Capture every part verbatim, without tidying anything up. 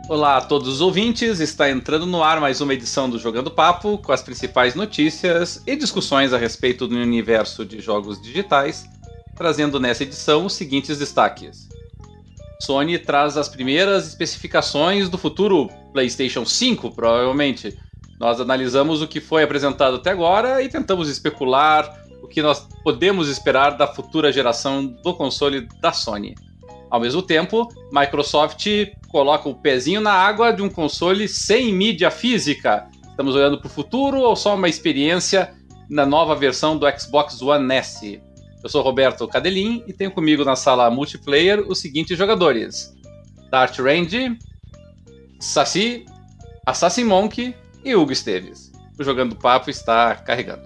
Olá a todos os ouvintes, está entrando no ar mais uma edição do Jogando Papo, com as principais notícias e discussões a respeito do universo de jogos digitais, trazendo nessa edição os seguintes destaques. Sony traz as primeiras especificações do futuro PlayStation cinco, provavelmente. Nós analisamos o que foi apresentado até agora e tentamos especular o que nós podemos esperar da futura geração do console da Sony. Ao mesmo tempo, Microsoft coloca o pezinho na água de um console sem mídia física. Estamos olhando para o futuro ou só uma experiência na nova versão do Xbox One S? Eu sou Roberto Cadelin e tenho comigo na sala multiplayer os seguintes jogadores: Dart Range, Saci, Assassin Monk e Hugo Esteves. O Jogando Papo está carregando.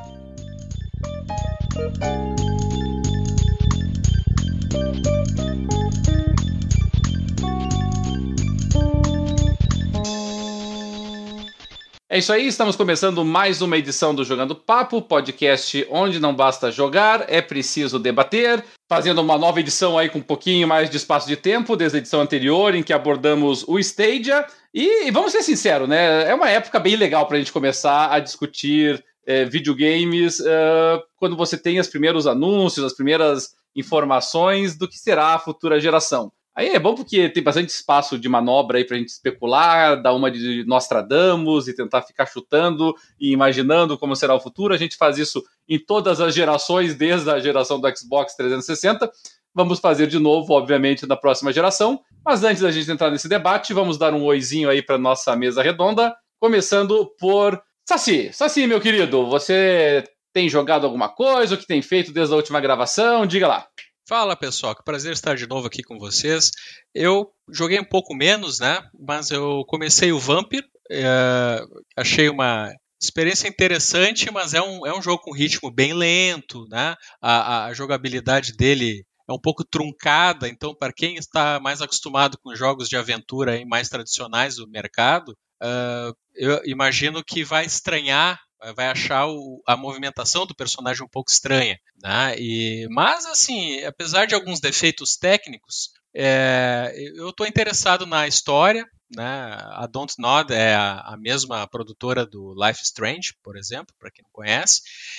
É isso aí, estamos começando mais uma edição do Jogando Papo, podcast onde não basta jogar, é preciso debater, fazendo uma nova edição aí com um pouquinho mais de espaço de tempo, desde a edição anterior, em que abordamos o Stadia, e vamos ser sinceros, né, é uma época bem legal para a gente começar a discutir é, videogames, uh, quando você tem os primeiros anúncios, as primeiras informações do que será a futura geração. Aí é bom porque tem bastante espaço de manobra aí pra gente especular, dar uma de Nostradamus e tentar ficar chutando e imaginando como será o futuro. A gente faz isso em todas as gerações, desde a geração do Xbox trezentos e sessenta. Vamos fazer de novo, obviamente, na próxima geração. Mas antes da gente entrar nesse debate, vamos dar um oizinho aí pra nossa mesa redonda, começando por Saci. Saci, meu querido, você tem jogado alguma coisa? O que tem feito desde a última gravação? Diga lá. Fala pessoal, que prazer estar de novo aqui com vocês. Eu joguei um pouco menos, né? Mas eu comecei o Vampire, é, achei uma experiência interessante, mas é um, é um jogo com ritmo bem lento, né? A, a jogabilidade dele é um pouco truncada, então para quem está mais acostumado com jogos de aventura aí, mais tradicionais do mercado, uh, eu imagino que vai estranhar, vai achar o, a movimentação do personagem um pouco estranha, né? E, mas, assim, apesar de alguns defeitos técnicos, é, eu estou interessado na história, né? A Dontnod é a, a mesma produtora do Life is Strange, por exemplo, para quem não conhece,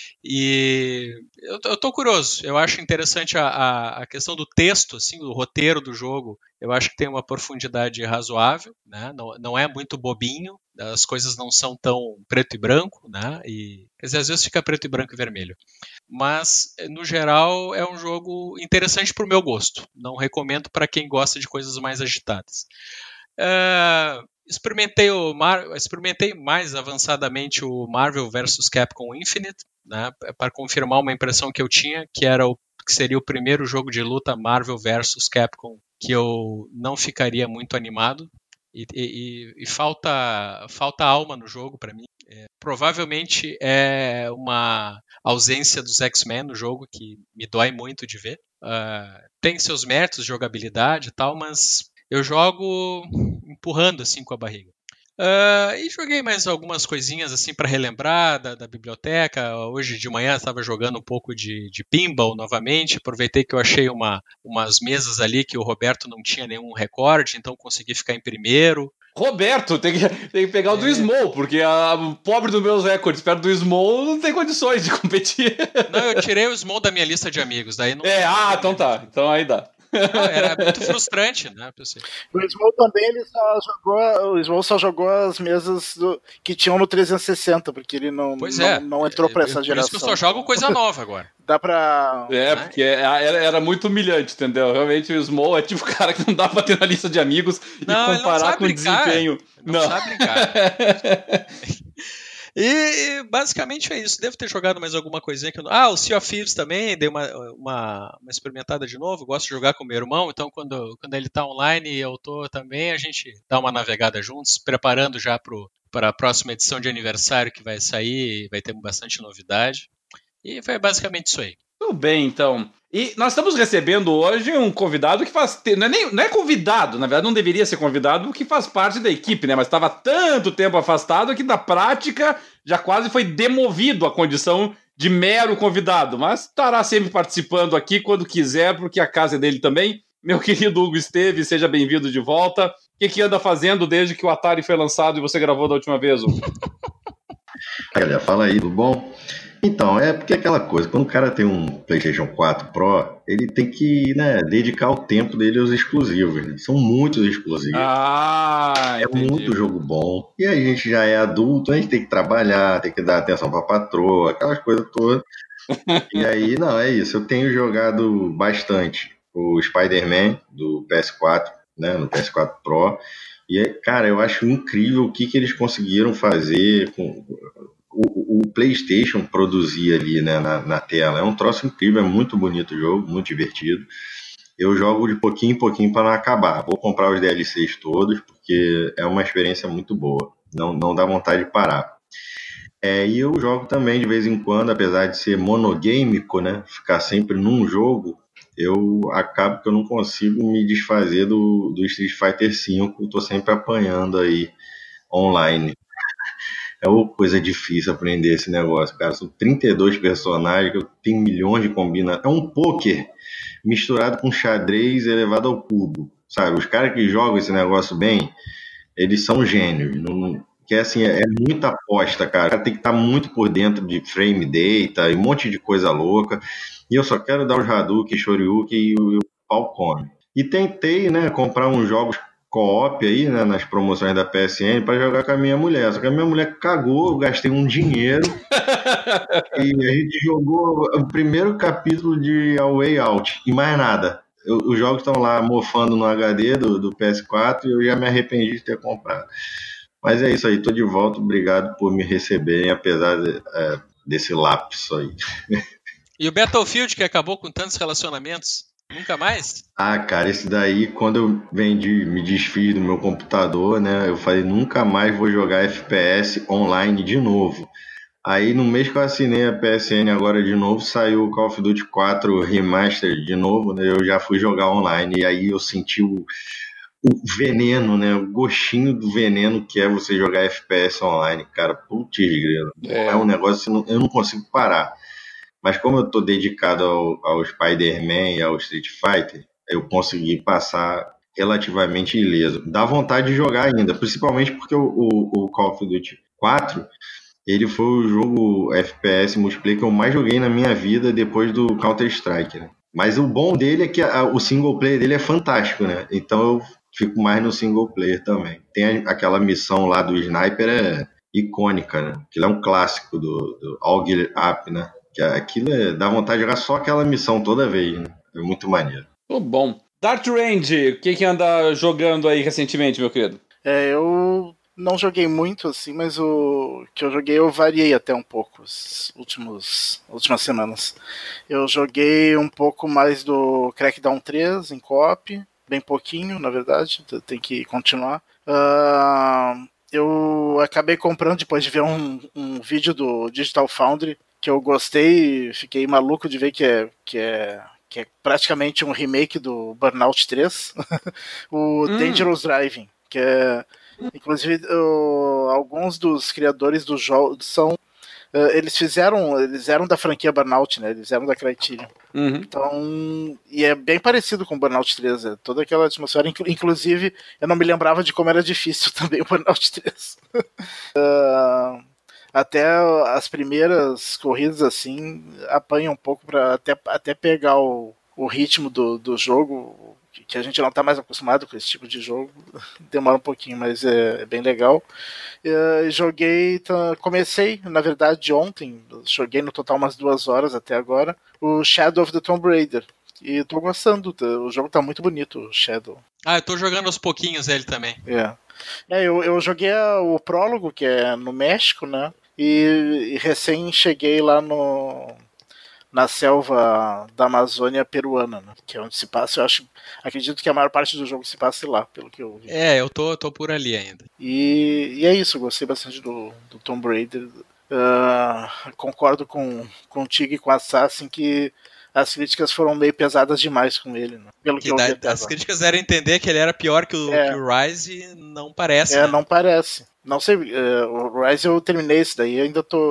e eu estou curioso. Eu acho interessante a, a, a questão do texto, assim, do roteiro do jogo. Eu acho que tem uma profundidade razoável, né? Não, não é muito bobinho, as coisas não são tão preto e branco, né? E, quer dizer, às vezes fica preto e branco e vermelho. Mas, no geral, é um jogo interessante para o meu gosto. Não recomendo para quem gosta de coisas mais agitadas. Uh, experimentei, o Mar- experimentei mais avançadamente o Marvel versus. Capcom Infinite, né? Para confirmar uma impressão que eu tinha, que era o que seria o primeiro jogo de luta Marvel versus. Capcom que eu não ficaria muito animado. E, e, e falta, falta alma no jogo para mim. É, provavelmente é uma ausência dos X-Men no jogo que me dói muito de ver. Uh, tem seus méritos de jogabilidade e tal, mas eu jogo empurrando assim com a barriga. Uh, e joguei mais algumas coisinhas assim para relembrar da, da biblioteca. Hoje de manhã estava jogando um pouco de, de pinball novamente. Aproveitei que eu achei uma, umas mesas ali que o Roberto não tinha nenhum recorde, então consegui ficar em primeiro. Roberto, tem que, tem que pegar o do é. Small, porque a, o pobre dos meus recordes perto do Small não tem condições de competir. Não, eu tirei o Small da minha lista de amigos. Daí não é, ah, então tá. Então aí dá. Não, era muito frustrante, né? O Small também, ele só jogou, o Small só jogou as mesas do, que tinham no trezentos e sessenta, porque ele não, pois não, é. não entrou pra essa por geração. Por isso que eu só jogo coisa nova agora. Dá pra... É, porque era, era muito humilhante, entendeu? Realmente o Small é tipo o cara que não dá pra ter na lista de amigos não, e comparar com o desempenho. Não, não sabe brincar. E basicamente é isso. Devo ter jogado mais alguma coisinha que eu não... Ah, o Sea of Thieves também, dei uma, uma, uma experimentada de novo. Gosto de jogar com meu irmão, então quando, quando ele tá online e eu tô também, a gente dá uma navegada juntos, preparando já para a próxima edição de aniversário que vai sair, vai ter bastante novidade. E foi basicamente isso aí. Tudo bem, então. E nós estamos recebendo hoje um convidado que faz... Te... Não, é nem... não é convidado, na verdade não deveria ser convidado, porque faz parte da equipe, né? Mas estava tanto tempo afastado que na prática já quase foi demovido à condição de mero convidado. Mas estará sempre participando aqui quando quiser, porque a casa é dele também. Meu querido Hugo Esteves, seja bem-vindo de volta. que, que anda fazendo desde que o Atari foi lançado e você gravou da última vez? Galera, fala aí, tudo bom? Então, é porque é aquela coisa, quando o cara tem um PlayStation quatro Pro, ele tem que, né, dedicar o tempo dele aos exclusivos, né? São muitos exclusivos. Ah, é entendi. muito jogo bom. E aí a gente já é adulto, a gente tem que trabalhar, tem que dar atenção pra patroa, aquelas coisas todas. E aí, não, é isso. Eu tenho jogado bastante o Spider-Man do P S quatro, né, no P S quatro Pro. E, cara, eu acho incrível o que, que eles conseguiram fazer com o, o PlayStation produzir ali, né, na, na tela. É um troço incrível, é muito bonito o jogo, muito divertido. Eu jogo de pouquinho em pouquinho para não acabar. Vou comprar os D L Cs todos, porque é uma experiência muito boa. Não, não dá vontade de parar. É, e eu jogo também de vez em quando, apesar de ser monogâmico, né, ficar sempre num jogo, eu acabo que eu não consigo me desfazer do, do Street Fighter cinco. Eu tô sempre apanhando aí online. É uma coisa difícil aprender esse negócio, cara. São trinta e dois personagens, eu tenho milhões de combinações. É um poker misturado com xadrez elevado ao cubo, sabe? Os caras que jogam esse negócio bem, eles são gênios. Não, que é assim, é, é muita aposta, cara. O cara tem que estar muito por dentro de frame data e um monte de coisa louca. E eu só quero dar os Hadouken, Shoryuken e o, e o pau come. E tentei, né, comprar uns jogos co-op aí, né, nas promoções da P S N para jogar com a minha mulher. Só que a minha mulher cagou, eu gastei um dinheiro e a gente jogou o primeiro capítulo de A Way Out e mais nada. Eu, os jogos estão lá mofando no H D do, do P S quatro e eu já me arrependi de ter comprado. Mas é isso aí, tô de volta, obrigado por me receberem, apesar de, é, desse lapso aí. E o Battlefield, que acabou com tantos relacionamentos? Nunca mais? Ah, cara, esse daí, quando eu vendi, me desfiz do meu computador, né, eu falei, nunca mais vou jogar F P S online de novo. Aí, no mês que eu assinei a P S N agora de novo, saiu o Call of Duty quatro Remastered de novo, né, eu já fui jogar online, e aí eu senti o, o veneno, né, o gostinho do veneno que é você jogar F P S online, cara, putz grilo, é. é um negócio que eu não consigo parar. Mas como eu tô dedicado ao, ao Spider-Man e ao Street Fighter, eu consegui passar relativamente ileso. Dá vontade de jogar ainda, principalmente porque o, o, o Call of Duty quatro, ele foi o jogo F P S multiplayer que eu mais joguei na minha vida depois do Counter-Strike, né? Mas o bom dele é que a, o single player dele é fantástico, né? Então eu fico mais no single player também. Tem a, aquela missão lá do Sniper, é icônica, né? Aquilo é um clássico do, do All Gear Up, né? Que aquilo é, dá vontade de jogar só aquela missão toda vez, né? É muito maneiro. Tô bom. Dart Range, o que que anda jogando aí recentemente, meu querido? É, eu não joguei muito, assim, mas o que eu joguei eu variei até um pouco as últimos, últimas semanas. Eu joguei um pouco mais do Crackdown três em co-op, bem pouquinho, na verdade, tem que continuar. Uh, eu acabei comprando depois de ver um, um vídeo do Digital Foundry, que eu gostei, fiquei maluco de ver que é, que é, que é praticamente um remake do Burnout três, o hum. Dangerous Driving, que é, inclusive, uh, alguns dos criadores do jogo são, uh, eles fizeram, eles eram da franquia Burnout, né, eles eram da Criterion, uhum. Então, e é bem parecido com o Burnout três, é toda aquela atmosfera, inclusive, eu não me lembrava de como era difícil também o Burnout três. uh, Até as primeiras corridas, assim, apanham um pouco para até, até pegar o, o ritmo do, do jogo, que a gente não está mais acostumado com esse tipo de jogo. Demora um pouquinho, mas é, é bem legal. Eu joguei, tá, comecei, na verdade, ontem, joguei no total umas duas horas até agora, o Shadow of the Tomb Raider. E tô gostando, o jogo tá muito bonito, o Shadow. Ah, eu tô jogando aos pouquinhos ele também. É, é eu, eu joguei o prólogo, que é no México, né? E, e recém cheguei lá no, na selva da Amazônia peruana, né? Que é onde se passa, eu acho, acredito que a maior parte do jogo se passe lá, pelo que eu vi. É, eu tô, tô por ali ainda. E, e é isso, gostei bastante do, do Tomb Raider. Uh, concordo com contigo e com a Assassin que as críticas foram meio pesadas demais com ele, né? Pelo que, que eu vi até As agora. Críticas deram a entender que ele era pior que o, é. que o Rise e não parece. É, né? não parece. Não sei, uh, o Rise eu terminei esse daí, ainda tô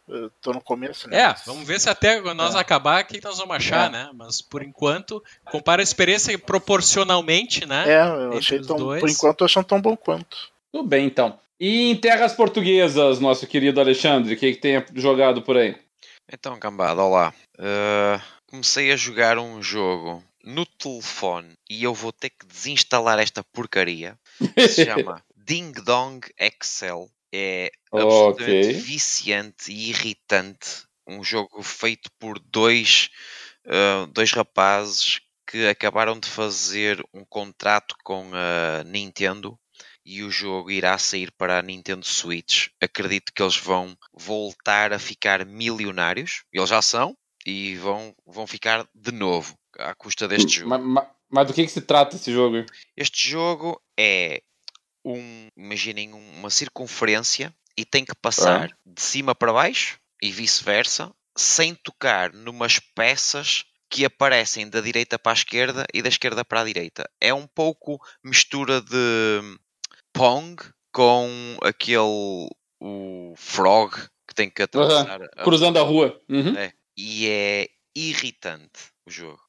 Eu tô no começo, né? É, vamos ver se até nós É. acabar, o que nós vamos achar, É. né? Mas por enquanto, compara a experiência proporcionalmente, né? É, eu entre achei os tão. dois. Por enquanto, eu tô achando tão bom quanto. Tudo bem, então. E em terras portuguesas, nosso querido Alexandre, o que, que tem jogado por aí? Então, cambada, olá. Uh, comecei a jogar um jogo no telefone e eu vou ter que desinstalar esta porcaria. Se chama Ding Dong Excel. É absolutamente Ok. viciante e irritante. Um jogo feito por dois, uh, dois rapazes que acabaram de fazer um contrato com a Nintendo. E o jogo irá sair para a Nintendo Switch. Acredito que eles vão voltar a ficar milionários. Eles já são. E vão, vão ficar de novo à custa deste jogo. Mas, mas, mas do que, que se trata esse jogo? Este jogo é um... Imaginem uma circunferência e tem que passar Ah. de cima para baixo e vice-versa, sem tocar numas peças que aparecem da direita para a esquerda e da esquerda para a direita. É um pouco mistura de Pong com aquele o Frog que tem que atravessar Uhum. a Cruzando a rua. Uhum. É. E é irritante o jogo.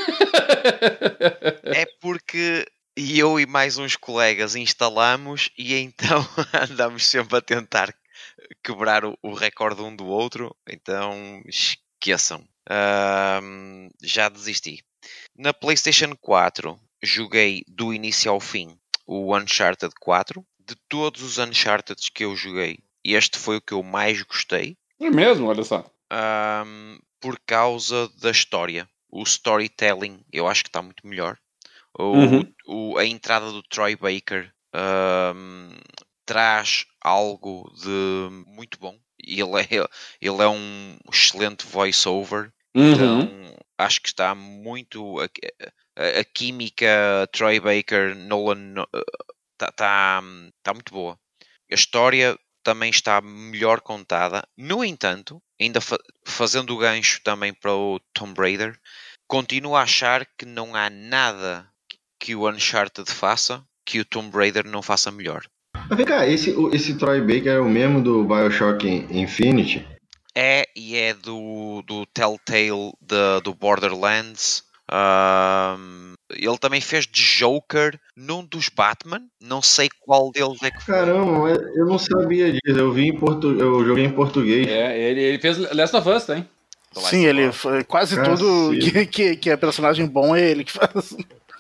É porque eu e mais uns colegas instalamos e então andamos sempre a tentar quebrar o, o recorde um do outro. Então esqueçam. Um, já desisti. Na PlayStation quatro joguei do início ao fim o Uncharted quatro. De todos os Uncharted que eu joguei, este foi o que eu mais gostei. É mesmo, olha só. Um, por causa da história. O storytelling eu acho que está muito melhor. O, Uhum. o, a entrada do Troy Baker um, traz algo de muito bom. Ele é, ele é um excelente voice-over. Uhum. Então acho que está muito... A, a, a química Troy Baker, Nolan... Está tá, tá muito boa. A história também está melhor contada. No entanto, ainda fa- fazendo o gancho também para o Tomb Raider, continuo a achar que não há nada que o Uncharted faça que o Tomb Raider não faça melhor. Mas vem cá, esse, o- esse Troy Baker é o mesmo do Bioshock Infinity? É, e é do, do Telltale de, do Borderlands. Um, ele também fez de Joker num dos Batman. Não sei qual deles é que foi. Caramba, mas eu não sabia disso. Eu vi em portu... eu joguei em português. É, ele, ele fez Last of Us, hein? The Last Sim, of ele Us. foi quase Cacete. tudo que, que, que é personagem bom é ele que faz.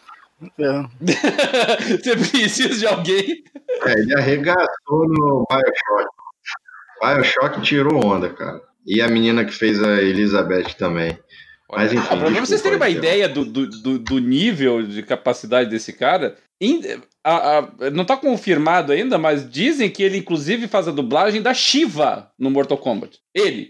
É. Você precisa de alguém. É, ele arregaçou no Bioshock. Bioshock tirou onda, cara. E a menina que fez a Elizabeth também. Mas Olha, enfim, Ah, pra desculpa, vocês terem uma Marcelo. ideia do, do, do, do nível de capacidade desse cara, in- a- a- não tá confirmado ainda, mas dizem que ele inclusive faz a dublagem da Shiva no Mortal Kombat. Ele.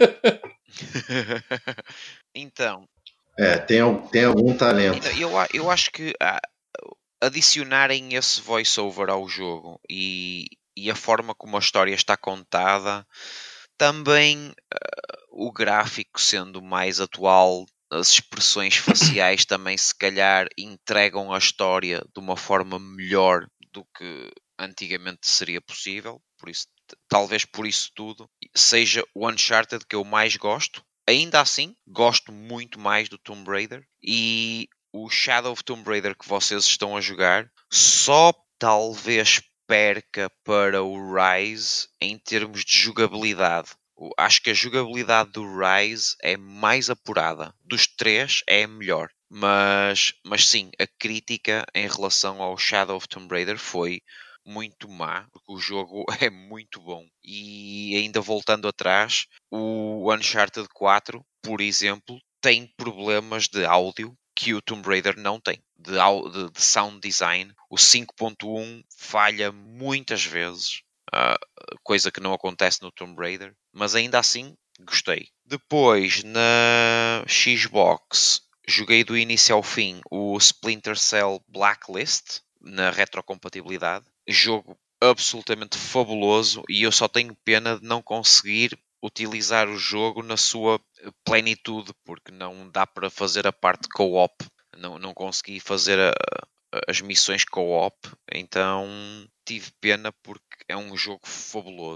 então, É, tem, al- tem algum talento. Ainda- Eu, a- eu acho que ah, adicionarem esse voice-over ao jogo e, e a forma como a história está contada, também ah, o gráfico sendo mais atual, as expressões faciais também se calhar entregam a história de uma forma melhor do que antigamente seria possível. Por isso, t- talvez por isso tudo, seja o Uncharted que eu mais gosto. Ainda assim, gosto muito mais do Tomb Raider e o Shadow of Tomb Raider que vocês estão a jogar só talvez perca para o Rise em termos de jogabilidade. O- Acho que a jogabilidade do Rise é mais apurada. Dos três é a melhor. Mas, mas sim, a crítica em relação ao Shadow of Tomb Raider foi muito má, porque o jogo é muito bom. E ainda voltando atrás, o Uncharted quatro, por exemplo, tem problemas de áudio que o Tomb Raider não tem. De, au- de- de sound design, o cinco ponto um falha muitas vezes, ah, coisa que não acontece no Tomb Raider, mas ainda assim gostei. Depois, na Xbox, joguei do início ao fim o Splinter Cell Blacklist, na retrocompatibilidade. Jogo absolutamente fabuloso e eu só tenho pena de não conseguir utilizar o jogo na sua plenitude, porque não dá para fazer a parte co-op. Não, não consegui fazer a, a, as missões co-op, então tive pena porque é um jogo fabuloso.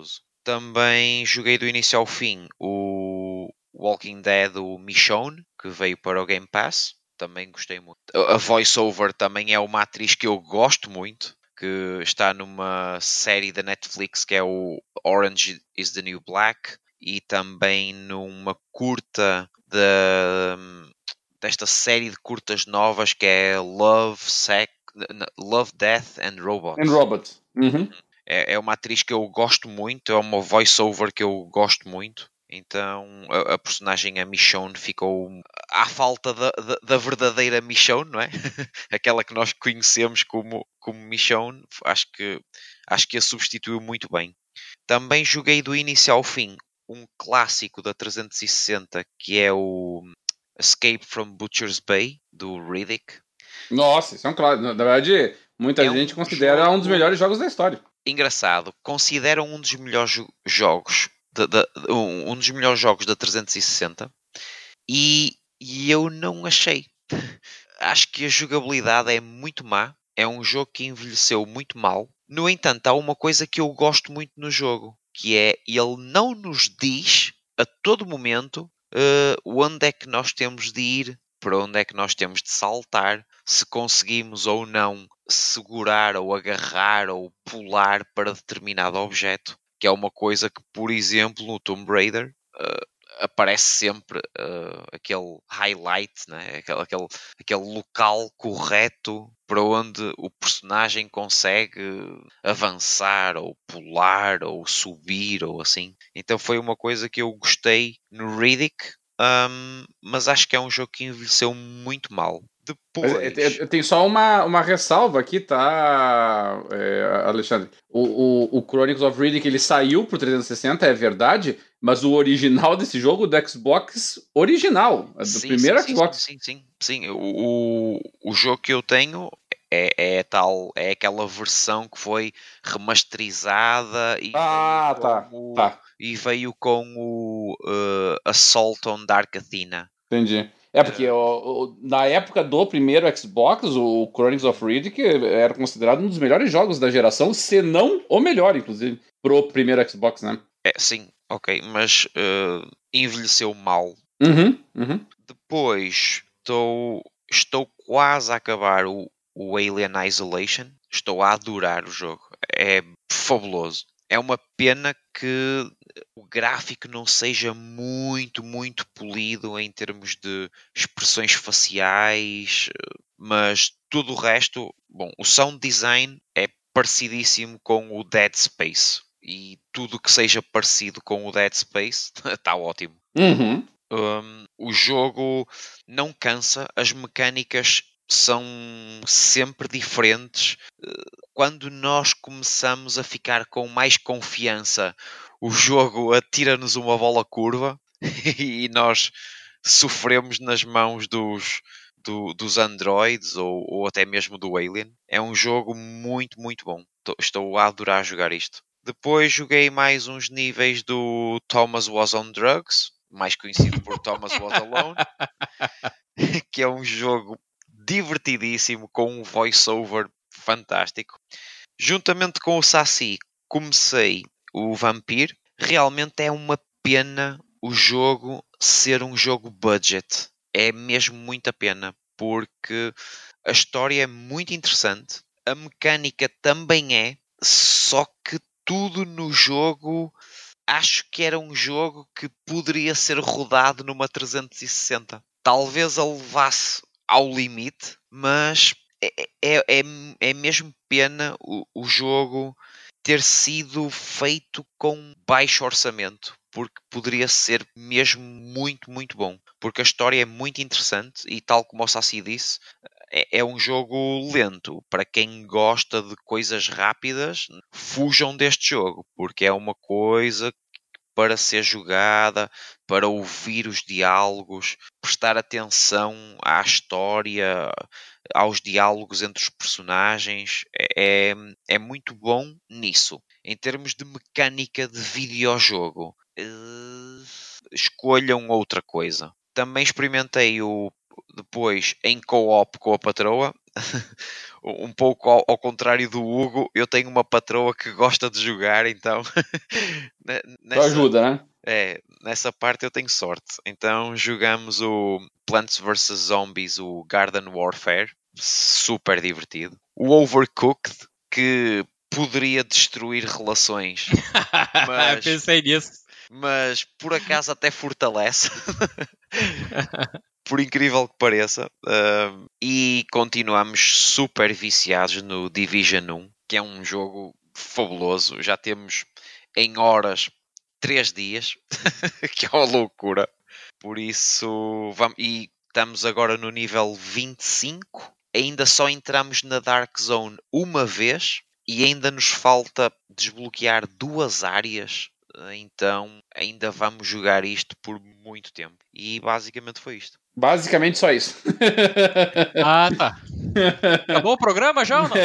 também joguei do início ao fim o Walking Dead, o Michonne, que veio para o Game Pass. Também gostei muito. A voiceover também é uma atriz que eu gosto muito, que está numa série da Netflix que é o Orange is the New Black, e também numa curta de, desta série de curtas novas que é Love, Sex, Love, Death and Robots. And Robots. Uhum. É, é uma atriz que eu gosto muito, é uma voiceover que eu gosto muito. Então a, a personagem, a Michonne, ficou à falta da, da, da verdadeira Michonne, não é? Aquela que nós conhecemos como, como Michonne. Acho que, acho que a substituiu muito bem. Também joguei do início ao fim um clássico da trezentos e sessenta, que é o Escape from Butcher's Bay, do Riddick. Nossa, isso é um clássico. Na verdade, muita é gente um considera jogo... um dos melhores jogos da história. Engraçado, consideram um dos melhores jo- jogos de, de, um, um dos melhores jogos da trezentos e sessenta, e, e eu não achei. Acho que a jogabilidade é muito má. É um jogo que envelheceu muito mal. No entanto, há uma coisa que eu gosto muito no jogo, que é, ele não nos diz a todo momento uh, onde é que nós temos de ir, para onde é que nós temos de saltar, se conseguimos ou não segurar ou agarrar ou pular para determinado objeto, que é uma coisa que, por exemplo, no Tomb Raider uh, aparece sempre uh, aquele highlight, né? aquele, aquele, aquele local correto para onde o personagem consegue avançar ou pular ou subir ou assim. Então foi uma coisa que eu gostei no Riddick, um, mas acho que é um jogo que envelheceu muito mal. Depois... Eu, eu tenho só uma, uma ressalva aqui, tá, é, Alexandre? O, o, o Chronicles of Riddick, ele saiu pro trezentos e sessenta, é verdade, mas o original desse jogo, do Xbox original, do sim, primeiro sim, Xbox. Sim, sim, sim. sim. O, o jogo que eu tenho é, é tal, é aquela versão que foi remasterizada e ah, veio tá, com o, tá. E veio com o uh, Assault on Dark Athena. Entendi. É porque uh, o, o, na época do primeiro Xbox, o Chronicles of Riddick era considerado um dos melhores jogos da geração, se não o melhor, inclusive, pro primeiro Xbox, né? É, sim, ok, mas uh, envelheceu mal. Uhum, uhum. Depois estou, estou quase a acabar o, o Alien Isolation. Estou a adorar o jogo. É fabuloso. É uma pena que o gráfico não seja muito, muito polido em termos de expressões faciais, mas tudo o resto, bom, o sound design é parecidíssimo com o Dead Space, e tudo que seja parecido com o Dead Space está ótimo. Uhum. Um, o jogo não cansa, as mecânicas são sempre diferentes. Quando nós começamos a ficar com mais confiança, o jogo atira-nos uma bola curva e nós sofremos nas mãos dos, do, dos androids ou, ou até mesmo do Alien. É um jogo muito, muito bom. Estou a adorar jogar isto. Depois joguei mais uns níveis do Thomas Was on Drugs, mais conhecido por Thomas Was Alone, que é um jogo divertidíssimo, com um voice-over fantástico. Juntamente com o Saci, comecei o Vampire. Realmente é uma pena o jogo ser um jogo budget. É mesmo muita pena, porque a história é muito interessante, a mecânica também é, só que tudo no jogo, acho que era um jogo que poderia ser rodado numa trezentos e sessenta. Talvez a levasse ao limite, mas é, é, é, é mesmo pena o, o jogo ter sido feito com baixo orçamento, porque poderia ser mesmo muito, muito bom. Porque a história é muito interessante e, tal como o Saci disse, é, é um jogo lento. Para quem gosta de coisas rápidas, fujam deste jogo, porque é uma coisa para ser jogada, para ouvir os diálogos, prestar atenção à história, aos diálogos entre os personagens. É, é muito bom nisso. Em termos de mecânica de videojogo, uh, escolham outra coisa. Também experimentei o depois em co-op com a patroa um pouco ao, ao contrário do Hugo, eu tenho uma patroa que gosta de jogar, então nessa, ajuda, né? É, nessa parte eu tenho sorte. Então jogamos o Plants versus. Zombies, o Garden Warfare, super divertido. O Overcooked, que poderia destruir relações. Mas... pensei nisso. Mas por acaso até fortalece. Por incrível que pareça. Uh, e continuamos super viciados no Division um, que é um jogo fabuloso. Já temos em horas três dias, que é uma loucura. Por isso, vamos, e estamos agora no nível vinte e cinco. Ainda só entramos na Dark Zone uma vez e ainda nos falta desbloquear duas áreas. Então ainda vamos jogar isto por muito tempo. E basicamente foi isto. Basicamente só isso. Ah, tá. Acabou o programa já ou não?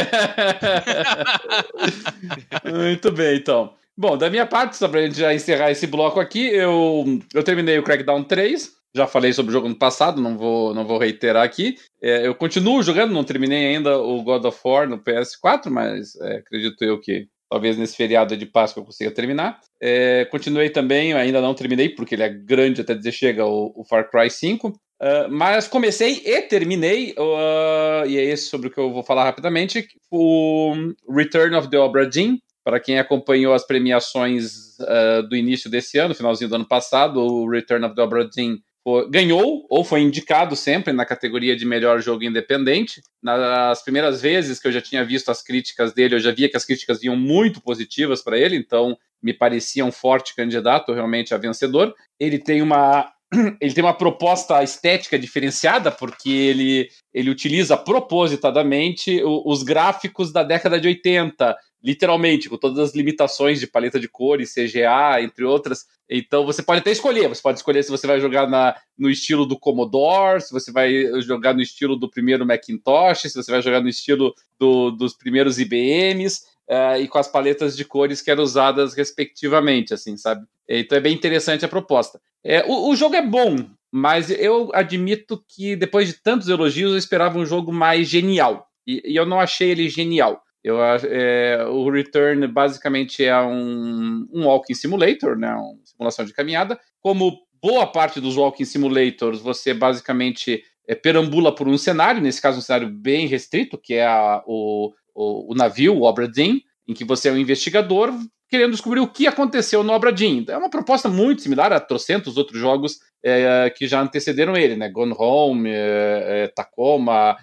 Muito bem, então. Bom, da minha parte, só pra gente já encerrar esse bloco aqui, eu, eu terminei o Crackdown três. Já falei sobre o jogo no passado, não vou, não vou reiterar aqui. É, eu continuo jogando, não terminei ainda o God of War no P S quatro, mas é, acredito eu que talvez nesse feriado de Páscoa eu consiga terminar. É, continuei também, ainda não terminei, porque ele é grande até dizer chega, o, o Far Cry cinco. Uh, mas comecei e terminei, uh, e é esse sobre o que eu vou falar rapidamente, o Return of the Obra Dinn. Para quem acompanhou as premiações uh, do início desse ano, finalzinho do ano passado, o Return of the Obra Dinn foi, ganhou, ou foi indicado sempre na categoria de melhor jogo independente. Nas primeiras vezes que eu já tinha visto as críticas dele, eu já via que as críticas vinham muito positivas para ele, então me parecia um forte candidato realmente a vencedor. Ele tem uma... Ele tem uma proposta estética diferenciada, porque ele, ele utiliza propositadamente os gráficos da década de oitenta, literalmente, com todas as limitações de paleta de cores, C G A, entre outras. Então você pode até escolher, você pode escolher se você vai jogar na, no estilo do Commodore, se você vai jogar no estilo do primeiro Macintosh, se você vai jogar no estilo do, dos primeiros I B Ms, uh, e com as paletas de cores que eram usadas respectivamente, assim, sabe? Então é bem interessante a proposta. É, o, o jogo é bom, mas eu admito que depois de tantos elogios eu esperava um jogo mais genial, e, e eu não achei ele genial. Eu, é, o Return basicamente é um, um walking simulator, né, uma simulação de caminhada. Como boa parte dos walking simulators, você basicamente é, perambula por um cenário, nesse caso um cenário bem restrito, que é a, o, o, o navio, o Obra Dinn, em que você é um investigador querendo descobrir o que aconteceu no Obra Dinn. É uma proposta muito similar a trocentos outros jogos é, que já antecederam ele, né? Gone Home, é, é, Tacoma,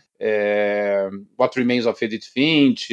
é, What Remains of Edith Finch,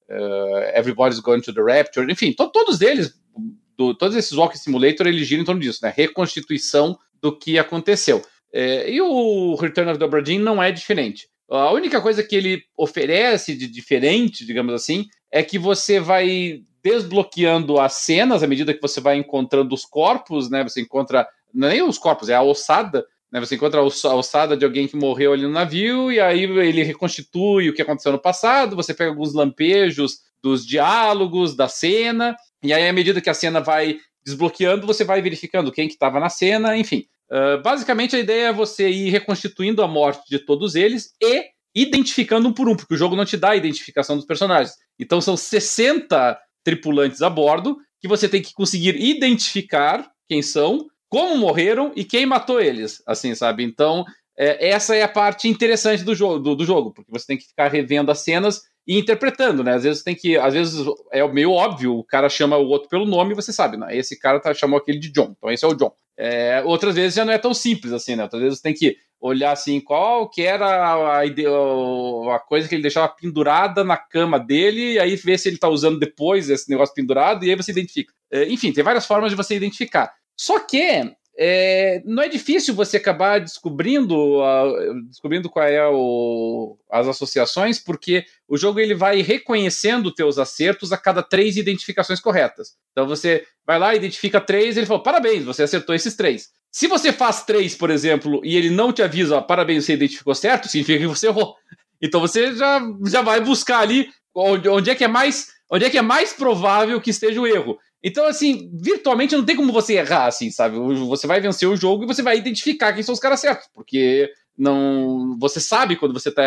é, Everybody's Going to the Rapture, enfim, to- todos eles, do, todos esses Walking Simulator, eles giram em torno disso, né? Reconstituição do que aconteceu. É, e o Return of the Obra Dinn não é diferente. A única coisa que ele oferece de diferente, digamos assim, é que você vai desbloqueando as cenas à medida que você vai encontrando os corpos, né? Você encontra, não é nem os corpos, é a ossada, né? Você encontra a ossada de alguém que morreu ali no navio e aí ele reconstitui o que aconteceu no passado, você pega alguns lampejos dos diálogos, da cena, e aí à medida que a cena vai desbloqueando, você vai verificando quem que estava na cena, enfim. Uh, basicamente a ideia é você ir reconstituindo a morte de todos eles e identificando um por um, porque o jogo não te dá a identificação dos personagens. Então são sessenta tripulantes a bordo que você tem que conseguir identificar quem são, como morreram e quem matou eles, assim, sabe? Então é, essa é a parte interessante do jogo, do, do jogo, porque você tem que ficar revendo as cenas e interpretando, né? Às vezes tem que, às vezes é meio óbvio, o cara chama o outro pelo nome e você sabe, né? Esse cara tá, chamou aquele de John, então esse é o John. É, outras vezes já não é tão simples assim, né? Outras vezes você tem que olhar assim, qual que era a, a, a coisa que ele deixava pendurada na cama dele, e aí ver se ele tá usando depois esse negócio pendurado, e aí você identifica. É, enfim, tem várias formas de você identificar. Só que é, não é difícil você acabar descobrindo, uh, descobrindo qual é o, as associações, porque o jogo ele vai reconhecendo teus acertos a cada três identificaçções corretas. Então você vai lá, identifica três, e ele falou, parabéns, você acertou esses três. Se você faz três, por exemplo, e ele não te avisa, ó, parabéns, você identificou certo, significa que você errou. Então você já, já vai buscar ali onde, onde, é que é mais, onde é que é mais provável que esteja o erro. Então, assim, virtualmente não tem como você errar, assim, sabe? Você vai vencer o jogo e você vai identificar quem são os caras certos, porque não, você sabe quando você tá errado.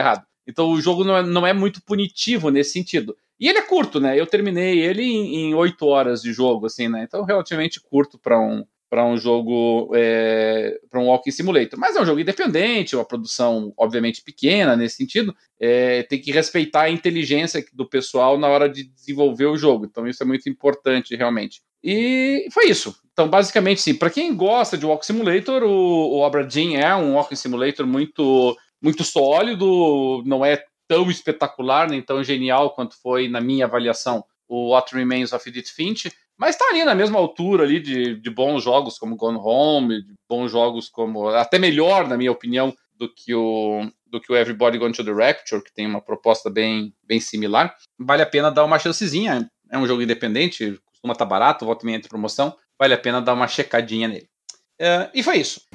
Então o jogo não é, não é muito punitivo nesse sentido. E ele é curto, né? Eu terminei ele em oito horas de jogo, assim, né? Então relativamente curto para um, para um jogo, é, para um Walking Simulator. Mas é um jogo independente, uma produção obviamente pequena nesse sentido. É, tem que respeitar a inteligência do pessoal na hora de desenvolver o jogo. Então isso é muito importante, realmente. E foi isso. Então, basicamente, sim, para quem gosta de Walking Simulator, o, o Obra Dinn é um Walking Simulator muito, muito sólido, não é tão espetacular, nem tão genial quanto foi, na minha avaliação, o What Remains of Edith Finch, mas está ali na mesma altura ali de, de bons jogos como Gone Home, de bons jogos como, até melhor, na minha opinião, do que o, do que o Everybody Gone to the Rapture, que tem uma proposta bem, bem similar. Vale a pena dar uma chancezinha, é um jogo independente, costuma estar barato, volta e meia entre promoção, vale a pena dar uma checadinha nele. Uh, e foi isso.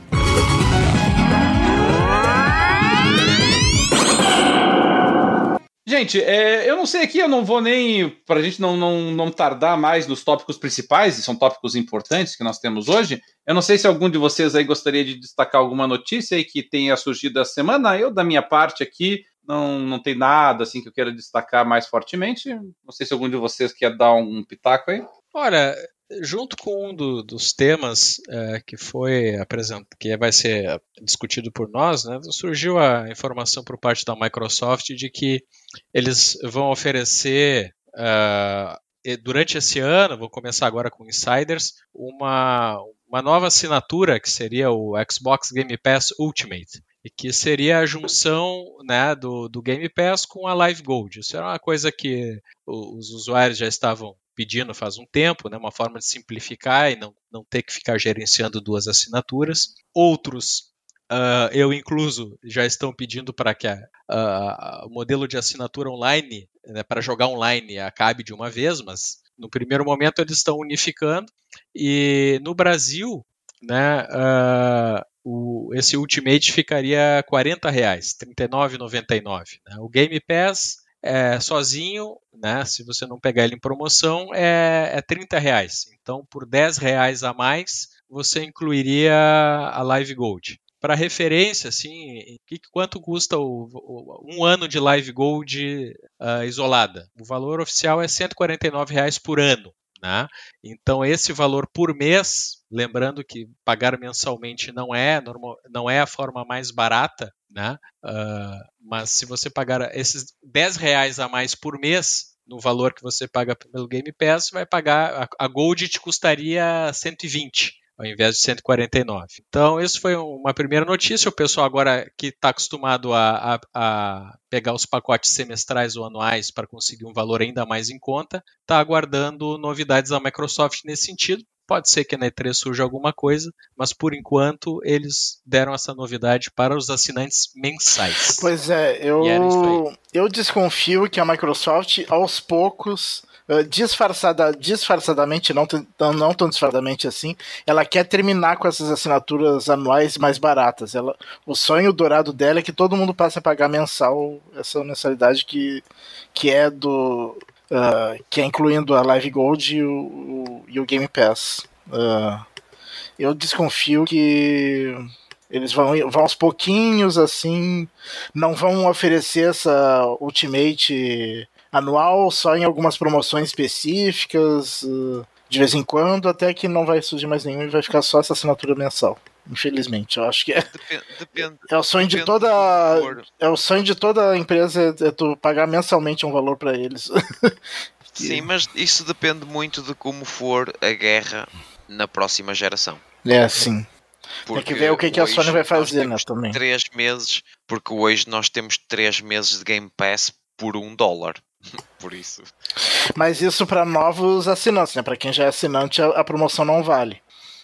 Gente, é, eu não sei aqui, eu não vou nem, para a gente não, não, não tardar mais nos tópicos principais, e são tópicos importantes que nós temos hoje, eu não sei se algum de vocês aí gostaria de destacar alguma notícia aí que tenha surgido essa semana. Eu, da minha parte aqui, não, não tem nada assim que eu queira destacar mais fortemente. Não sei se algum de vocês quer dar um pitaco aí. Olha, junto com um do, dos temas é, que foi apresentado, que vai ser discutido por nós, né, surgiu a informação por parte da Microsoft de que eles vão oferecer uh, durante esse ano, vou começar agora com insiders, uma, uma nova assinatura que seria o Xbox Game Pass Ultimate, e que seria a junção, né, do, do Game Pass com a Live Gold. Isso era uma coisa que os usuários já estavam pedindo faz um tempo, né, uma forma de simplificar e não, não ter que ficar gerenciando duas assinaturas. Outros, uh, eu incluso, já estão pedindo para que a, a, o modelo de assinatura online, né, para jogar online, acabe de uma vez, mas no primeiro momento eles estão unificando. E no Brasil, né, uh, o, esse Ultimate ficaria quarenta reais, trinta e nove reais e noventa e nove centavos. Né? O Game Pass é, sozinho, né, se você não pegar ele em promoção, é, é trinta reais. Então, por dez reais a mais, você incluiria a Live Gold. Para referência, assim, que, quanto custa o, o, um ano de Live Gold uh, isolada? O valor oficial é cento e quarenta e nove reais por ano. Né? Então, esse valor por mês, lembrando que pagar mensalmente não é, normal, não é a forma mais barata, né? Uh, mas se você pagar esses dez reais a mais por mês, no valor que você paga pelo Game Pass, vai pagar, a, a Gold te custaria cento e vinte ao invés de cento e quarenta e nove. Então, isso foi uma primeira notícia. O pessoal agora que está acostumado a, a, a pegar os pacotes semestrais ou anuais para conseguir um valor ainda mais em conta, está aguardando novidades da Microsoft nesse sentido. Pode ser que na E três surja alguma coisa, mas por enquanto eles deram essa novidade para os assinantes mensais. Pois é, eu, eu desconfio que a Microsoft, aos poucos, disfarçada, disfarçadamente, não, não tão disfarçadamente assim, ela quer terminar com essas assinaturas anuais mais baratas. Ela, o sonho dourado dela é que todo mundo passe a pagar mensal essa mensalidade que, que é do... Uh, que é incluindo a Live Gold e o, o, e o Game Pass. Uh, eu desconfio que eles vão, vão aos pouquinhos, assim, não vão oferecer essa Ultimate anual, só em algumas promoções específicas, uh, de vez em quando, até que não vai surgir mais nenhum e vai ficar só essa assinatura mensal. Infelizmente, eu acho que é, depende, depende, é o sonho de toda é o sonho de toda empresa é tu pagar mensalmente um valor para eles. Sim, mas isso depende muito de como for a guerra na próxima geração. É, sim. Porque tem que ver o que, que a Sony vai fazer, né, também. Três meses, porque hoje nós temos três meses de Game Pass por um dólar. Por isso. Mas isso para novos assinantes, né? Para quem já é assinante, a, a promoção não vale.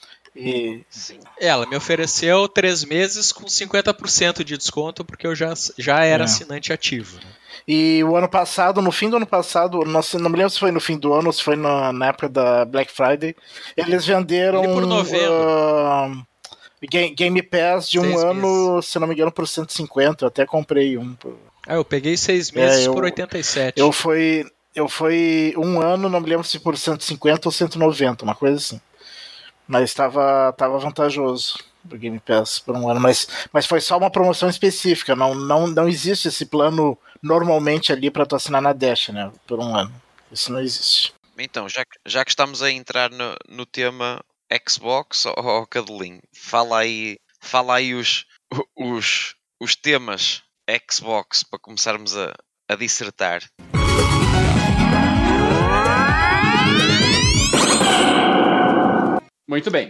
E... Ela me ofereceu três meses com cinquenta por cento de desconto, porque eu já, já era é. assinante ativo. Né? E o ano passado, no fim do ano passado, não, não me lembro se foi no fim do ano ou se foi na, na época da Black Friday, eles venderam Ele por novembro. Uh, Game, Game Pass de um seis ano, meses. Se não me engano, por cento e cinquenta. Eu até comprei um. Por... Ah, eu peguei seis meses é, eu, por oitenta e sete. Eu fui, eu fui um ano, não me lembro se por cento e cinquenta ou cento e noventa, uma coisa assim. Mas estava tava vantajoso. do Game Pass por um ano, mas, mas foi só uma promoção específica, não, não, não existe esse plano normalmente ali para tu assinar na Dash, né, por um ano. Isso não existe. Então, já que, já que estamos a entrar no, no tema Xbox, ó oh, oh, Cadelinho, fala aí, fala aí os, os, os temas Xbox para começarmos a, a dissertar. Muito bem.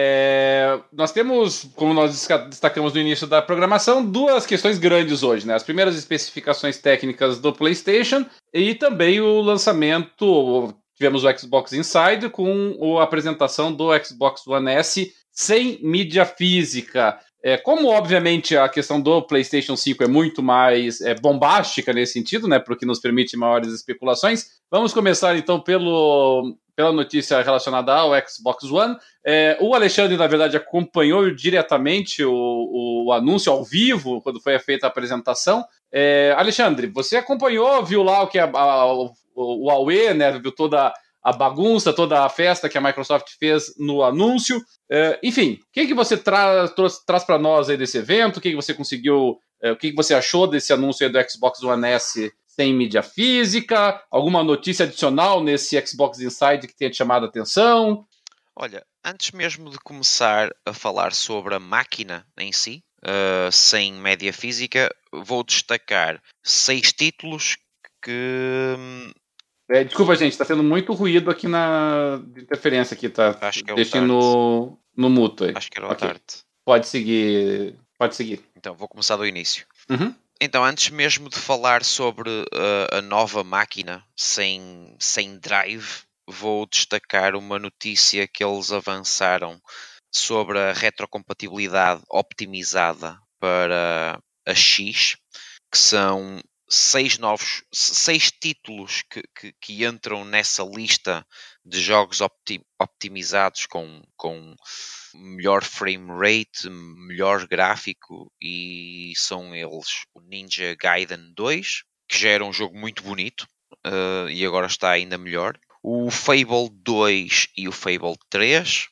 É, nós temos, como nós destacamos no início da programação, duas questões grandes hoje, né? As primeiras especificações técnicas do PlayStation e também o lançamento. Tivemos o Xbox Inside com a apresentação do Xbox One S sem mídia física. É, como, obviamente, a questão do PlayStation cinco é muito mais é, bombástica nesse sentido, né, porque nos permite maiores especulações, vamos começar, então, pelo, pela notícia relacionada ao Xbox One. É, o Alexandre, na verdade, acompanhou diretamente o, o anúncio ao vivo, quando foi feita a apresentação. É, Alexandre, você acompanhou, viu lá o que a, a, o, o Huawei, né, viu toda a bagunça, toda a festa que a Microsoft fez no anúncio. Uh, enfim, o que, que você tra traz para nós aí desse evento? O que, que você conseguiu, uh, o que, que você achou desse anúncio aí do Xbox One S sem mídia física? Alguma notícia adicional nesse Xbox Inside que tenha te chamado a atenção? Olha, antes mesmo de começar a falar sobre a máquina em si, uh, sem média física, vou destacar seis títulos que... É, desculpa, gente, está sendo muito ruído aqui na interferência aqui, tá? Acho que é o Deixem no, no muto aí. Acho que era o okay. Tart. Pode seguir. Pode seguir. Então, vou começar do início. Uhum. Então, antes mesmo de falar sobre uh, a nova máquina sem, sem drive, vou destacar uma notícia que eles avançaram sobre a retrocompatibilidade optimizada para a X, que são seis novos, seis títulos que, que, que entram nessa lista de jogos opti, optimizados com, com melhor frame rate, melhor gráfico, e são eles o Ninja Gaiden dois, que já era um jogo muito bonito uh, e agora está ainda melhor, o Fable dois e o Fable três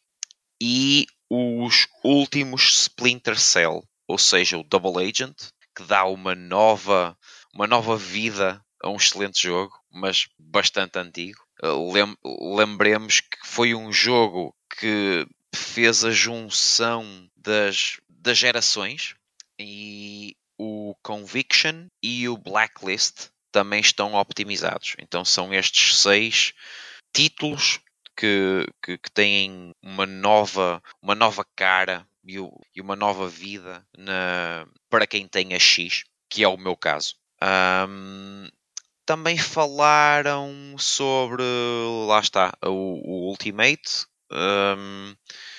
e os últimos Splinter Cell, ou seja, o Double Agent, que dá uma nova uma nova vida a um excelente jogo, mas bastante antigo. Lem- lembremos que foi um jogo que fez a junção das, das gerações, e o Conviction e o Blacklist também estão optimizados. Então são estes seis títulos que, que, que têm uma nova, uma nova cara e, o, e uma nova vida na, para quem tem a X, que é o meu caso. Um, também falaram sobre, lá está, o, o Ultimate. Um,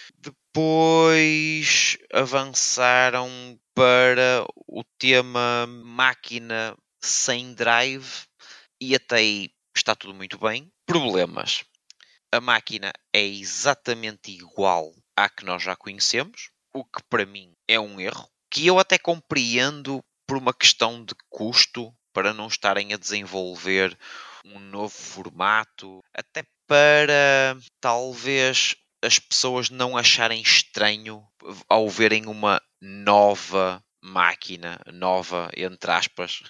depois avançaram para o tema máquina sem drive, e até aí está tudo muito bem. Problemas: a máquina é exatamente igual à que nós já conhecemos, o que para mim é um erro, que eu até compreendo por uma questão de custo, para não estarem a desenvolver um novo formato, até para talvez as pessoas não acharem estranho ao verem uma nova máquina, nova entre aspas.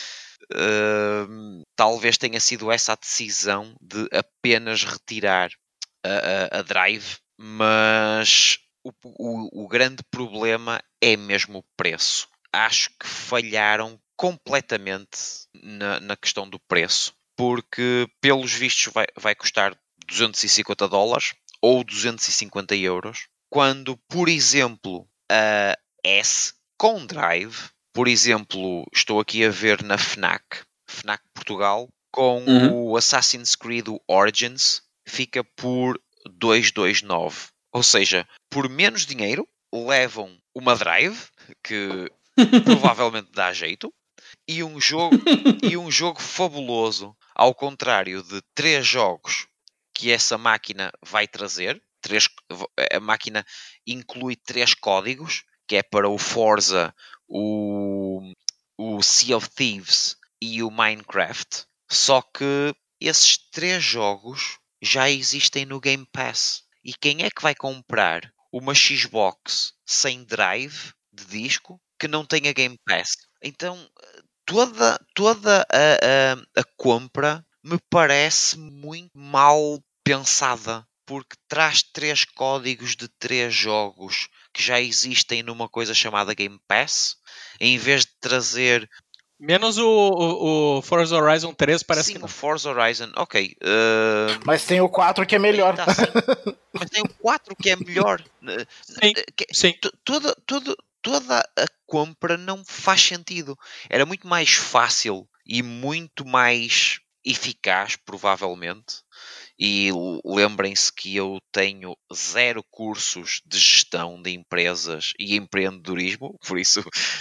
uh, talvez tenha sido essa a decisão de apenas retirar a, a, a drive, mas o, o, o grande problema é mesmo o preço. Acho que falharam completamente na, na questão do preço, porque pelos vistos vai, vai custar duzentos e cinquenta dólares ou duzentos e cinquenta euros, quando, por exemplo, a S com drive, por exemplo, estou aqui a ver na FNAC, FNAC Portugal, com uhum. o Assassin's Creed Origins, fica por duzentos e vinte e nove. Ou seja, por menos dinheiro, levam uma drive, que provavelmente dá jeito, e um jogo e um jogo fabuloso, ao contrário de três jogos que essa máquina vai trazer. Três, a máquina inclui três códigos, que é para o Forza, o, o Sea of Thieves e o Minecraft. Só que esses três jogos já existem no Game Pass. E quem é que vai comprar uma Xbox sem drive de disco que não tenha Game Pass. Então, toda, toda a, a, a compra me parece muito mal pensada, porque traz três códigos de três jogos que já existem numa coisa chamada Game Pass, em vez de trazer... Menos o, o, o Forza Horizon três, parece sim, que não. o Forza Horizon, ok. Uh... Mas tem o quatro que é melhor. Tá, mas tem o quatro que é melhor. Sim, que, sim. Toda, toda, toda a compra não faz sentido. Era muito mais fácil e muito mais eficaz, provavelmente. E lembrem-se que eu tenho zero cursos de gestão de empresas e empreendedorismo, por isso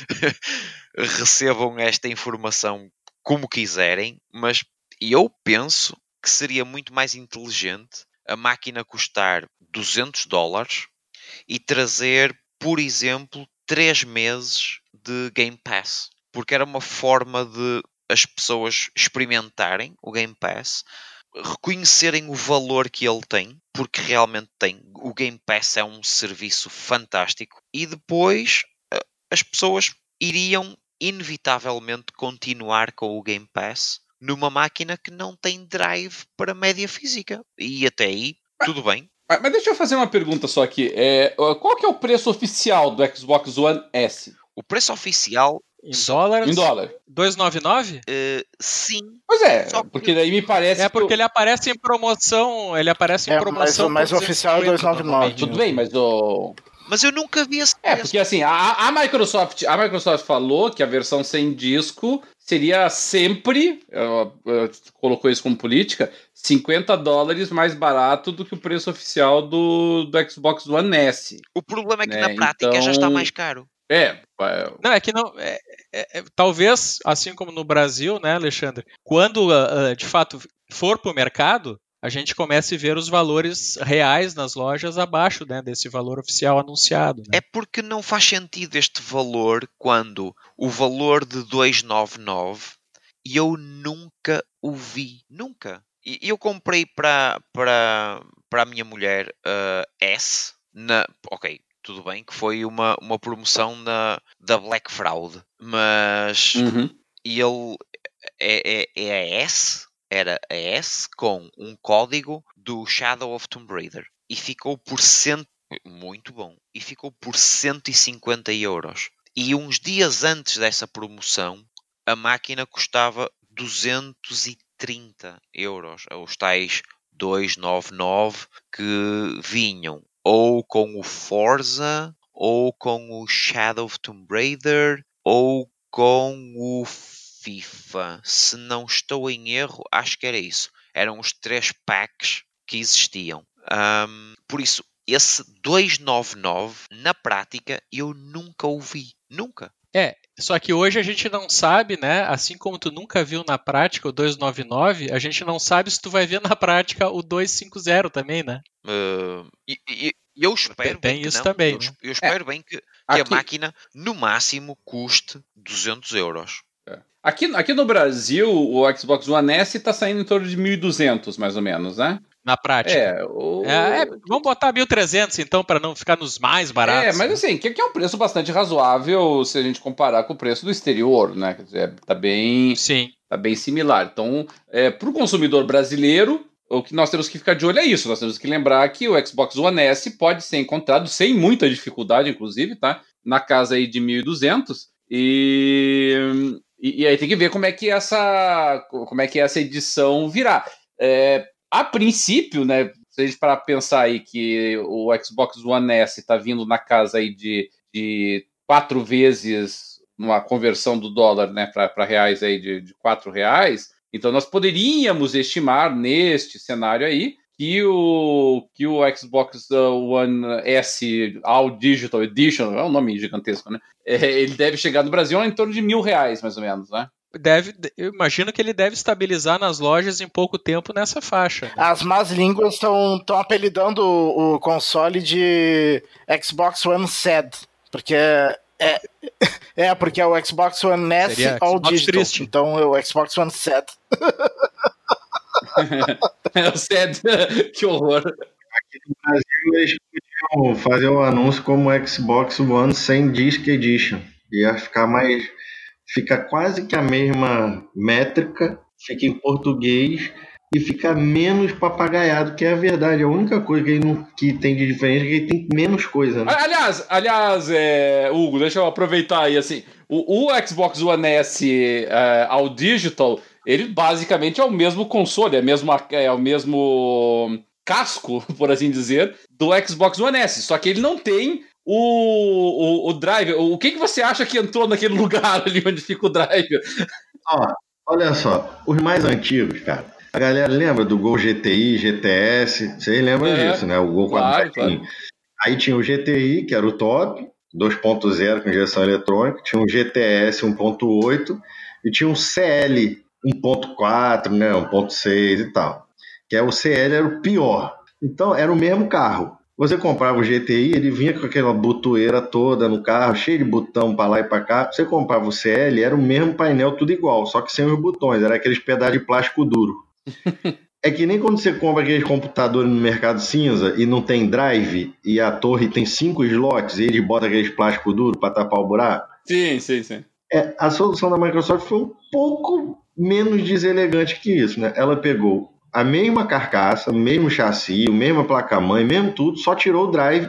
recebam esta informação como quiserem, mas eu penso que seria muito mais inteligente a máquina custar duzentos dólares e trazer, por exemplo, três meses de Game Pass, porque era uma forma de as pessoas experimentarem o Game Pass, reconhecerem o valor que ele tem, porque realmente tem. O Game Pass é um serviço fantástico, e depois as pessoas iriam inevitavelmente continuar com o Game Pass numa máquina que não tem drive para média física, e até aí tudo bem. Mas deixa eu fazer uma pergunta só aqui. É, qual que é o preço oficial do Xbox One S? O preço oficial... Em dólares? Em dólar. dois reais e noventa e nove? Uh, sim. Pois é, Só que... porque daí me parece É porque que eu... ele aparece em promoção, ele aparece em é, promoção. Mas, mas o oficial é dois reais e noventa e nove. Tudo bem, mas o... Mas eu nunca vi esse É, preço. porque assim, a, a, Microsoft, a Microsoft falou que a versão sem disco seria sempre, ela, ela colocou isso como política, cinquenta dólares mais barato do que o preço oficial do, do Xbox One S. O problema é que né? na prática então... já está mais caro. É, não, é que não. É, é, é, talvez, assim como no Brasil, né, Alexandre? Quando uh, de fato for para o mercado, a gente comece a ver os valores reais nas lojas abaixo, né, desse valor oficial anunciado. Né? É porque não faz sentido este valor quando o valor de duzentos e noventa e nove eu nunca o vi. Nunca. E eu comprei para para para a minha mulher uh, S na. Ok. Tudo bem que foi uma, uma promoção na, da Black Fraud, mas uhum. ele é, é, é a S, era a S com um código do Shadow of Tomb Raider e ficou por cento, muito bom, e ficou por cento e cinquenta euros. E uns dias antes dessa promoção, a máquina custava duzentos e trinta euros, os tais duzentos e noventa e nove que vinham ou com o Forza, ou com o Shadow of Tomb Raider, ou com o FIFA. Se não estou em erro, acho que era isso. Eram os três packs que existiam. Um, por isso, esse duzentos e noventa e nove, na prática, eu nunca o vi. Nunca. É, só que hoje a gente não sabe, né? Assim como tu nunca viu na prática o duzentos e noventa e nove, a gente não sabe se tu vai ver na prática o duzentos e cinquenta também, né? Uh, e, e, eu espero tem bem que isso não. também. Eu, né? eu espero é. bem que, que aqui... a máquina, no máximo, custe duzentos euros. É. Aqui, aqui no Brasil, o Xbox One S está saindo em torno de mil e duzentos, mais ou menos, né? Na prática. É, o... é, é vamos botar mil e trezentos, então, para não ficar nos mais baratos. É, mas assim, que, que é um preço bastante razoável se a gente comparar com o preço do exterior, né? Quer dizer, tá bem, Sim. Tá bem similar. Então, é, para o consumidor brasileiro, o que nós temos que ficar de olho é isso. Nós temos que lembrar que o Xbox One S pode ser encontrado, sem muita dificuldade, inclusive, tá? Na casa aí de mil e duzentos. E, e, e aí tem que ver como é que essa, como é que essa edição virá. É, a princípio, né? Se a gente parar para pensar aí que o Xbox One S está vindo na casa aí de, de quatro vezes numa conversão do dólar, né, para reais aí de, de quatro reais, então nós poderíamos estimar neste cenário aí que o, que o Xbox One S All Digital Edition, é um nome gigantesco, né? É, ele deve chegar no Brasil em torno de mil reais, mais ou menos, né? Deve, eu imagino que ele deve estabilizar nas lojas em pouco tempo nessa faixa. Né? As más línguas estão apelidando o, o console de Xbox One S E D, porque é, é, é porque é o Xbox One S Seria All Xbox Digital, triste. então é o Xbox One S E D. É o S E D, que horror. Aqui no Brasil eles podiam fazer o anúncio como Xbox One sem Disc Edition. Ia ficar mais... Fica quase que a mesma métrica, fica em português e fica menos papagaiado, que é a verdade. A única coisa que, ele não, que tem de diferente é que ele tem menos coisa, né? Aliás, aliás é, Hugo, deixa eu aproveitar aí, assim, o, o Xbox One S é, ao digital, ele basicamente é o mesmo console, é, mesmo, é o mesmo casco, por assim dizer, do Xbox One S, só que ele não tem o, o, o driver. O que, que você acha que entrou naquele lugar ali onde fica o driver? Ó, olha só, os mais antigos, cara, a galera lembra do Gol G T I, G T S, vocês lembram é, disso, né? O Gol claro, claro. Aí tinha o G T I, que era o top, dois ponto zero com injeção eletrônica, tinha o G T S um ponto oito e tinha o C L um ponto quatro, né? um ponto seis e tal. Que é o C L era o pior. Então era o mesmo carro. Você comprava o G T I, ele vinha com aquela botoeira toda no carro, cheio de botão para lá e para cá. Você comprava o C L, era o mesmo painel, tudo igual, só que sem os botões, era aqueles pedaços de plástico duro. É que nem quando você compra aqueles computadores no mercado cinza e não tem drive e a torre tem cinco slots e eles botam aqueles plástico duro para tapar o buraco. Sim, sim, sim. É, a solução da Microsoft foi um pouco menos deselegante que isso, né? Ela pegou a mesma carcaça, o mesmo chassi, a mesma placa-mãe, mesmo tudo, só tirou o drive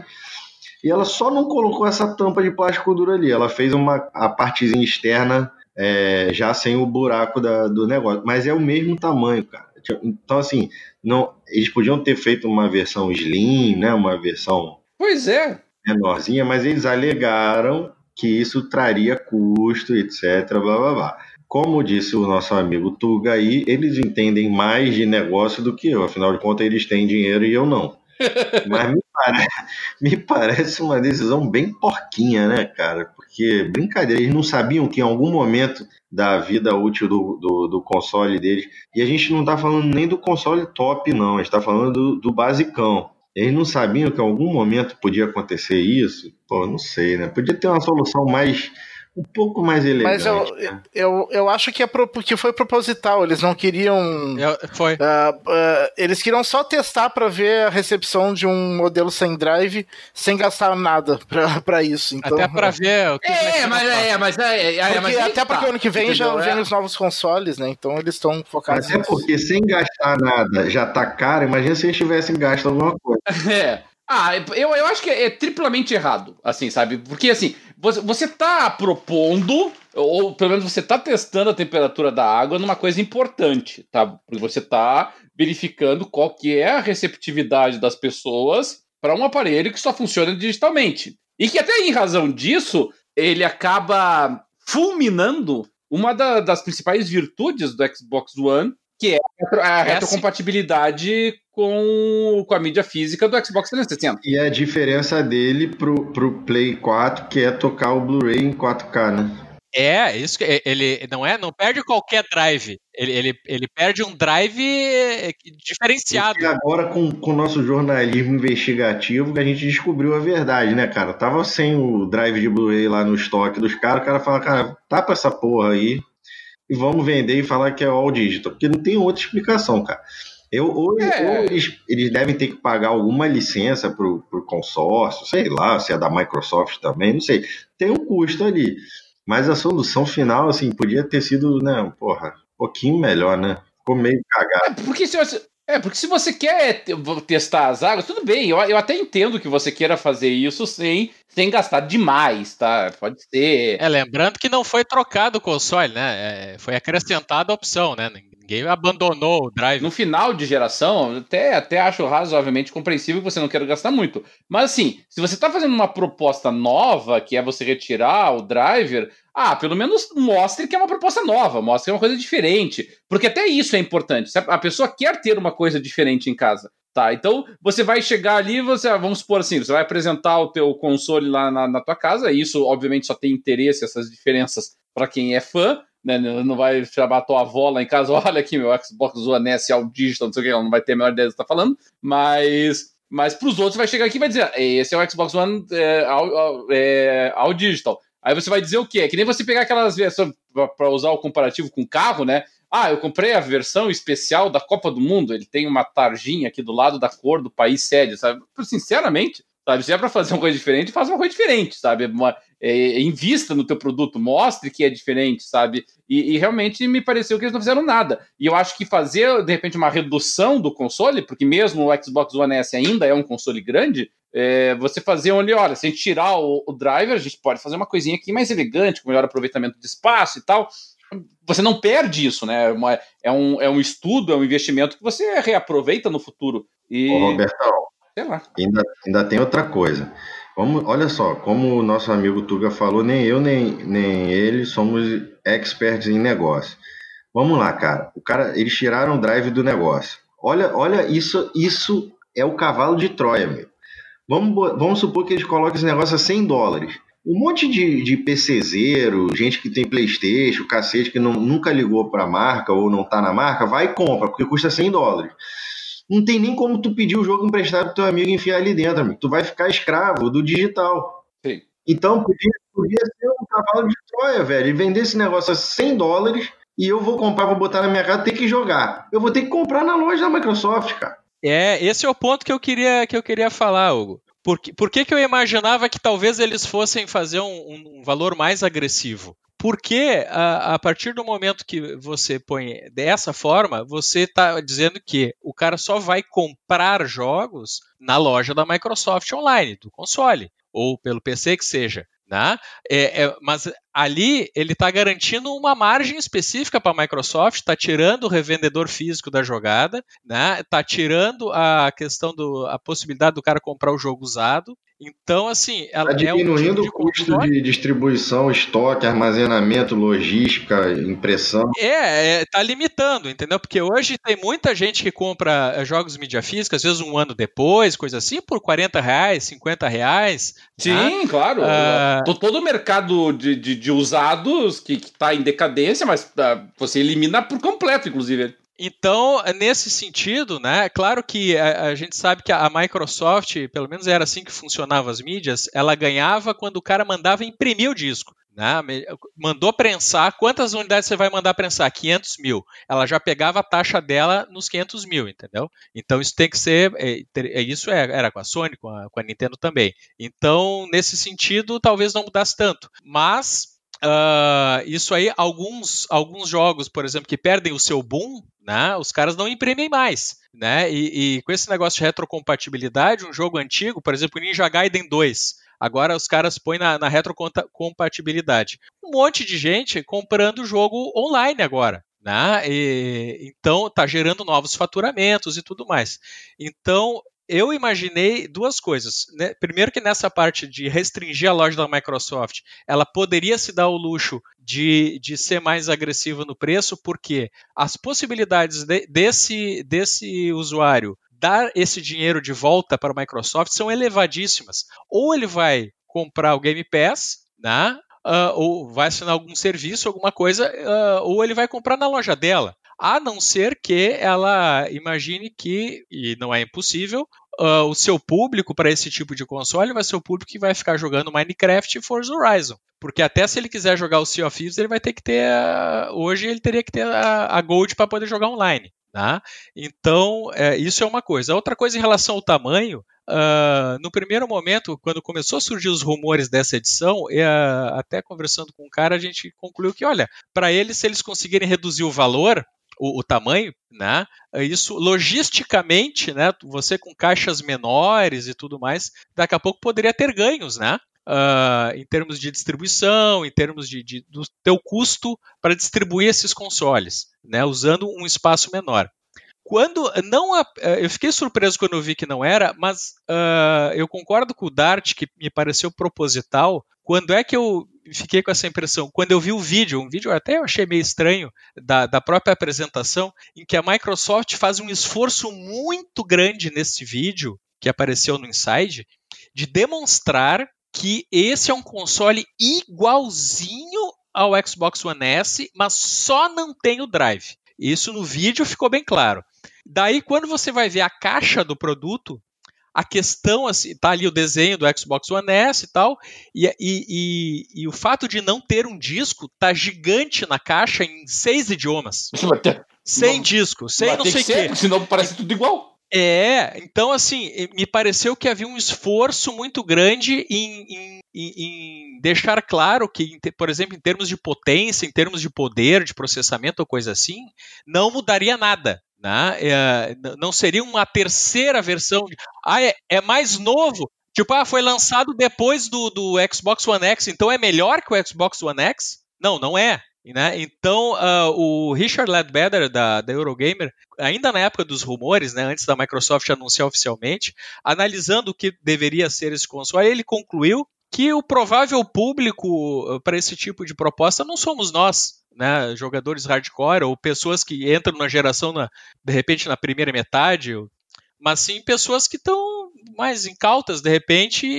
e ela só não colocou essa tampa de plástico duro ali. Ela fez uma, a partezinha externa é, já sem o buraco da, do negócio, mas é o mesmo tamanho, cara. Então, assim, não, eles podiam ter feito uma versão slim, né, uma versão pois é. menorzinha, mas eles alegaram que isso traria custo, etc, blá, blá, blá. Como disse o nosso amigo Tuga aí, eles entendem mais de negócio do que eu. Afinal de contas, eles têm dinheiro e eu não. Mas me parece, me parece uma decisão bem porquinha, né, cara? Porque, brincadeira, eles não sabiam que em algum momento da vida útil do, do, do console deles... E a gente não tá falando nem do console top, não. A gente tá falando do, do basicão. Eles não sabiam que em algum momento podia acontecer isso? Pô, não sei, né? Podia ter uma solução mais... um pouco mais elegante. Mas eu, né? eu, eu acho que, é pro, que foi proposital. Eles não queriam... Eu, foi. Uh, uh, eles queriam só testar para ver a recepção de um modelo sem drive, sem gastar nada pra, pra isso. Então, até para ver o que... É, mas é, mas é... é, porque, mas até tá, porque ano que vem entendeu? já vem é. os novos consoles, né? Então eles estão focados Até nisso. porque sem gastar nada já tá caro, imagina se eles tivessem gasto alguma coisa. É. Ah, eu, eu acho que é triplamente errado, assim, sabe? Porque, assim, você, você tá propondo, ou pelo menos você tá testando a temperatura da água numa coisa importante, tá? Porque você tá verificando qual que é a receptividade das pessoas para um aparelho que só funciona digitalmente. E que até em razão disso, ele acaba fulminando uma da, das principais virtudes do Xbox One, que é a retrocompatibilidade com, com a mídia física do Xbox trezentos e sessenta. E a diferença dele pro, pro Play quatro, que é tocar o Blu-ray em quatro K, né? É, isso que ele não é, não perde qualquer drive. Ele, ele, ele perde um drive diferenciado. E agora com, com o nosso jornalismo investigativo que a gente descobriu a verdade, né, cara? Tava sem o drive de Blu-ray lá no estoque dos caras, o cara fala, cara, tapa essa porra aí e vamos vender e falar que é all digital, porque não tem outra explicação, cara. Eu, ou, é. ou eles, eles devem ter que pagar alguma licença pro, pro consórcio, sei lá, se é da Microsoft também, não sei. Tem um custo ali. Mas a solução final, assim, podia ter sido, né, porra, um pouquinho melhor, né? Ficou meio cagado. É, porque se você, é, porque se você quer testar as águas, tudo bem, eu, eu até entendo que você queira fazer isso sem, sem gastar demais, tá? Pode ser. É, lembrando que não foi trocado o console, né? É, foi acrescentada a opção, né? Ninguém abandonou o drive. No final de geração, até, até acho razoavelmente compreensível que você não queira gastar muito. Mas assim, se você está fazendo uma proposta nova, que é você retirar o driver, ah, pelo menos mostre que é uma proposta nova, mostre que é uma coisa diferente. Porque até isso é importante. A pessoa quer ter uma coisa diferente em casa. Tá, então você vai chegar ali, você, vamos supor assim, você vai apresentar o teu console lá na, na tua casa, e isso obviamente só tem interesse, essas diferenças, para quem é fã, né? Não vai chamar a tua avó lá em casa, olha aqui meu Xbox One S all digital, não sei o que, ela não vai ter a menor ideia do que você tá falando, mas, mas pros outros vai chegar aqui e vai dizer, esse é o Xbox One é, all, é, all digital. Aí você vai dizer o quê? É que nem você pegar aquelas versões, para usar o comparativo com carro, né? Ah, eu comprei a versão especial da Copa do Mundo, ele tem uma tarjinha aqui do lado da cor do país sede, sabe? Sinceramente, sabe? Se é para fazer uma coisa diferente, faz uma coisa diferente, sabe? Uma, é, invista no teu produto, mostre que é diferente, sabe? E, e realmente me pareceu que eles não fizeram nada. E eu acho que fazer, de repente, uma redução do console, porque mesmo o Xbox One S ainda é um console grande, é, você fazer onde, olha, se a gente tirar o, o driver, a gente pode fazer uma coisinha aqui mais elegante, com melhor aproveitamento de espaço e tal. Você não perde isso, né? Uma, é, um, é um estudo, é um investimento que você reaproveita no futuro. E... Ô, Robertão, sei lá. Ainda, ainda tem outra coisa. Vamos, olha só, como o nosso amigo Tuga falou, nem eu nem, nem ele somos experts em negócio. Vamos lá, cara. O cara, eles tiraram o drive do negócio. Olha, olha isso, isso é o cavalo de Troia, meu. Vamos, vamos supor que eles colocam esse negócio a cem dólares. Um monte de, de PCzeiro, gente que tem PlayStation, cacete, que não, nunca ligou para a marca ou não tá na marca, vai e compra, porque custa cem dólares. Não tem nem como tu pedir o jogo emprestado pro teu amigo e enfiar ali dentro, amigo. Tu vai ficar escravo do digital. Sim. Então, podia, podia ser um cavalo de Troia, velho. E vender esse negócio a cem dólares e eu vou comprar, vou botar na minha casa, ter que jogar. Eu vou ter que comprar na loja da Microsoft, cara. É, esse é o ponto que eu queria, que eu queria falar, Hugo. Por que, por que, que eu imaginava que talvez eles fossem fazer um, um valor mais agressivo? Porque a, a partir do momento que você põe dessa forma, você está dizendo que o cara só vai comprar jogos na loja da Microsoft Online, do console, ou pelo P C que seja. Né? É, é, mas ali ele está garantindo uma margem específica para a Microsoft, está tirando o revendedor físico da jogada, está, né? tirando a questão do, a possibilidade do cara comprar o jogo usado. Então, assim, ela está diminuindo é um tipo de o custo console. de distribuição, estoque, armazenamento, logística, impressão. É, está limitando, entendeu? Porque hoje tem muita gente que compra jogos mídia física, às vezes um ano depois, coisa assim, por quarenta reais, cinquenta reais. Sim, né? Claro. Uh... Todo o mercado de, de, de usados que está em decadência, mas uh, você elimina por completo, inclusive. Então, nesse sentido, né, claro que a, a gente sabe que a Microsoft, pelo menos era assim que funcionavam as mídias, ela ganhava quando o cara mandava imprimir o disco. Né? Mandou prensar, quantas unidades você vai mandar prensar? quinhentos mil. Ela já pegava a taxa dela nos quinhentos mil, entendeu? Então isso tem que ser, é, isso é, era com a Sony, com a, com a Nintendo também. Então, nesse sentido, talvez não mudasse tanto. Mas... Uh, isso aí, alguns, alguns jogos, por exemplo, que perdem o seu boom, né, os caras não imprimem mais. Né, e, e com esse negócio de retrocompatibilidade, um jogo antigo, por exemplo, Ninja Gaiden dois, agora os caras põem na, na retrocompatibilidade. Um monte de gente comprando o jogo online agora. Né, e, então, está gerando novos faturamentos e tudo mais. Então, eu imaginei duas coisas. Né? Primeiro que nessa parte de restringir a loja da Microsoft, ela poderia se dar o luxo de, de ser mais agressiva no preço, porque as possibilidades de, desse, desse usuário dar esse dinheiro de volta para a Microsoft são elevadíssimas. Ou ele vai comprar o Game Pass, né? uh, ou vai assinar algum serviço, alguma coisa, uh, ou ele vai comprar na loja dela. A não ser que ela imagine que, e não é impossível, uh, o seu público para esse tipo de console vai ser o público que vai ficar jogando Minecraft e Forza Horizon. Porque até se ele quiser jogar o Sea of Thieves, ele vai ter que ter, a, hoje ele teria que ter a, a Gold para poder jogar online. Tá? Então, é, isso é uma coisa. Outra coisa em relação ao tamanho, uh, no primeiro momento, quando começou a surgir os rumores dessa edição, uh, até conversando com um cara, a gente concluiu que, olha, para eles, se eles conseguirem reduzir o valor, O, o tamanho, né? Isso logisticamente, né? Você com caixas menores e tudo mais, daqui a pouco poderia ter ganhos, né? Uh, em termos de distribuição, em termos de, de, do teu custo para distribuir esses consoles, né? Usando um espaço menor. Quando não, eu fiquei surpreso quando eu vi que não era, mas uh, eu concordo com o Dart, que me pareceu proposital. Quando é que eu fiquei com essa impressão? Quando eu vi o vídeo, um vídeo até eu achei meio estranho, da, da própria apresentação, em que a Microsoft faz um esforço muito grande nesse vídeo, que apareceu no Inside, de demonstrar que esse é um console igualzinho ao Xbox One S, mas só não tem o Drive. Isso no vídeo ficou bem claro. Daí, quando você vai ver a caixa do produto, a questão, assim, tá ali o desenho do Xbox One S e tal, e, e, e, e o fato de não ter um disco tá gigante na caixa em seis idiomas. Sem disco, sem não sei o quê. Senão parece tudo igual. É, então assim, me pareceu que havia um esforço muito grande em, em, em deixar claro que, por exemplo, em termos de potência, em termos de poder, de processamento ou coisa assim, não mudaria nada. Né? É, não seria uma terceira versão. De, ah, é, é mais novo. Tipo, ah, foi lançado depois do, do Xbox One X, então é melhor que o Xbox One X? Não, não é. Né? Então, uh, o Richard Ledbetter, da, da Eurogamer, ainda na época dos rumores, né, antes da Microsoft anunciar oficialmente, analisando o que deveria ser esse console, ele concluiu que o provável público para esse tipo de proposta não somos nós, né, jogadores hardcore ou pessoas que entram na geração, na, de repente, na primeira metade, mas sim pessoas que estão mais incautas, de repente,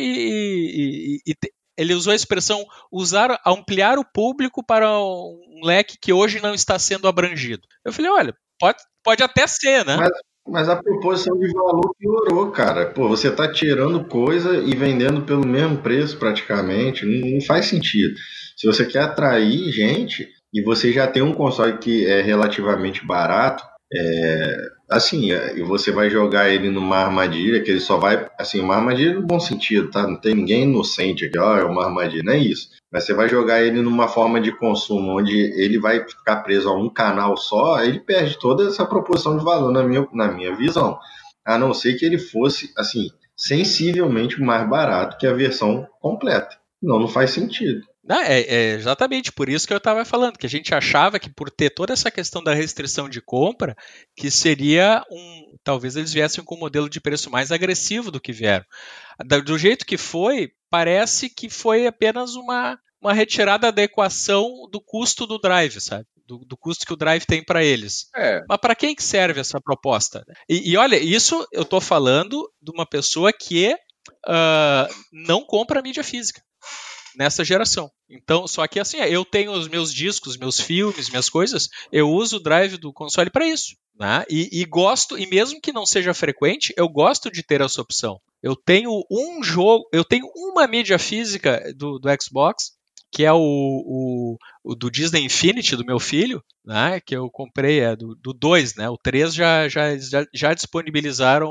e, e, e ele usou a expressão usar, ampliar o público para um leque que hoje não está sendo abrangido. Eu falei, olha, pode, pode até ser, né? Mas, mas a proposição de valor piorou, cara. Pô, você tá tirando coisa e vendendo pelo mesmo preço praticamente. Não, não faz sentido. Se você quer atrair gente e você já tem um console que é relativamente barato, é, assim, e você vai jogar ele numa armadilha que ele só vai, assim, uma armadilha no bom sentido, tá? Não tem ninguém inocente aqui, ó, é uma armadilha, não é isso. Mas você vai jogar ele numa forma de consumo onde ele vai ficar preso a um canal só, ele perde toda essa proporção de valor na minha, na minha visão. A não ser que ele fosse, assim, sensivelmente mais barato que a versão completa. Não, não faz sentido. Não, é, é exatamente por isso que eu estava falando, que a gente achava que por ter toda essa questão da restrição de compra, que seria um... talvez eles viessem com um modelo de preço mais agressivo do que vieram. Do jeito que foi, parece que foi apenas uma, uma retirada da equação do custo do drive, sabe? Do, do custo que o drive tem para eles. É. Mas para quem que serve essa proposta? E, e olha, isso eu estou falando de uma pessoa que uh, não compra mídia física nessa geração. Então, só que assim, eu tenho os meus discos, meus filmes, minhas coisas, eu uso o drive do console para isso. Né? E, e gosto, e mesmo que não seja frequente, eu gosto de ter essa opção. Eu tenho um jogo, eu tenho uma mídia física do, do Xbox, que é o, o, o do Disney Infinity do meu filho, né? Que eu comprei, é do dois, né? O três já, já, já, já disponibilizaram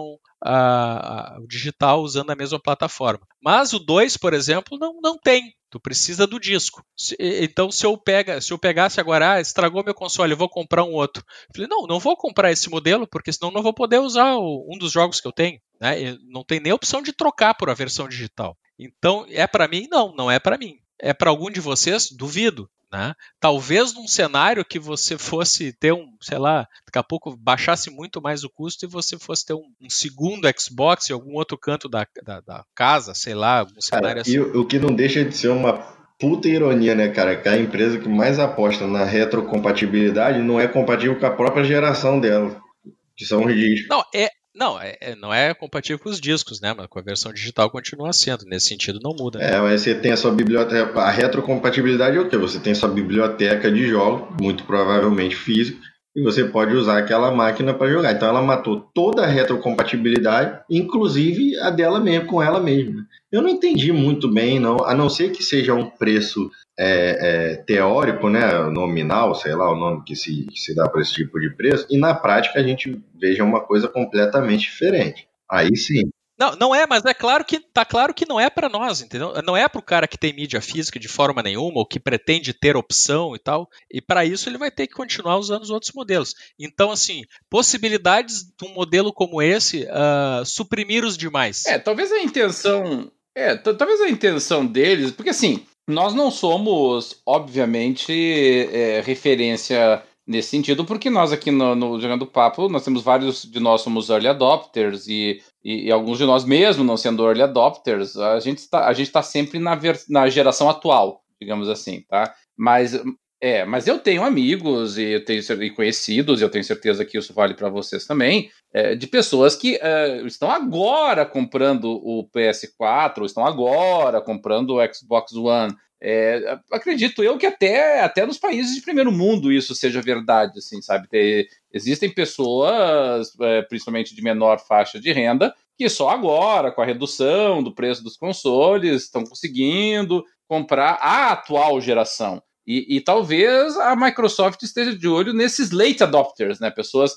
a, a, o digital usando a mesma plataforma. Mas o dois, por exemplo, não, não tem. Tu precisa do disco. Se, então, se eu, pega, se eu pegasse agora, ah, estragou meu console, eu vou comprar um outro. Eu falei, não, não vou comprar esse modelo, porque senão não vou poder usar o, um dos jogos que eu tenho. Né? Não tem nem opção de trocar por a versão digital. Então, é para mim? Não, não é para mim. É para algum de vocês? Duvido. Né? Talvez num cenário que você fosse ter um, sei lá, daqui a pouco baixasse muito mais o custo e você fosse ter um, um segundo Xbox em algum outro canto da, da, da casa, sei lá, algum cenário cara, assim. E o, o que não deixa de ser uma puta ironia, né, cara? Que a empresa que mais aposta na retrocompatibilidade não é compatível com a própria geração dela, que são ridículos. Não, é, Não, é, não é compatível com os discos, né? Mas com a versão digital continua sendo. Nesse sentido, não muda. É, mas você tem a sua biblioteca. A retrocompatibilidade é o quê? Você tem sua biblioteca de jogos, muito provavelmente físico, e você pode usar aquela máquina para jogar. Então ela matou toda a retrocompatibilidade, inclusive a dela mesma, com ela mesma. Eu não entendi muito bem, não, a não ser que seja um preço é, é, teórico, né, nominal, sei lá o nome que se, que se dá para esse tipo de preço, e na prática a gente veja uma coisa completamente diferente. Aí sim. Não, não é, mas é claro que tá claro que não é para nós, entendeu? Não é para o cara que tem mídia física de forma nenhuma ou que pretende ter opção e tal. E para isso ele vai ter que continuar usando os outros modelos. Então, assim, possibilidades de um modelo como esse uh, suprimir os demais. É, talvez a intenção, é, t- talvez a intenção deles, porque assim, nós não somos, obviamente, é, referência nesse sentido, porque nós aqui no, no Jogando Papo, nós temos vários de nós somos early adopters e, e, e alguns de nós mesmo não sendo early adopters, a gente está a gente tá sempre na, ver, na geração atual, digamos assim, tá? Mas, é, mas eu tenho amigos e, eu tenho, e conhecidos, e eu tenho certeza que isso vale para vocês também, é, de pessoas que é, estão agora comprando o P S quatro, estão agora comprando o Xbox One. É, acredito eu que até, até nos países de primeiro mundo isso seja verdade, assim, sabe? Ter, existem pessoas, é, principalmente de menor faixa de renda, que só agora, com a redução do preço dos consoles, estão conseguindo comprar a atual geração. E, e talvez a Microsoft esteja de olho nesses late adopters, né? Pessoas que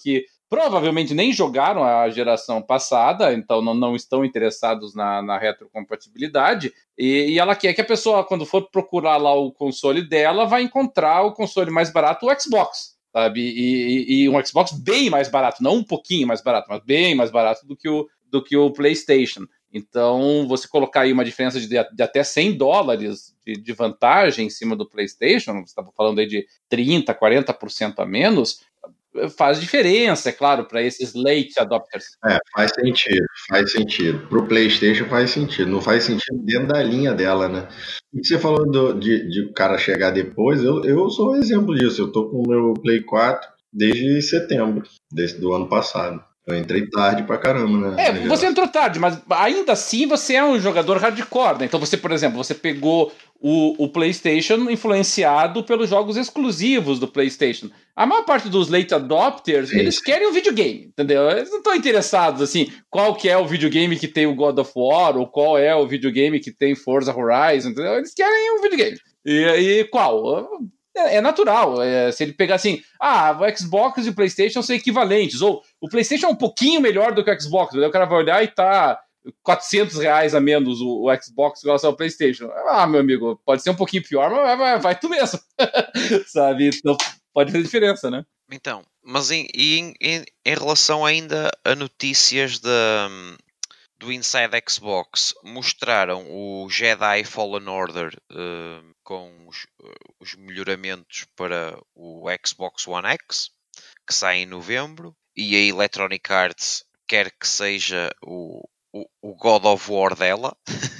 provavelmente nem jogaram a geração passada, então não, não estão interessados na, na retrocompatibilidade, e, e ela quer que a pessoa, quando for procurar lá o console dela, vai encontrar o console mais barato, o Xbox, sabe? E, e, e um Xbox bem mais barato, não um pouquinho mais barato, mas bem mais barato do que o, do que o PlayStation. Então, você colocar aí uma diferença de, de até cem dólares de, de vantagem em cima do PlayStation, você estava falando aí de trinta, quarenta por cento a menos, faz diferença, é claro, para esses late adopters. É, faz sentido, faz sentido. Pro PlayStation faz sentido, não faz sentido dentro da linha dela, né? E você falou do, de, de o cara chegar depois, eu, eu sou um exemplo disso. Eu tô com o meu Play quatro desde setembro, desde do ano passado. Eu entrei tarde pra caramba, né? É, você entrou tarde, mas ainda assim você é um jogador hardcore, né? Então você, por exemplo, você pegou o, o PlayStation influenciado pelos jogos exclusivos do PlayStation. A maior parte dos late adopters, sim, eles sim. querem um videogame, entendeu? Eles não estão interessados, assim, qual que é o videogame que tem o God of War, ou qual é o videogame que tem Forza Horizon, entendeu? Eles querem um videogame. E, e qual? É, é natural, é, se ele pegar assim, ah, o Xbox e o PlayStation são equivalentes, ou o PlayStation é um pouquinho melhor do que o Xbox, daí o cara vai olhar e tá quatrocentos reais a menos o, o Xbox em relação ao PlayStation. Ah, meu amigo, pode ser um pouquinho pior, mas vai, vai, vai tu mesmo. Sabe? Então pode fazer diferença, né? Então, mas em, em, em, em relação ainda a notícias da, do Inside Xbox, mostraram o Jedi Fallen Order uh, com os, uh, os melhoramentos para o Xbox One X, que sai em novembro, e a Electronic Arts quer que seja o, o, o God of War dela,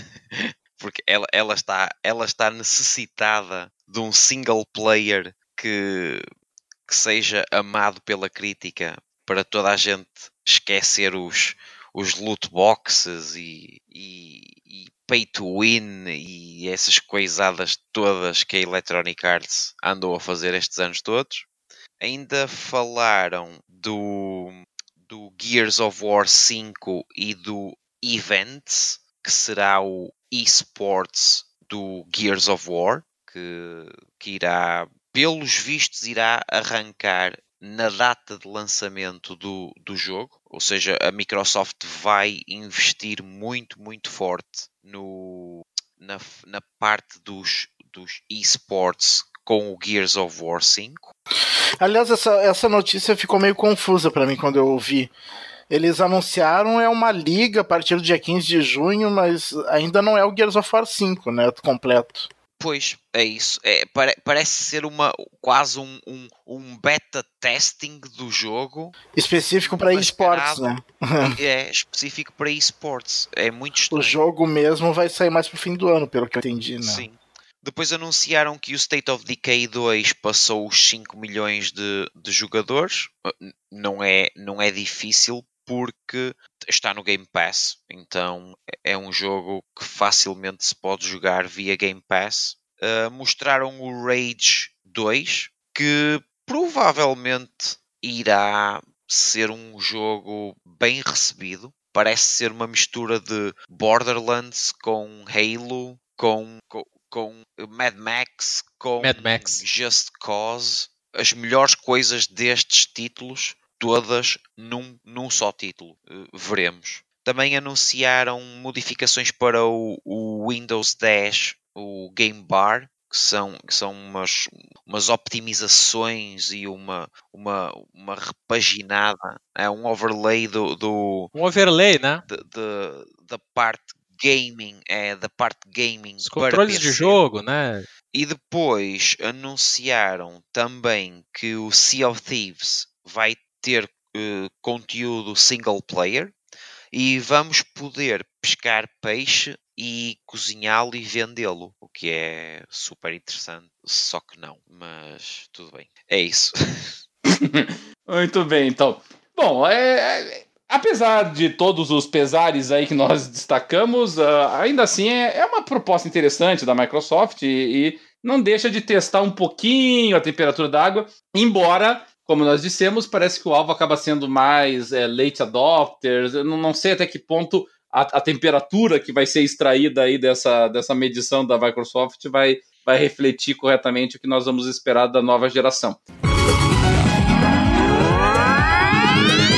porque ela, ela, está, ela está necessitada de um single player que, que seja amado pela crítica, para toda a gente esquecer os, os loot boxes e, e, e pay to win e essas coisadas todas que a Electronic Arts andou a fazer estes anos todos. Ainda falaram do, do Gears of War cinco e do Events, que será o eSports do Gears of War, que, que irá, pelos vistos, irá arrancar na data de lançamento do, do jogo. Ou seja, a Microsoft vai investir muito, muito forte no, na, na parte dos, dos eSports com o Gears of War cinco. Aliás, essa, essa notícia ficou meio confusa para mim quando eu ouvi. Eles anunciaram é uma liga a partir do dia quinze de junho, mas ainda não é o Gears of War cinco, né, completo. Pois, é isso. É, pare, parece ser uma, quase um, um, um beta testing do jogo. Específico para eSports, né? É, específico para eSports. É muito estranho. O jogo mesmo vai sair mais pro fim do ano, pelo que eu entendi, né? Sim. Depois anunciaram que o State of Decay dois passou os cinco milhões de, de jogadores. Não é, não é difícil, porque está no Game Pass, então é um jogo que facilmente se pode jogar via Game Pass. Uh, mostraram o Rage dois, que provavelmente irá ser um jogo bem recebido. Parece ser uma mistura de Borderlands com Halo, com, com, com Mad Max, com Mad Max. Just Cause. As melhores coisas destes títulos, todas num, num só título. Uh, veremos. Também anunciaram modificações para o, o Windows dez, o Game Bar, que são, que são umas, umas optimizações e uma, uma, uma repaginada, é um overlay do, do um overlay, né? De, de, da parte gaming, é da parte gaming. Os controles de jogo, né? E depois anunciaram também que o Sea of Thieves vai ter uh, conteúdo single player e vamos poder pescar peixe e cozinhá-lo e vendê-lo, o que é super interessante, só que não, mas tudo bem, é isso. Muito bem, então. Bom, é, é, apesar de todos os pesares aí que nós destacamos, uh, ainda assim é, é uma proposta interessante da Microsoft e, e não deixa de testar um pouquinho a temperatura da água, embora, como nós dissemos, parece que o alvo acaba sendo mais é, late adopters. Eu não, não sei até que ponto a, a temperatura que vai ser extraída aí dessa, dessa medição da Microsoft vai, vai refletir corretamente o que nós vamos esperar da nova geração.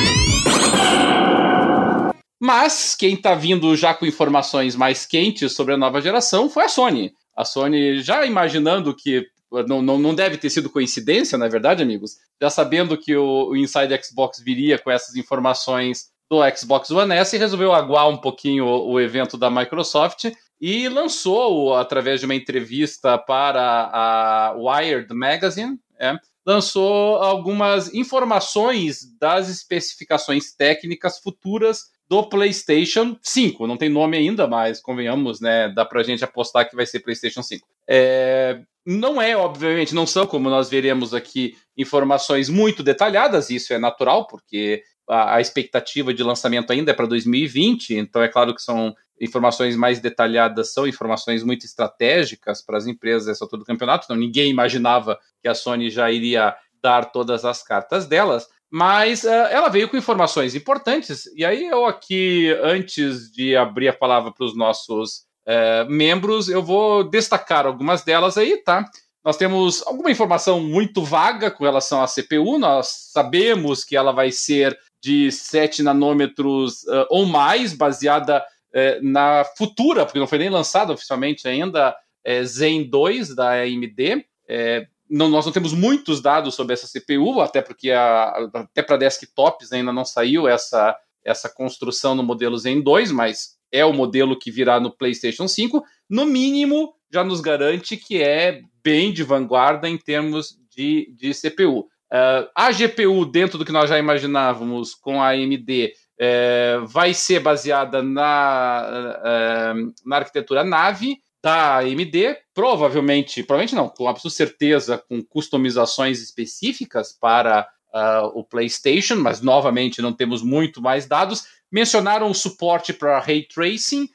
Mas quem está vindo já com informações mais quentes sobre a nova geração foi a Sony. A Sony já imaginando que não, não, não deve ter sido coincidência, na verdade, amigos, já sabendo que o, o Inside Xbox viria com essas informações do Xbox One S, resolveu aguar um pouquinho o, o evento da Microsoft e lançou, através de uma entrevista para a Wired Magazine, é, lançou algumas informações das especificações técnicas futuras do PlayStation cinco. Não tem nome ainda, mas convenhamos, né? Dá pra gente apostar que vai ser PlayStation cinco. É, não é, obviamente, não são, como nós veremos aqui, informações muito detalhadas, isso é natural, porque a, a expectativa de lançamento ainda é para dois mil e vinte, então é claro que são informações mais detalhadas, são informações muito estratégicas para as empresas nessa altura do campeonato, então ninguém imaginava que a Sony já iria dar todas as cartas delas, mas uh, ela veio com informações importantes, e aí eu aqui, antes de abrir a palavra para os nossos uh, membros, eu vou destacar algumas delas aí, tá? Nós temos alguma informação muito vaga com relação à C P U, nós sabemos que ela vai ser de sete nanômetros uh, ou mais, baseada uh, na futura, porque não foi nem lançada oficialmente ainda, uh, Zen dois da A M D. Uh, Não, nós não temos muitos dados sobre essa C P U, até porque a, até para desktops ainda não saiu essa, essa construção no modelo Zen dois, mas é o modelo que virá no PlayStation cinco. No mínimo, já nos garante que é bem de vanguarda em termos de, de C P U. Uh, a G P U, dentro do que nós já imaginávamos com a A M D, uh, vai ser baseada na, uh, na arquitetura Navi da A M D, provavelmente, provavelmente não, com absoluta certeza, com customizações específicas para uh, o PlayStation, mas novamente não temos muito mais dados. Mencionaram o suporte para Ray Tracing,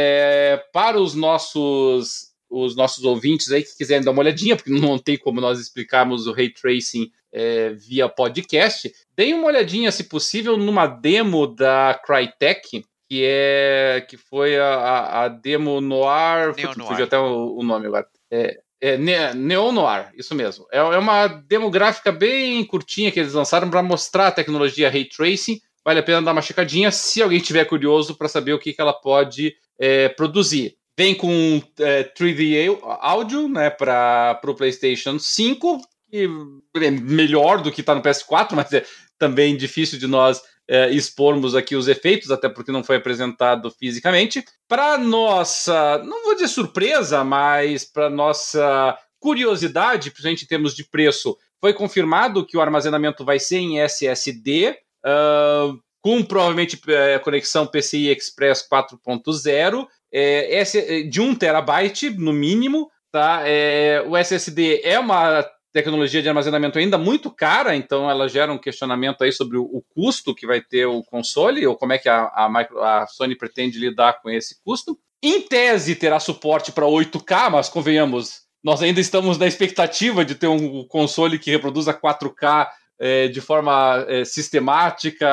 é, para os nossos, os nossos ouvintes aí que quiserem dar uma olhadinha, porque não tem como nós explicarmos o Ray Tracing é, via podcast, deem uma olhadinha, se possível, numa demo da Crytek, que é que foi a, a, a demo Noir, fugiu até o, o nome agora, é, é ne, Neon Noir, isso mesmo, é, é uma demo gráfica bem curtinha que eles lançaram para mostrar a tecnologia Ray Tracing. Vale a pena dar uma checadinha se alguém tiver curioso para saber o que, que ela pode é, produzir. Vem com é, três D áudio, né, para o PlayStation cinco, que é melhor do que está no P S quatro, mas é também difícil de nós É, expormos aqui os efeitos, até porque não foi apresentado fisicamente. Para nossa, não vou dizer surpresa, mas para nossa curiosidade, principalmente em termos de preço, foi confirmado que o armazenamento vai ser em S S D, uh, com provavelmente é, conexão P C I Express quatro ponto zero, é, de um terabyte no mínimo. Tá? É, o S S D é uma tecnologia de armazenamento ainda muito cara, então ela gera um questionamento aí sobre o, o custo que vai ter o console, ou como é que a, a, micro, a Sony pretende lidar com esse custo. Em tese terá suporte para oito K, mas convenhamos, nós ainda estamos na expectativa de ter um console que reproduza quatro K é, de forma é, sistemática,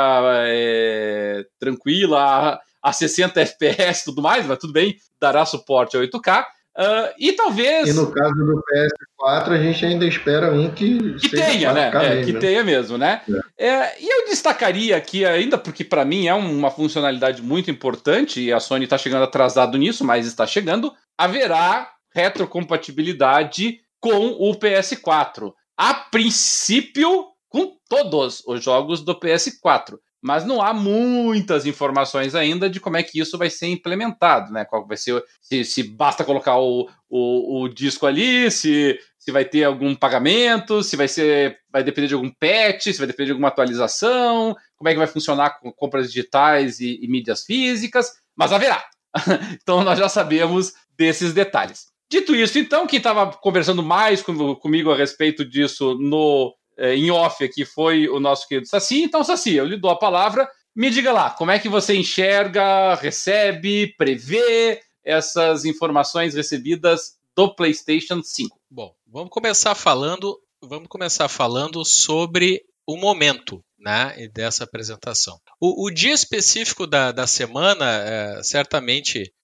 é, tranquila, a, a sessenta F P S e tudo mais, mas tudo bem, dará suporte a oito K. Uh, e talvez... E no caso do P S quatro, a gente ainda espera um que, que tenha, né? É, mesmo, que né? tenha mesmo, né? É. É, e eu destacaria aqui, ainda porque para mim é uma funcionalidade muito importante, e a Sony está chegando atrasado nisso, mas está chegando, haverá retrocompatibilidade com o P S quatro. A princípio, com todos os jogos do P S quatro. Mas não há muitas informações ainda de como é que isso vai ser implementado, né? Qual vai ser, se, se basta colocar o, o, o disco ali, se, se vai ter algum pagamento, se vai ser, vai depender de algum patch, se vai depender de alguma atualização, como é que vai funcionar com compras digitais e, e mídias físicas, mas haverá. Então nós já sabemos desses detalhes. Dito isso, então, quem estava conversando mais com, comigo a respeito disso no em off aqui foi o nosso querido Saci. Então, Saci, eu lhe dou a palavra. Me diga lá, como é que você enxerga, recebe, prevê essas informações recebidas do PlayStation cinco? Bom, vamos começar falando, vamos começar falando sobre o momento, né, dessa apresentação. O, o dia específico da, da semana, é, certamente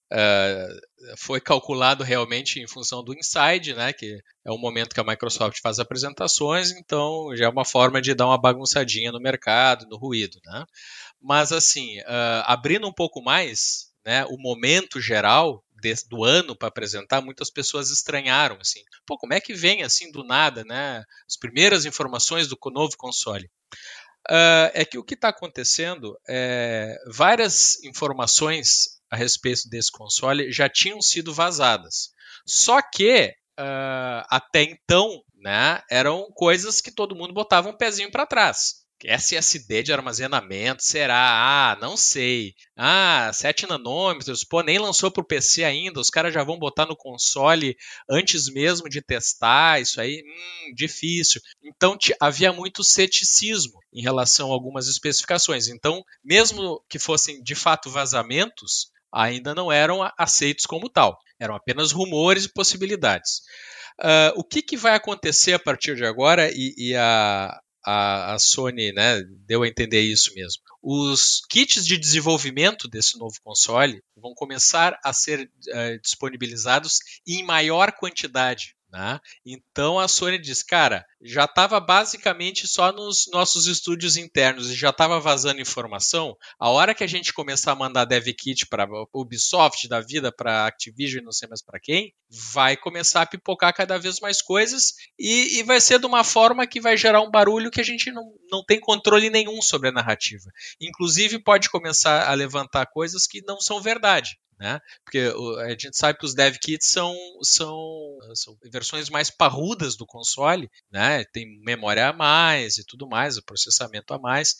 uh, foi calculado realmente em função do Inside, né, que é o momento que a Microsoft faz apresentações, então já é uma forma de dar uma bagunçadinha no mercado, no ruído, né? Mas assim, uh, abrindo um pouco mais, né, o momento geral desse, do ano para apresentar, muitas pessoas estranharam, assim, pô, como é que vem assim do nada, né, as primeiras informações do novo console? Uh, é que o que está acontecendo é várias informações a respeito desse console já tinham sido vazadas. Só que uh, até então, né, eram coisas que todo mundo botava um pezinho para trás. S S D de armazenamento, será? Ah, não sei. Ah, sete nanômetros, pô, nem lançou para o P C ainda, os caras já vão botar no console antes mesmo de testar, isso aí, hum, difícil. Então t- havia muito ceticismo em relação a algumas especificações. Então, mesmo que fossem de fato vazamentos, ainda não eram aceitos como tal. Eram apenas rumores e possibilidades. Uh, o que, que vai acontecer a partir de agora, e, e a... A, a Sony, né, deu a entender isso mesmo. Os kits de desenvolvimento desse novo console vão começar a ser uh, disponibilizados em maior quantidade. Né? Então a Sony diz, cara, já estava basicamente só nos nossos estúdios internos e já estava vazando informação. A hora que a gente começar a mandar dev kit para Ubisoft da vida, para Activision, não sei mais para quem, vai começar a pipocar cada vez mais coisas e, e vai ser de uma forma que vai gerar um barulho que a gente não, não tem controle nenhum sobre a narrativa. Inclusive pode começar a levantar coisas que não são verdade. Né? Porque a gente sabe que os dev kits são, são, são versões mais parrudas do console, né? Tem memória a mais e tudo mais, o processamento a mais,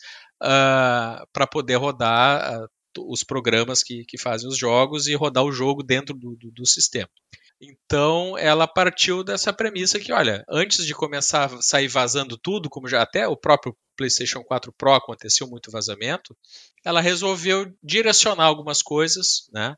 uh, para poder rodar uh, os programas que, que fazem os jogos e rodar o jogo dentro do, do, do sistema. Então ela partiu dessa premissa que, olha, antes de começar a sair vazando tudo, como já até o próprio PlayStation quatro Pro aconteceu muito vazamento, ela resolveu direcionar algumas coisas, né?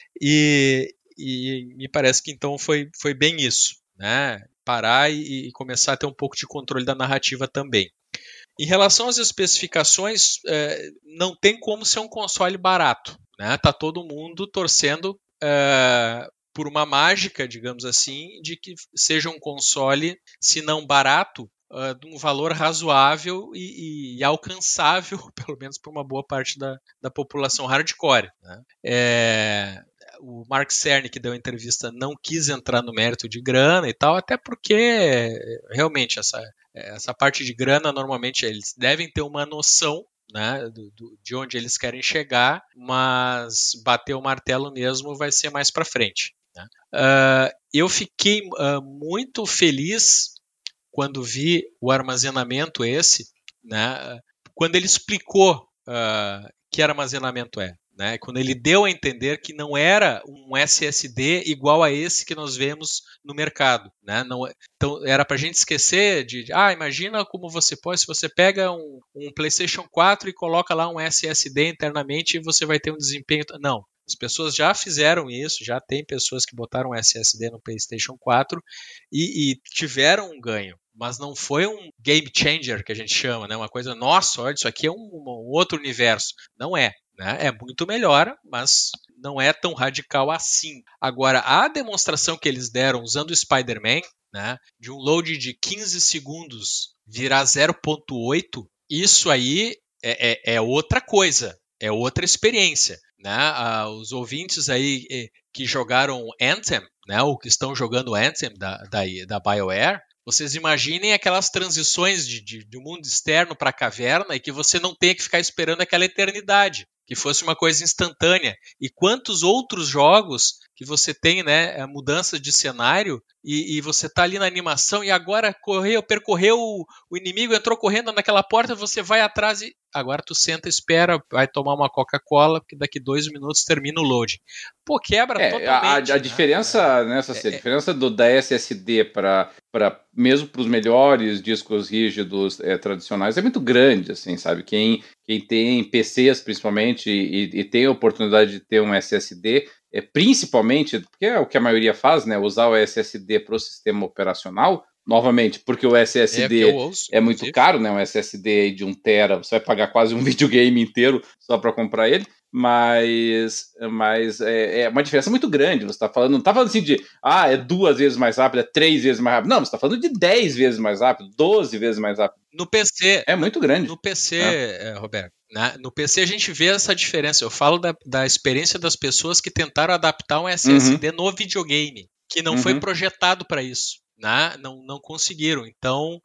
E, e me parece que então foi, foi bem isso, né? Parar e, e começar a ter um pouco de controle da narrativa também. Em relação às especificações, é, não tem como ser um console barato, né? Tá todo mundo torcendo é, por uma mágica, digamos assim, de que seja um console, se não barato, uh, de um valor razoável e, e alcançável, pelo menos por uma boa parte da, da população hardcore. Né? É, o Mark Cerny, que deu a entrevista, não quis entrar no mérito de grana e tal, até porque realmente essa, essa parte de grana, normalmente eles devem ter uma noção, né, do, do, de onde eles querem chegar, mas bater o martelo mesmo vai ser mais para frente. Né? Uh, eu fiquei uh, muito feliz quando vi o armazenamento esse, né, quando ele explicou uh, que armazenamento é. Né, quando ele deu a entender que não era um S S D igual a esse que nós vemos no mercado. Né? Não, então era para a gente esquecer de, ah, imagina como você pode, se você pega um, um PlayStation quatro e coloca lá um S S D internamente e você vai ter um desempenho... Não, as pessoas já fizeram isso, já tem pessoas que botaram S S D no PlayStation quatro e, e tiveram um ganho. Mas não foi um game changer que a gente chama, né? Uma coisa, nossa, olha, isso aqui é um, um outro universo. Não é. Né? É muito melhor, mas não é tão radical assim. Agora, a demonstração que eles deram usando o Spider-Man, né, de um load de quinze segundos virar zero ponto oito, isso aí é, é, é outra coisa, é outra experiência. Né? Ah, os ouvintes aí eh, que jogaram Anthem, né, ou que estão jogando Anthem da, da, da BioWare, vocês imaginem aquelas transições de, de, de um mundo externo para a caverna e que você não tenha que ficar esperando aquela eternidade, que fosse uma coisa instantânea. E quantos outros jogos que você tem, né, a mudança de cenário e, e você está ali na animação e agora correu, percorreu o, o inimigo, entrou correndo naquela porta, você vai atrás e agora tu senta, espera, vai tomar uma Coca-Cola, porque daqui dois minutos termina o load. Pô, quebra é, totalmente. A, a né? diferença, né, Saci, a diferença do, da S S D para mesmo para os melhores discos rígidos é, tradicionais é muito grande, assim, sabe? Quem, quem tem P Cs principalmente e, e tem a oportunidade de ter um S S D, é, principalmente, porque é o que a maioria faz, né? Usar o S S D para o sistema operacional, novamente, porque o S S D É, que eu ouço, é muito inclusive. caro, né? Um S S D aí de um tera, você vai pagar quase um videogame inteiro só para comprar ele. Mas, mas é, é uma diferença muito grande. Você está falando, não está falando assim de ah, é duas vezes mais rápido, é três vezes mais rápido. Não, você está falando de dez vezes mais rápido, doze vezes mais rápido. No P C. É muito grande. No P C, é. Roberto, né? No P C a gente vê essa diferença. Eu falo da, da experiência das pessoas que tentaram adaptar um S S D uhum. no videogame, que não uhum. foi projetado para isso. Né? Não, não conseguiram. Então,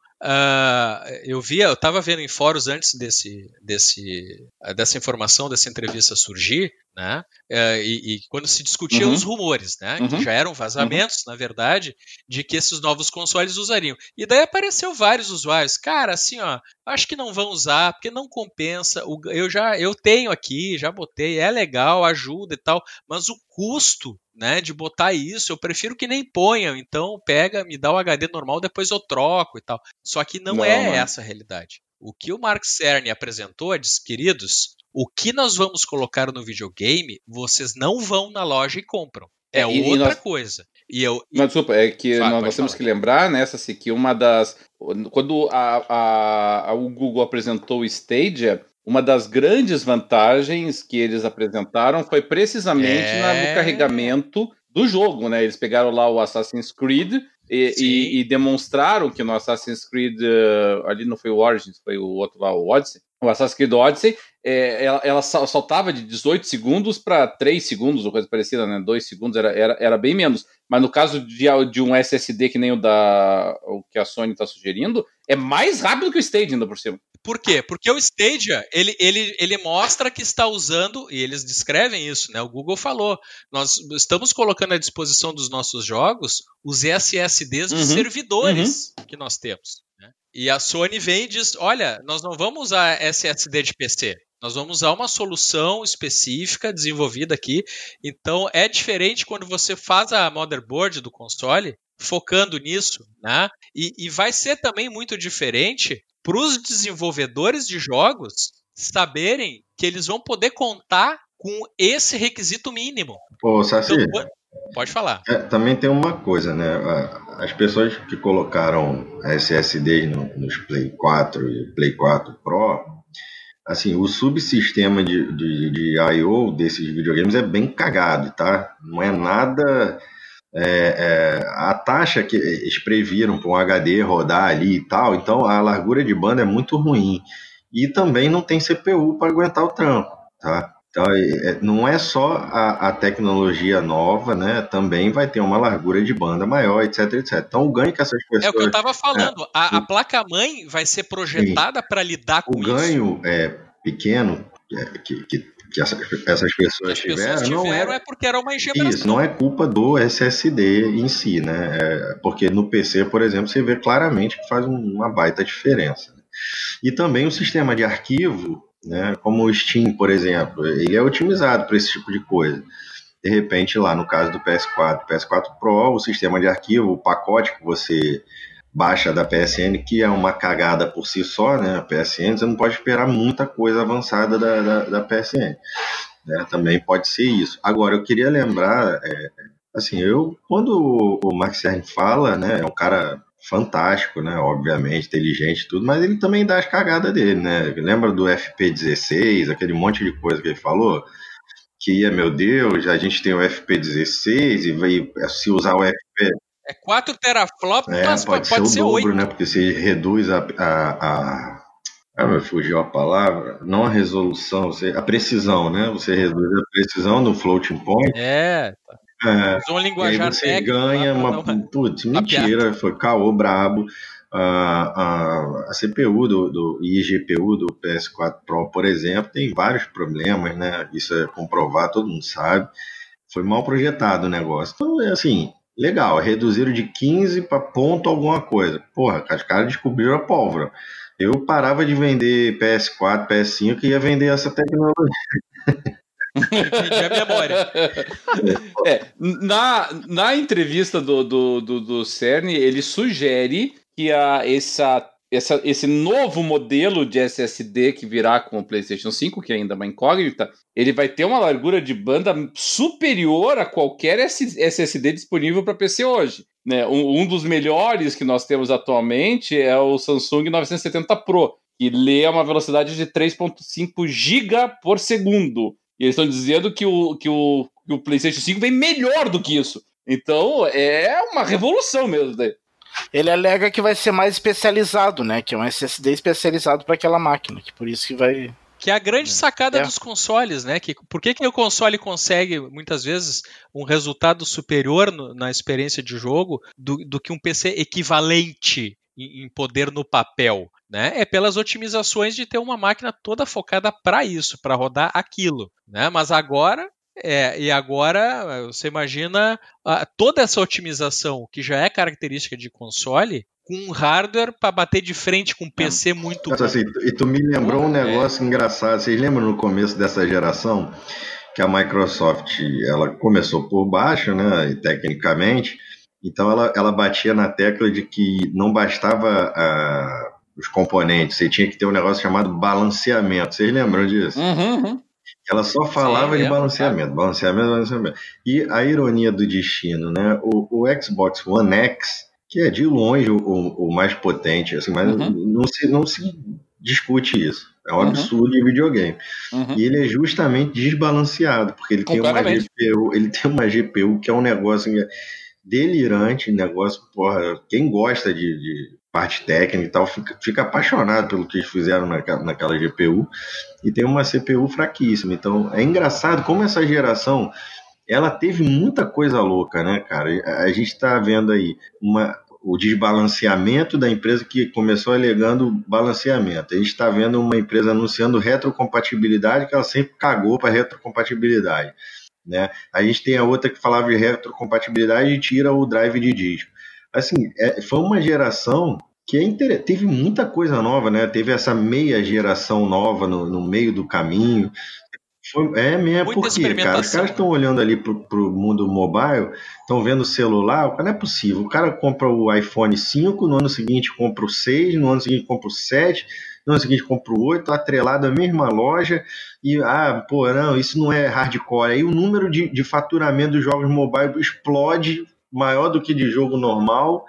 uh, eu via, eu estava vendo em fóruns antes desse, desse, uh, dessa informação, dessa entrevista surgir, né? Uh, e, e quando se discutiam uhum. os rumores, né? Uhum. Que já eram vazamentos, uhum. na verdade, de que esses novos consoles usariam. E daí apareceu vários usuários. Cara, assim, ó, acho que não vão usar, porque não compensa. O, eu já eu tenho aqui, já botei, é legal, ajuda e tal, mas o custo, né, de botar isso, eu prefiro que nem ponham, então pega, me dá o H D normal, depois eu troco e tal. Só que não, não é mano. essa a realidade. O que o Mark Cerny apresentou, disse, queridos, o que nós vamos colocar no videogame, vocês não vão na loja e compram. É, é e, outra e nós... coisa. E eu, e... Mas desculpa, é que Fala, nós, nós temos que lembrar nessa assim, que uma das... Quando a, a, a, o Google apresentou o Stadia, uma das grandes vantagens que eles apresentaram foi precisamente é... no carregamento do jogo, né? Eles pegaram lá o Assassin's Creed e, e, e demonstraram que no Assassin's Creed, uh, ali não foi o Origins, foi o outro lá, o Odyssey, o Assassin's Creed Odyssey, é, ela, ela saltava de dezoito segundos para três segundos, ou coisa parecida, né? dois segundos, era, era, era bem menos. Mas no caso de, de um S S D que nem o, da, o que a Sony está sugerindo, é mais rápido que o Stadia ainda por cima. Por quê? Porque o Stadia, ele, ele, ele mostra que está usando, e eles descrevem isso, né? O Google falou, nós estamos colocando à disposição dos nossos jogos os S S Ds uhum. de servidores uhum. que nós temos, né? E a Sony vem e diz, olha, nós não vamos usar S S D de P C, nós vamos usar uma solução específica desenvolvida aqui. Então é diferente quando você faz a motherboard do console focando nisso, né? E, e vai ser também muito diferente para os desenvolvedores de jogos saberem que eles vão poder contar com esse requisito mínimo. Pô, Saci, então, pode falar. É, também tem uma coisa, né? As pessoas que colocaram S S D no, nos Play quatro e Play quatro Pro, assim, o subsistema de, de, de I O desses videogames é bem cagado, tá? Não é nada... É, é, a taxa que eles previram para um H D rodar ali e tal, então a largura de banda é muito ruim. E também não tem C P U para aguentar o tranco, tá? Então, é, não é só a, a tecnologia nova, né? Também vai ter uma largura de banda maior, etc, etcétera. Então, o ganho que essas pessoas... É o que eu estava falando. É, a, a placa-mãe vai ser projetada para lidar com o isso. O ganho é, pequeno é, que, que, que essas, essas pessoas que tiveram, pessoas tiveram não é, é porque era uma engenharia. Isso, não é culpa do S S D em si, né? É, porque no P C, por exemplo, você vê claramente que faz uma baita diferença. E também o sistema de arquivo, né, como o Steam, por exemplo, ele é otimizado para esse tipo de coisa. De repente, lá no caso do P S quatro, P S quatro Pro, o sistema de arquivo, o pacote que você baixa da P S N, que é uma cagada por si só, né? A P S N, você não pode esperar muita coisa avançada da, da, da P S N. Né? Também pode ser isso. Agora, eu queria lembrar, é, assim, eu, quando o Mark Cerny fala, né, é um cara fantástico, né, obviamente, inteligente e tudo, mas ele também dá as cagadas dele, né? Lembra do F P dezesseis, aquele monte de coisa que ele falou? Que, meu Deus, a gente tem o F P dezesseis e vai, se usar o F P... É quatro teraflops, é, mas pode, pode ser, ser o dobro, oito. Né? Porque você reduz a... a, a ah, me fugiu a palavra, não a resolução, você, a precisão, né? Você reduz a precisão do floating point. É, é usou um linguajar e aí você ganha uma... uma... Putz, mentira, piada. Foi caô brabo. A, a, a C P U do, do e G P U do P S quatro Pro, por exemplo, tem vários problemas, né? Isso é comprovado, todo mundo sabe. Foi mal projetado o negócio. Então, é assim, legal, reduziram de quinze para ponto alguma coisa. Porra, os caras descobriram a pólvora. Eu parava de vender P S quatro, P S cinco e ia vender essa tecnologia. Entendi a memória. É, na, na entrevista do, do, do, do Cerny, ele sugere que a, essa essa, esse novo modelo de S S D que virá com o PlayStation cinco, que ainda é uma incógnita, ele vai ter uma largura de banda superior a qualquer S S D disponível para P C hoje. Né? Um, um dos melhores que nós temos atualmente é o Samsung novecentos e setenta Pro, que lê a uma velocidade de três vírgula cinco gigas por segundo. E eles estão dizendo que o, que, o, que o PlayStation cinco vem melhor do que isso. Então é uma revolução mesmo. Daí. Ele alega que vai ser mais especializado, né? Que é um S S D especializado para aquela máquina, que por isso que vai... Que é a grande sacada é. dos consoles, né? Que, por que, que o console consegue, muitas vezes, um resultado superior no, na experiência de jogo do, do que um P C equivalente em, em poder no papel? Né? É pelas otimizações de ter uma máquina toda focada para isso, para rodar aquilo. Né? Mas agora... É, e agora, você imagina uh, toda essa otimização que já é característica de console, com um hardware para bater de frente com um P C muito bom. Assim, e tu me lembrou um negócio é. engraçado. Vocês lembram no começo dessa geração que a Microsoft ela começou por baixo, né, tecnicamente, então ela, ela batia na tecla de que não bastava uh, os componentes, você tinha que ter um negócio chamado balanceamento. Vocês lembram disso? Uhum, uhum. Ela só falava Sim, de é, balanceamento, balanceamento, balanceamento. E a ironia do destino, né? O, o Xbox One X, que é de longe o, o mais potente, assim, mas uhum. não, se, não se discute isso. É um uhum. absurdo de videogame. Uhum. E ele é justamente desbalanceado, porque ele tem uma G P U, ele tem uma G P U que é um negócio delirante, negócio, porra, quem gosta de, de parte técnica e tal, fica, fica apaixonado pelo que eles fizeram naquela, naquela G P U, e tem uma C P U fraquíssima. Então é engraçado como essa geração ela teve muita coisa louca, né, cara? A gente está vendo aí uma, o desbalanceamento da empresa que começou alegando balanceamento. A gente está vendo uma empresa anunciando retrocompatibilidade que ela sempre cagou para retrocompatibilidade, né? A gente tem a outra que falava de retrocompatibilidade e tira o drive de disco. Assim, é, foi uma geração que é inter... teve muita coisa nova, né? Teve essa meia geração nova no, no meio do caminho. Foi, é mesmo, porque, cara, os caras estão olhando ali pro, pro mundo mobile, estão vendo o celular, não é possível. O cara compra o iPhone cinco, no ano seguinte compra o seis, no ano seguinte compra o sete, no ano seguinte compra o oito, atrelado à mesma loja, e, ah, pô, não, isso não é hardcore. Aí o número de, de faturamento dos jogos mobile explode, maior do que de jogo normal,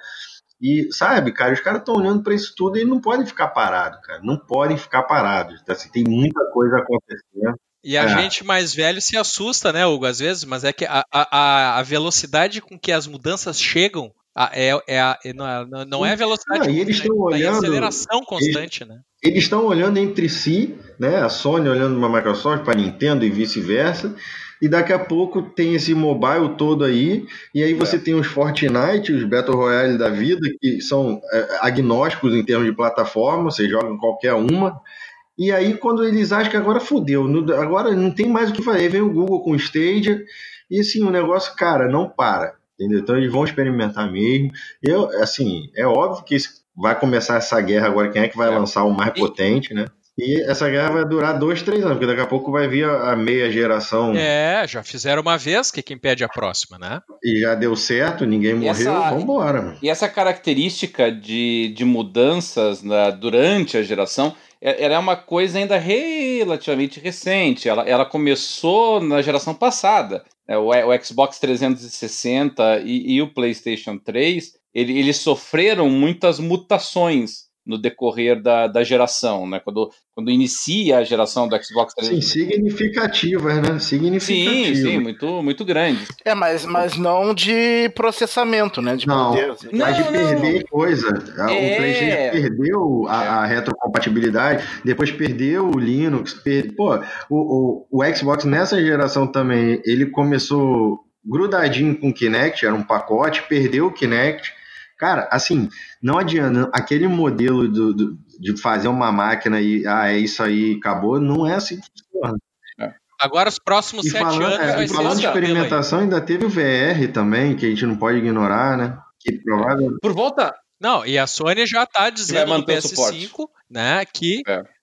e sabe, cara, os caras estão olhando para isso tudo e não podem ficar parados, cara, não podem ficar parados, assim, tem muita coisa acontecendo. E a é. gente mais velho se assusta, né, Hugo, às vezes, mas é que a, a, a velocidade com que as mudanças chegam a, é, é, a, é, não é a velocidade, não, e eles estão olhando, é a aceleração constante, eles, né? Eles estão olhando entre si, né, a Sony olhando para a Microsoft, para a Nintendo e vice-versa, e daqui a pouco tem esse mobile todo aí, e aí você é. tem os Fortnite, os Battle Royale da vida, que são é, agnósticos em termos de plataforma, você joga em qualquer uma, e aí quando eles acham que agora fudeu, agora não tem mais o que fazer, vem o Google com o Stadia, e assim, o negócio, cara, não para, entendeu? Então eles vão experimentar mesmo. Eu, assim, é óbvio que vai começar essa guerra agora, quem é que vai é. lançar o mais e... potente, né? E essa guerra vai durar dois, três anos, porque daqui a pouco vai vir a, a meia geração. É, já fizeram uma vez, que quem pede a próxima, né? E já deu certo, ninguém morreu, essa, vambora. Mano. E essa característica de, de mudanças na, durante a geração, ela é uma coisa ainda relativamente recente. Ela, ela começou na geração passada. O, o Xbox trezentos e sessenta e, e o PlayStation três, ele, eles sofreram muitas mutações no decorrer da, da geração, né? Quando, quando inicia a geração do Xbox trezentos e sessenta. Sim, significativas, né? Significativas. Sim, sim, muito, muito grande. É, mas, mas não de processamento, né? De não, poder. Mas de perder coisa. É. O PlayStation perdeu a, a retrocompatibilidade, depois perdeu o Linux. Per... Pô, o, o, o Xbox nessa geração também, ele começou grudadinho com o Kinect, era um pacote, perdeu o Kinect. Cara, assim, não adianta, aquele modelo do, do, de fazer uma máquina e, ah, é isso aí, acabou, não é assim que funciona. É. Agora, os próximos e sete falando, anos é, vai e ser falando de experimentação, ainda teve o V R também, que a gente não pode ignorar, né? Que provável... Por volta... Não, e a Sony já está dizendo no P S cinco, né, que... É.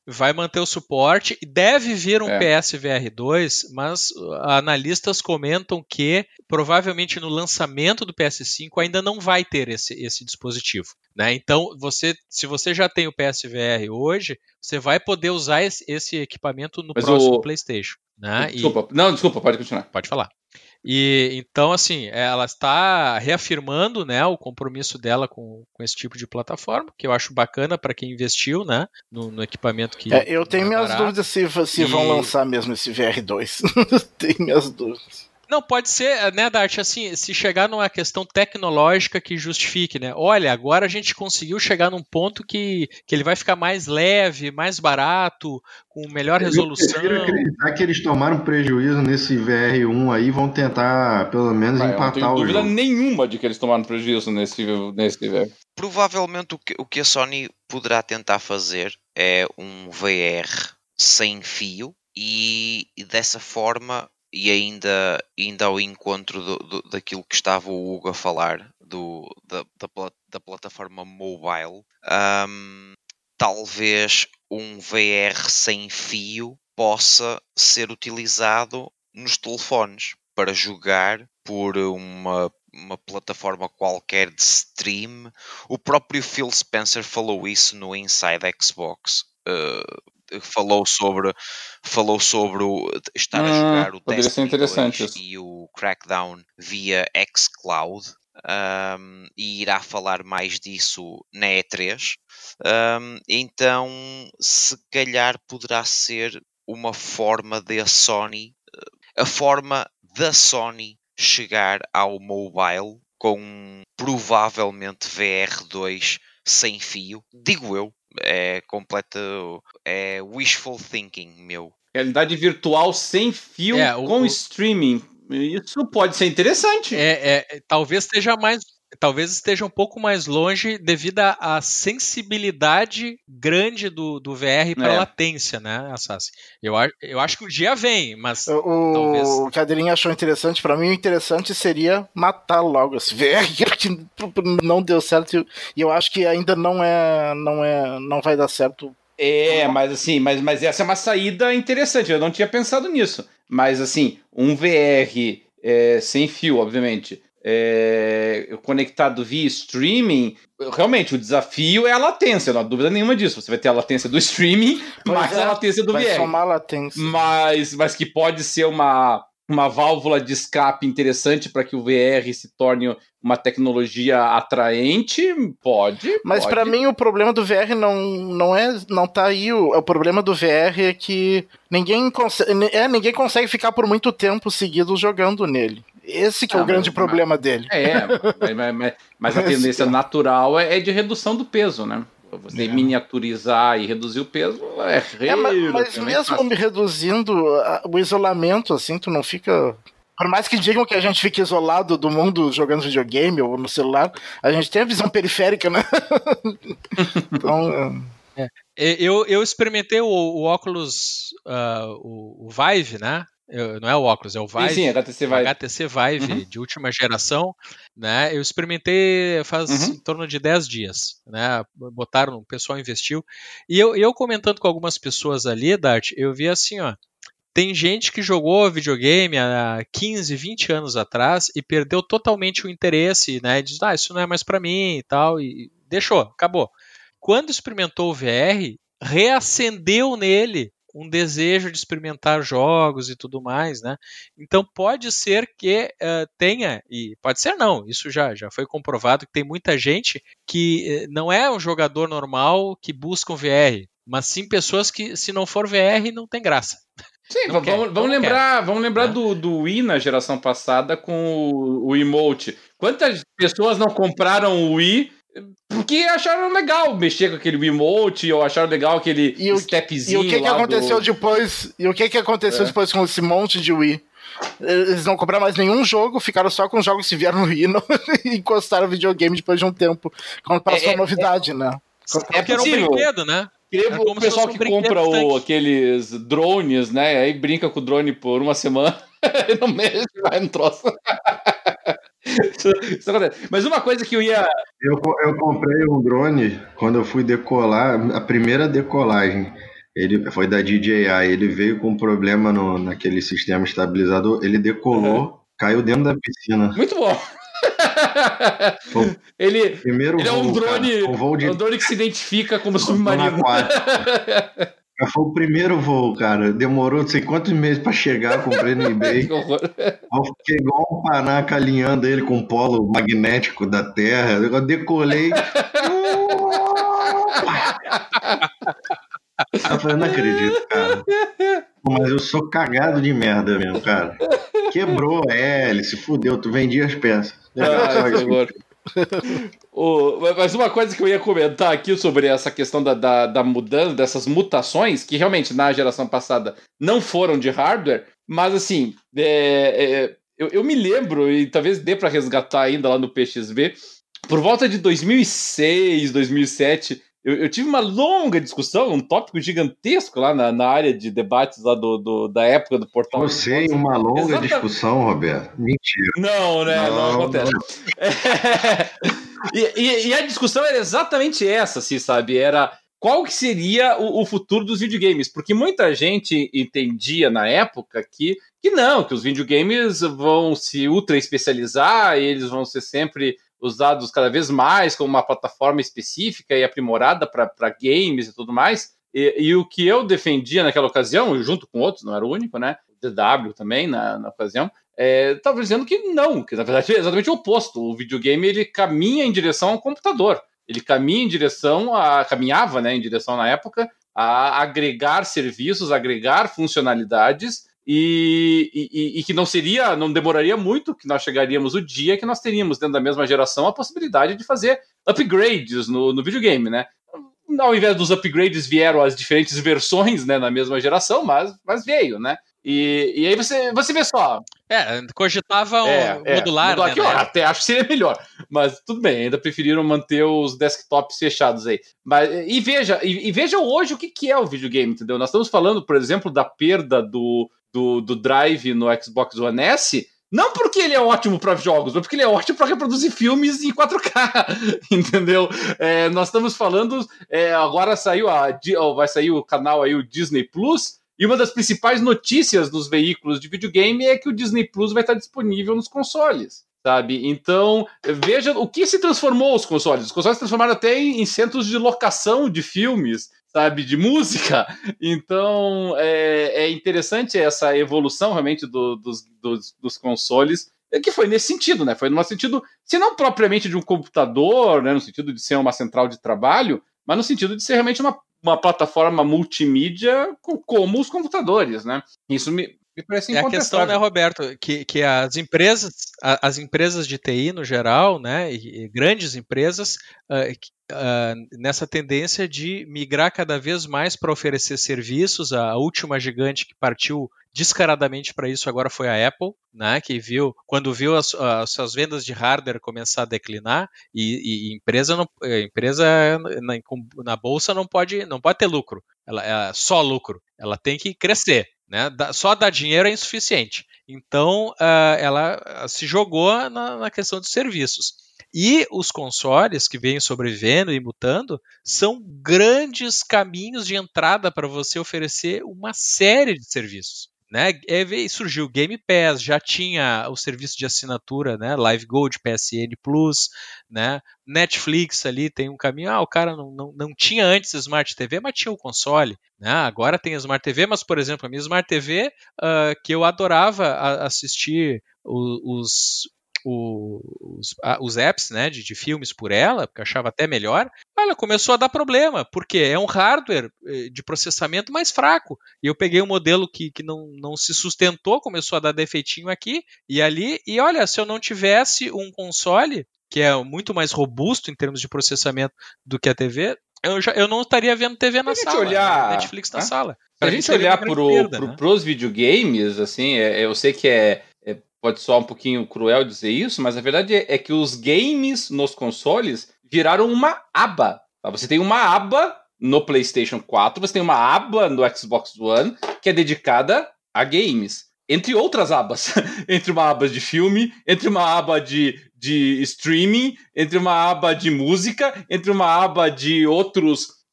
vai manter o suporte, deve vir um É. P S V R dois, mas analistas comentam que provavelmente no lançamento do P S cinco ainda não vai ter esse, esse dispositivo, né? Então, você, se você já tem o P S V R hoje, você vai poder usar esse, esse equipamento no Mas próximo o- PlayStation, né? E- Desculpa, não, desculpa, pode continuar. Pode falar. E então, assim, ela está reafirmando, né, o compromisso dela com, com esse tipo de plataforma, que eu acho bacana para quem investiu, né, no, no equipamento que. É, eu tenho não é minhas barato. dúvidas se, se E- vão lançar mesmo esse V R dois. Tenho minhas dúvidas. Não, pode ser, né, Dart, assim, se chegar numa questão tecnológica que justifique, né? Olha, agora a gente conseguiu chegar num ponto que, que ele vai ficar mais leve, mais barato, com melhor resolução. Eu prefiro acreditar que eles tomaram prejuízo nesse V R um aí, vão tentar pelo menos Ah, eu não tenho empatar o dúvida jogo. nenhuma de que eles tomaram prejuízo nesse, nesse velho. Provavelmente o que, o que a Sony poderá tentar fazer é um V R sem fio e, e dessa forma, e ainda, ainda ao encontro do, do, daquilo que estava o Hugo a falar, do, da, da, pla- da plataforma mobile, ahm, talvez um V R sem fio possa ser utilizado nos telefones para jogar por uma, uma plataforma qualquer de stream. O próprio Phil Spencer falou isso no Inside Xbox. Uh, falou sobre falou sobre o, estar a Hum, jogar o poderia ser Destiny interessante dois isso. e o Crackdown via xCloud. Um, e irá falar mais disso na E três. Um, então, se calhar poderá ser uma forma da Sony, a forma da Sony chegar ao mobile com provavelmente V R dois sem fio. Digo eu, é completo, é wishful thinking meu. Realidade virtual sem fio É, o- com o- streaming. Isso pode ser interessante. É, é, talvez esteja mais. Talvez esteja um pouco mais longe devido à à sensibilidade grande do, do V R para É. latência, né, Assassin? Eu, a- eu acho que o dia vem, mas O, talvez. o Cadeirinho achou interessante. Pra mim, o interessante seria matar logo esse V R que não deu certo. E eu acho que ainda não é, não é, não vai dar certo. É, mas assim, mas, mas essa é uma saída interessante. Eu não tinha pensado nisso. Mas assim, um V R é, sem fio, obviamente, é, conectado via streaming, realmente o desafio é a latência, não há dúvida nenhuma disso. Você vai ter a latência do streaming, Pois mais é, a latência do vai V R. somar latência. Mas, mas que pode ser uma, uma válvula de escape interessante para que o V R se torne uma tecnologia atraente, pode. Mas pode. pra mim o problema do V R não, não é não tá aí. O, o problema do V R é que ninguém consegue, é, ninguém consegue ficar por muito tempo seguido jogando nele. Esse que é Ah, o grande mas- problema dele. É, mas, mas- mas- mas a Esse tendência que é. natural é é de redução do peso, né? Você É. miniaturizar e reduzir o peso é, É, mas, mas relativamente mesmo fácil. me reduzindo a- o isolamento, assim, tu não fica. Por mais que digam que a gente fique isolado do mundo jogando videogame ou no celular, a gente tem a visão periférica, né? Então, é, E- Eu, eu experimentei o, o óculos, ah, o, o Vive, né? Eu- não é o óculos, é o Vive. Sim, sim, H T C o vai. H T C Vive Uhum. de última geração, né? Eu experimentei faz Uhum. em torno de dez dias, né? Botaram, o pessoal investiu. E eu, eu comentando com algumas pessoas ali, Dart, eu vi assim, ó. Tem gente que jogou videogame há quinze, vinte anos atrás e perdeu totalmente o interesse, né? E diz, ah, isso não é mais pra mim e tal, e deixou, acabou. Quando experimentou o V R, reacendeu nele um desejo de experimentar jogos e tudo mais, né? Então pode ser que uh, tenha, e pode ser não, isso já, já foi comprovado que tem muita gente que uh, não é um jogador normal que busca um V R, mas sim pessoas que, se não for V R, não tem graça. Sim, Não vamos, quer, vamos então não lembrar, vamos lembrar né? do, do Wii na geração passada com o, o emote. Quantas pessoas não compraram o Wii porque acharam legal mexer com aquele emote ou acharam legal aquele E o, e stepzinho o que, que lá aconteceu do... depois? E o que, que aconteceu É. depois com esse monte de Wii? Eles não compraram mais nenhum jogo, ficaram só com os jogos que vieram no Wii não, e encostaram o videogame depois de um tempo. Quando passou É, a novidade, né? É Porque era um possível. brinquedo, né? Queria É o como se pessoal fosse que um brinquedo compra o, tanque. aqueles drones, né? Aí brinca com o drone por uma semana e no mês vai no troço. Isso, isso acontece. Mas uma coisa que eu ia. Eu, co- eu comprei um drone quando eu fui decolar, a primeira decolagem. Ele foi da D J I, ele veio com um problema no, naquele sistema estabilizador, ele decolou, uhum. caiu dentro da piscina. Muito bom. ele primeiro ele voo, é um drone, cara, um, voo de... um drone que se identifica como submarino. Foi o primeiro voo, cara. Demorou não sei quantos meses pra chegar, comprei no eBay. Que horror. Eu fiquei igual um panaca alinhando ele com o polo magnético da Terra. Eu decolei. Eu falei, não acredito, cara. Mas eu sou cagado de merda mesmo, cara. Quebrou a hélice, fudeu, tu vendia as peças. Ah, que horror. O, mas uma coisa que eu ia comentar aqui sobre essa questão da, da, da mudança, dessas mutações, que realmente na geração passada não foram de hardware, mas assim, é, é, eu, eu me lembro, e talvez dê para resgatar ainda lá no P X V, por volta de dois mil e seis, dois mil e sete, eu, eu tive uma longa discussão, um tópico gigantesco lá na, na área de debates lá do, do, da época do portal. Eu sei, uma longa Exatamente. discussão, Roberto. Mentira. Não, né? Não, não acontece. Não. É, e, e, e a discussão era exatamente essa, assim, sabe? Era qual que seria o, o futuro dos videogames? Porque muita gente entendia na época que, que não, que os videogames vão se ultra especializar e eles vão ser sempre usados cada vez mais como uma plataforma específica e aprimorada para games e tudo mais. E, e o que eu defendia naquela ocasião, junto com outros, não era o único, né? O D W também, na, na ocasião, estava é, dizendo que não, que na verdade é exatamente o oposto. O videogame, ele caminha em direção ao computador. Ele caminha em direção a... caminhava, né, em direção, na época, a agregar serviços, agregar funcionalidades e, e, e que não seria, não demoraria muito que nós chegaríamos o dia que nós teríamos dentro da mesma geração a possibilidade de fazer upgrades no, no videogame, né? Ao invés dos upgrades vieram as diferentes versões, né, na mesma geração, mas, mas veio, né? E, e aí você, você vê só. É, cogitava um é, é, modular, modular né? Que eu até acho que seria melhor. Mas tudo bem, ainda preferiram manter os desktops fechados aí. Mas, e, veja, e, e veja hoje o que, que é o videogame, entendeu? Nós estamos falando, por exemplo, da perda do, do, do Drive no Xbox One S. Não porque ele é ótimo para jogos, mas porque ele é ótimo para reproduzir filmes em quatro K, entendeu? É, nós estamos falando, é, agora saiu a, vai sair o canal aí, o Disney Plus, e uma das principais notícias dos veículos de videogame é que o Disney Plus vai estar disponível nos consoles, sabe? Então, veja o que se transformou os consoles. Os consoles se transformaram até em, em centros de locação de filmes, sabe, de música. Então, é, é interessante essa evolução realmente do, dos, dos, dos consoles, que foi nesse sentido, né? Foi no sentido, se não propriamente de um computador, né, no sentido de ser uma central de trabalho, mas no sentido de ser realmente uma, uma plataforma multimídia como os computadores, né? Isso me, me parece incontestável. É a questão, né, Roberto, que, que as empresas, as empresas de T I no geral, né, e, e grandes empresas, uh, Uh, nessa tendência de migrar cada vez mais para oferecer serviços. A última gigante que partiu descaradamente para isso agora foi a Apple, né, que viu, quando viu as, as suas vendas de hardware começar a declinar, e, e empresa, não, empresa na, na bolsa não pode, não pode ter lucro, ela é só lucro, ela tem que crescer, né, só dar dinheiro é insuficiente. Então uh, ela se jogou na, na questão de serviços. E os consoles que vêm sobrevivendo e mutando são grandes caminhos de entrada para você oferecer uma série de serviços, né? E surgiu o Game Pass, já tinha o serviço de assinatura, né? Live Gold, P S N Plus, né? Netflix ali tem um caminho. Ah, o cara não, não, não tinha antes Smart T V, mas tinha o console, né? Agora tem Smart T V, mas, por exemplo, a minha Smart T V, uh, que eu adorava assistir os... os Os, os apps, né, de, de filmes por ela, porque eu achava até melhor, ela começou a dar problema, porque é um hardware de processamento mais fraco, e eu peguei um modelo que, que não, não se sustentou, começou a dar defeitinho aqui e ali, e olha, se eu não tivesse um console, que é muito mais robusto em termos de processamento do que a T V, eu, já, eu não estaria vendo T V na sala, olhar, Netflix na né? sala. Se a gente olhar para né? os videogames, assim, é, eu sei que é pode soar um pouquinho cruel dizer isso, mas a verdade é que os games nos consoles viraram uma aba. Você tem uma aba no PlayStation quatro, você tem uma aba no Xbox One que é dedicada a games. Entre outras abas. Entre uma aba de filme, entre uma aba de, de streaming, entre uma aba de música, entre uma aba de outros,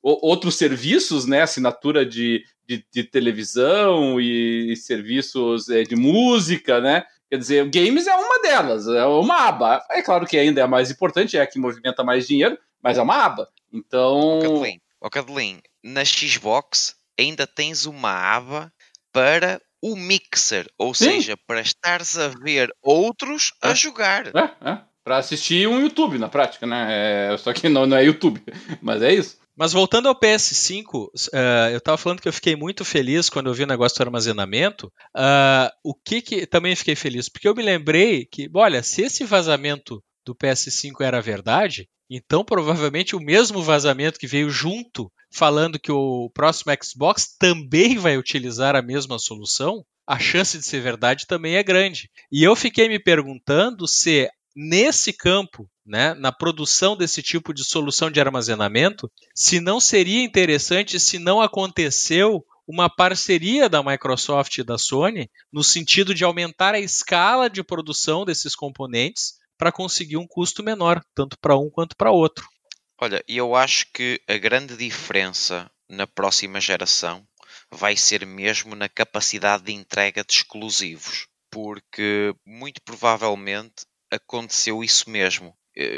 outros serviços, né? Assinatura de, de, de televisão e serviços é, de música, né? Quer dizer, games é uma delas, é uma aba. É claro que ainda é a mais importante, é a que movimenta mais dinheiro, mas é uma aba. Então... Ó Cadelin, ó Cadelin, na Xbox ainda tens uma aba para o mixer, ou Sim. seja, para estares a ver outros É. a jogar. É, é. Pra assistir um YouTube, na prática, né? É, só que não, não é YouTube, mas é isso. Mas voltando ao P S cinco, uh, eu estava falando que eu fiquei muito feliz quando eu vi o negócio do armazenamento. Uh, o que que também fiquei feliz? Porque eu me lembrei que, olha, se esse vazamento do P S cinco era verdade, então provavelmente o mesmo vazamento que veio junto, falando que o próximo Xbox também vai utilizar a mesma solução, a chance de ser verdade também é grande. E eu fiquei me perguntando se nesse campo, né, na produção desse tipo de solução de armazenamento, se não seria interessante, se não aconteceu, uma parceria da Microsoft e da Sony no sentido de aumentar a escala de produção desses componentes para conseguir um custo menor, tanto para um quanto para outro. Olha, eu acho que a grande diferença na próxima geração vai ser mesmo na capacidade de entrega de exclusivos, porque muito provavelmente aconteceu isso mesmo.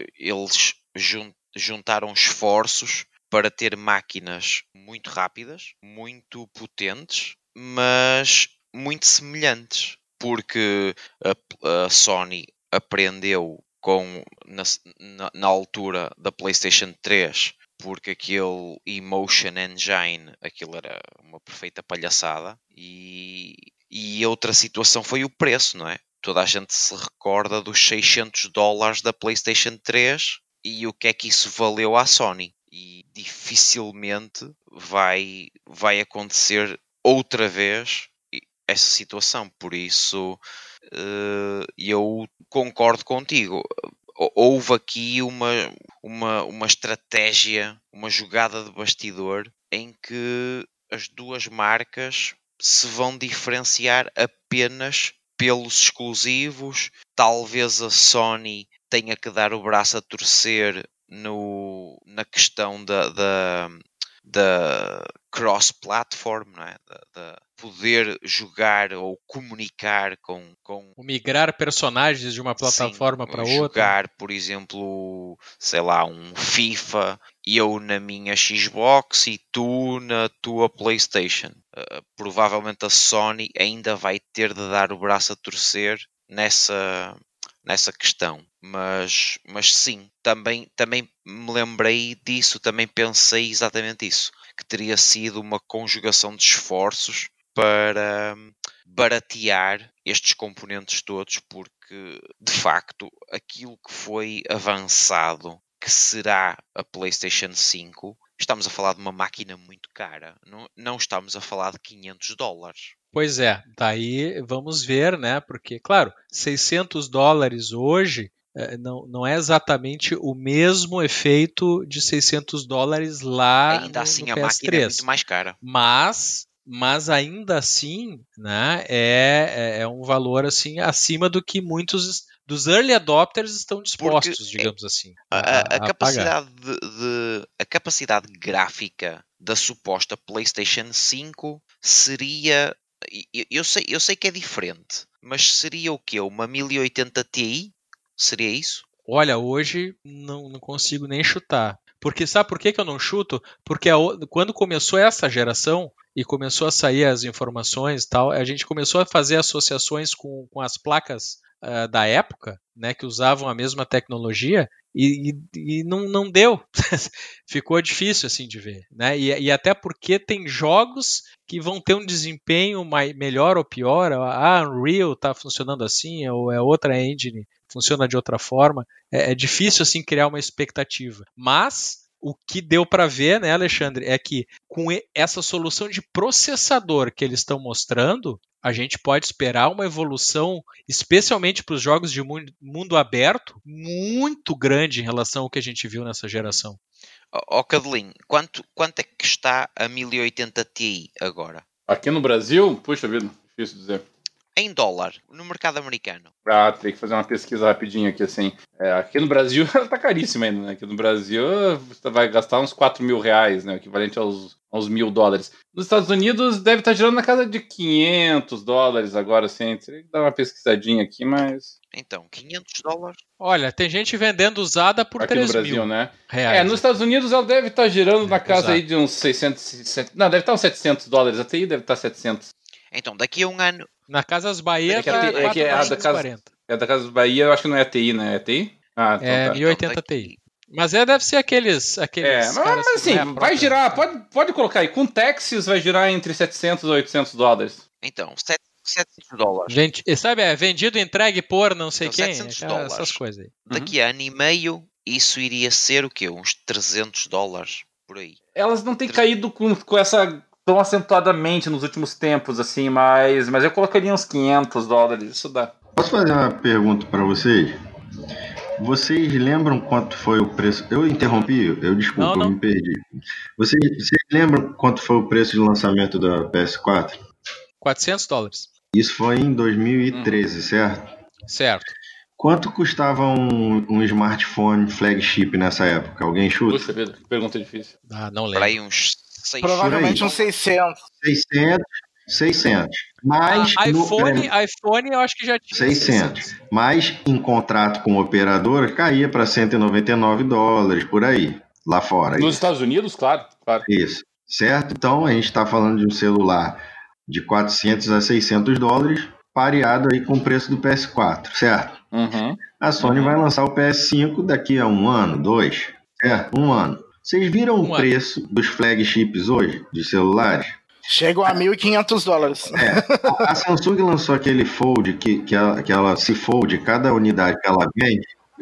Eles juntaram esforços para ter máquinas muito rápidas, muito potentes, mas muito semelhantes, porque a, a Sony aprendeu com, na, na, na altura da PlayStation três, porque aquele Emotion Engine, aquilo era uma perfeita palhaçada, e, e outra situação foi o preço, não é? Toda a gente se recorda dos seiscentos dólares da PlayStation três e o que é que isso valeu à Sony. E dificilmente vai, vai acontecer outra vez essa situação. Por isso, eu concordo contigo. Houve aqui uma, uma, uma estratégia, uma jogada de bastidor em que as duas marcas se vão diferenciar apenas pelos exclusivos. Talvez a Sony tenha que dar o braço a torcer no, na questão da, da, da cross-platform, não é? Da, da poder jogar ou comunicar com... com o migrar personagens de uma plataforma para outra. Jogar, por exemplo, sei lá, um FIFA, eu na minha Xbox e tu na tua PlayStation. Uh, provavelmente a Sony ainda vai ter de dar o braço a torcer nessa, nessa questão. Mas, mas sim, também, também me lembrei disso, também pensei exatamente isso. Que teria sido uma conjugação de esforços para baratear estes componentes todos, porque de facto aquilo que foi avançado, que será a PlayStation cinco, estamos a falar de uma máquina muito cara, não, não estamos a falar de quinhentos dólares. Pois é, daí vamos ver, né? Porque, claro, seiscentos dólares hoje não, não é exatamente o mesmo efeito de seiscentos dólares lá ainda no, assim no a P S três. Máquina é muito mais cara. Mas, mas ainda assim, né, é, é um valor assim acima do que muitos dos early adopters estão dispostos, Porque digamos assim, a, a, a, a capacidade de, de, a capacidade gráfica da suposta PlayStation cinco seria, eu, eu, sei, eu sei que é diferente, mas seria o quê? Uma mil e oitenta Ti? Seria isso? Olha, hoje não, não consigo nem chutar. Porque sabe por que, que eu não chuto? Porque a, quando começou essa geração e começou a sair as informações e tal, a gente começou a fazer associações com, com as placas uh, da época, né, que usavam a mesma tecnologia, e, e, e não, não deu. Ficou difícil assim de ver. Né? E, e até porque tem jogos que vão ter um desempenho mais, melhor ou pior. A Unreal está funcionando assim, ou é outra engine funciona de outra forma. É, é difícil assim criar uma expectativa. Mas o que deu para ver, né, Alexandre, é que com essa solução de processador que eles estão mostrando, a gente pode esperar uma evolução, especialmente para os jogos de mundo, mundo aberto, muito grande em relação ao que a gente viu nessa geração. Ó, oh, Cadelin, quanto, quanto é que está a mil e oitenta Ti agora? Aqui no Brasil, puxa vida, difícil dizer. Em dólares. dólar no mercado americano? Ah, tem que fazer uma pesquisa rapidinho aqui, assim. É, aqui no Brasil ela tá caríssima ainda, né? Aqui no Brasil você vai gastar uns quatro mil reais, né? O equivalente aos, aos mil dólares. Nos Estados Unidos deve estar girando na casa de quinhentos dólares agora, assim. Teria que dar uma pesquisadinha aqui, mas... Então, quinhentos dólares? Olha, tem gente vendendo usada por aqui três no Brasil, mil né? reais. É, nos Estados Unidos ela deve estar girando É, na casa exato. aí de uns seiscentos... Não, deve estar uns setecentos dólares. Até aí deve estar setecentos. Então, daqui a um ano... Na Casas Bahia É que tá a T- é que é a da quatrocentos e quarenta. É da Casa Bahia, eu acho que não é T I, né? É T I? Ah, então É tá. mil e oitenta Então, Ti. daqui- Mas é, deve ser aqueles, aqueles É, mas, caras mas que assim, não é a vai própria- girar, pode, pode colocar aí, com taxas vai girar entre setecentos e oitocentos dólares. Então, sete- setecentos dólares. Gente, e sabe, é vendido, entregue por não sei Então, quem. setecentos aquelas- dólares. Essas coisas aí. Daqui a ano e meio, isso iria ser o quê? Uns trezentos dólares por aí. Elas não têm caído com, com essa tão acentuadamente nos últimos tempos, assim, mas, mas eu colocaria uns quinhentos dólares, isso dá. Posso fazer uma pergunta para vocês? Vocês lembram quanto foi o preço? Eu interrompi, eu desculpa, Não, não. eu me perdi. Vocês, vocês lembram quanto foi o preço de lançamento da P S quatro? quatrocentos dólares. Isso foi em dois mil e treze, certo? Certo. Quanto custava um, um smartphone flagship nessa época? Alguém chuta? Puxa vida, que pergunta difícil. Ah, não Por lembro. aí uns seiscentos. Provavelmente Por aí. uns seiscentos. seiscentos, seiscentos. Mas Ah, no- iPhone, é, iPhone eu acho que já tinha. seiscentos. Mas em contrato com operadora caía para cento e noventa e nove dólares por aí, lá fora. Nos Estados Unidos, claro, claro. Isso, certo? Então a gente está falando de um celular de quatrocentos a seiscentos dólares, pareado aí com o preço do P S quatro, certo? Uhum. A Sony Uhum. vai lançar o P S cinco daqui a um ano, dois, certo? Um ano. Vocês viram Um o ano. preço dos flagships hoje, dos celulares? Chegam a mil e quinhentos dólares. É, a Samsung lançou aquele fold que, que, ela, que ela se fold, cada unidade que ela vende.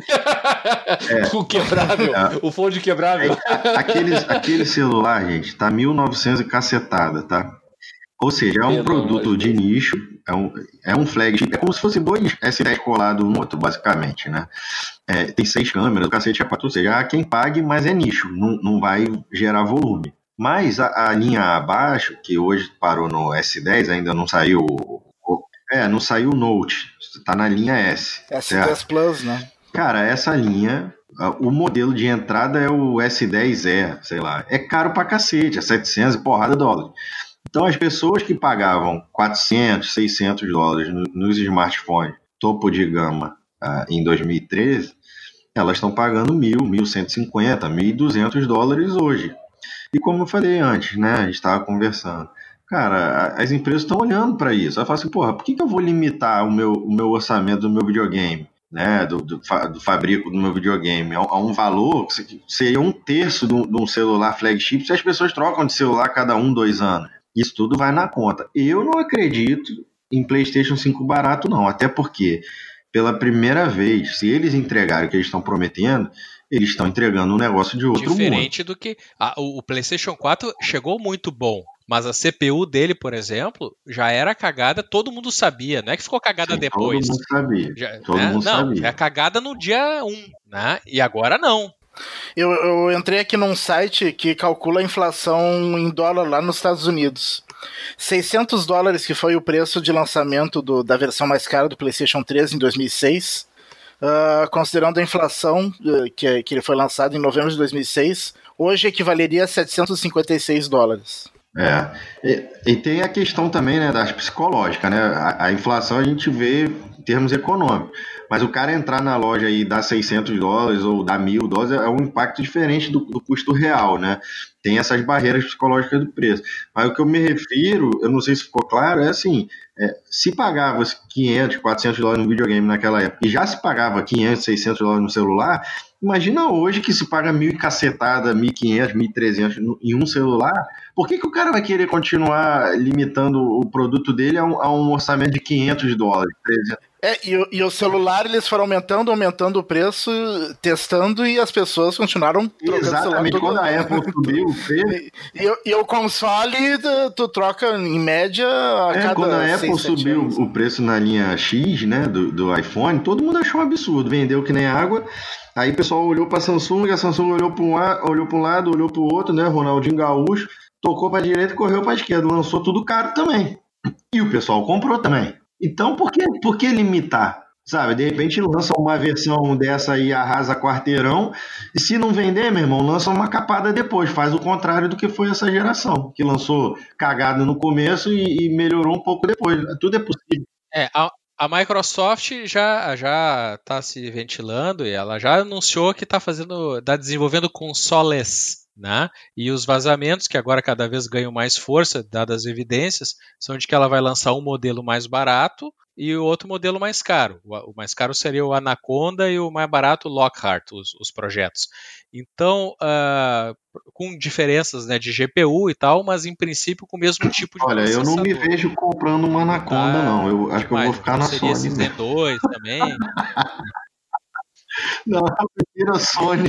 O quebrável, É. o fold quebrável. Aquele, aquele celular, gente, tá mil e novecentos e cacetada, tá? Ou seja, é um Pelo produto amor de de nicho, é um, é um flagship, é como se fosse dois S dez colados um no outro, basicamente, né? É, tem seis câmeras, o cacete é quatro, ou seja, há quem pague, mas é nicho, não, não vai gerar volume. Mas a, a linha abaixo, que hoje parou no S dez, ainda não saiu. o- o- É, não saiu o Note, tá na linha S. S certo? dez Plus, né? Cara, essa linha, a- o modelo de entrada é o S dez E, sei lá. É caro pra cacete, é setecentos e porrada de dólares. Então as pessoas que pagavam quatrocentos, seiscentos dólares no- nos smartphones topo de gama ah, em dois mil e treze, elas estão pagando mil, mil cento e cinquenta, mil e duzentos dólares hoje. E como eu falei antes, né, a gente estava conversando, cara, a- as empresas estão olhando para isso. Elas falam assim, porra, por que, que eu vou limitar o meu, o meu orçamento do meu videogame, né, do, do, fa- do fabrico do meu videogame, a, a um valor que se- seria um terço de um, de um celular flagship se as pessoas trocam de celular a cada um, dois anos? Isso tudo vai na conta. Eu não acredito em PlayStation cinco barato, não, até porque, pela primeira vez, se eles entregarem o que eles estão prometendo, eles estão entregando um negócio de outro mundo. Diferente do que. Ah, o, o PlayStation quatro chegou muito bom, mas a C P U dele, por exemplo, já era cagada, todo mundo sabia. Não é que ficou cagada Sim, depois. Todo mundo sabia. Já- todo né? mundo não, sabia. é cagada no dia um, né? E agora não. Eu, eu entrei aqui num site que calcula a inflação em dólar lá nos Estados Unidos. seiscentos dólares, que foi o preço de lançamento do, da versão mais cara do PlayStation três em dois mil e seis. Uh, considerando a inflação uh, que, que ele foi lançado em novembro de dois mil e seis, hoje equivaleria a setecentos e cinquenta e seis dólares. É. E, e tem a questão também, né, das psicológicas, né? A, a inflação a gente vê em termos econômicos. Mas o cara entrar na loja e dar seiscentos dólares ou dar mil dólares é um impacto diferente do, do custo real, né? Tem essas barreiras psicológicas do preço. Mas o que eu me refiro, eu não sei se ficou claro, é assim, é, se pagava quinhentos, quatrocentos dólares no videogame naquela época e já se pagava quinhentos, seiscentos dólares no celular, imagina hoje que se paga mil e cacetada, mil e quinhentos, mil e trezentos em um celular, por que, que o cara vai querer continuar limitando o produto dele a um, a um orçamento de quinhentos dólares, trezentos? É, e, o- e o celular eles foram aumentando, aumentando o preço, testando, e as pessoas continuaram trocando Exatamente, celular quando a todo- Apple subiu o preço, E, e, o- e o console, tu, tu troca em média a é, cada quando a Apple seis, sete subiu anos. o preço na linha X, né, do, do iPhone, todo mundo achou um absurdo, vendeu que nem água. Aí o pessoal olhou para a Samsung, a Samsung olhou para um, olhou para um lado, olhou para o outro, né, Ronaldinho Gaúcho, tocou para a direita e correu para a esquerda, lançou tudo caro também. E o pessoal comprou também. Então, por que, por que limitar? Sabe, de repente lança uma versão dessa aí, arrasa quarteirão, e se não vender, meu irmão, lança uma capada depois, faz o contrário do que foi essa geração, que lançou cagada no começo e, e melhorou um pouco depois. Tudo é possível. É, a, a Microsoft já já está se ventilando e ela já anunciou que está fazendo, está desenvolvendo consoles, né? E os vazamentos, que agora cada vez ganham mais força, dadas as evidências, são de que ela vai lançar um modelo mais barato e o outro modelo mais caro. O mais caro seria o Anaconda e o mais barato o Lockhart, os, os projetos. Então, uh, com diferenças, né, de G P U e tal, mas em princípio com o mesmo tipo de Olha, processador. eu não me vejo comprando uma Anaconda, ah, não. Eu acho demais. que eu vou ficar então, na seria Sony. Seria dois também. Não, eu prefiro a Sony.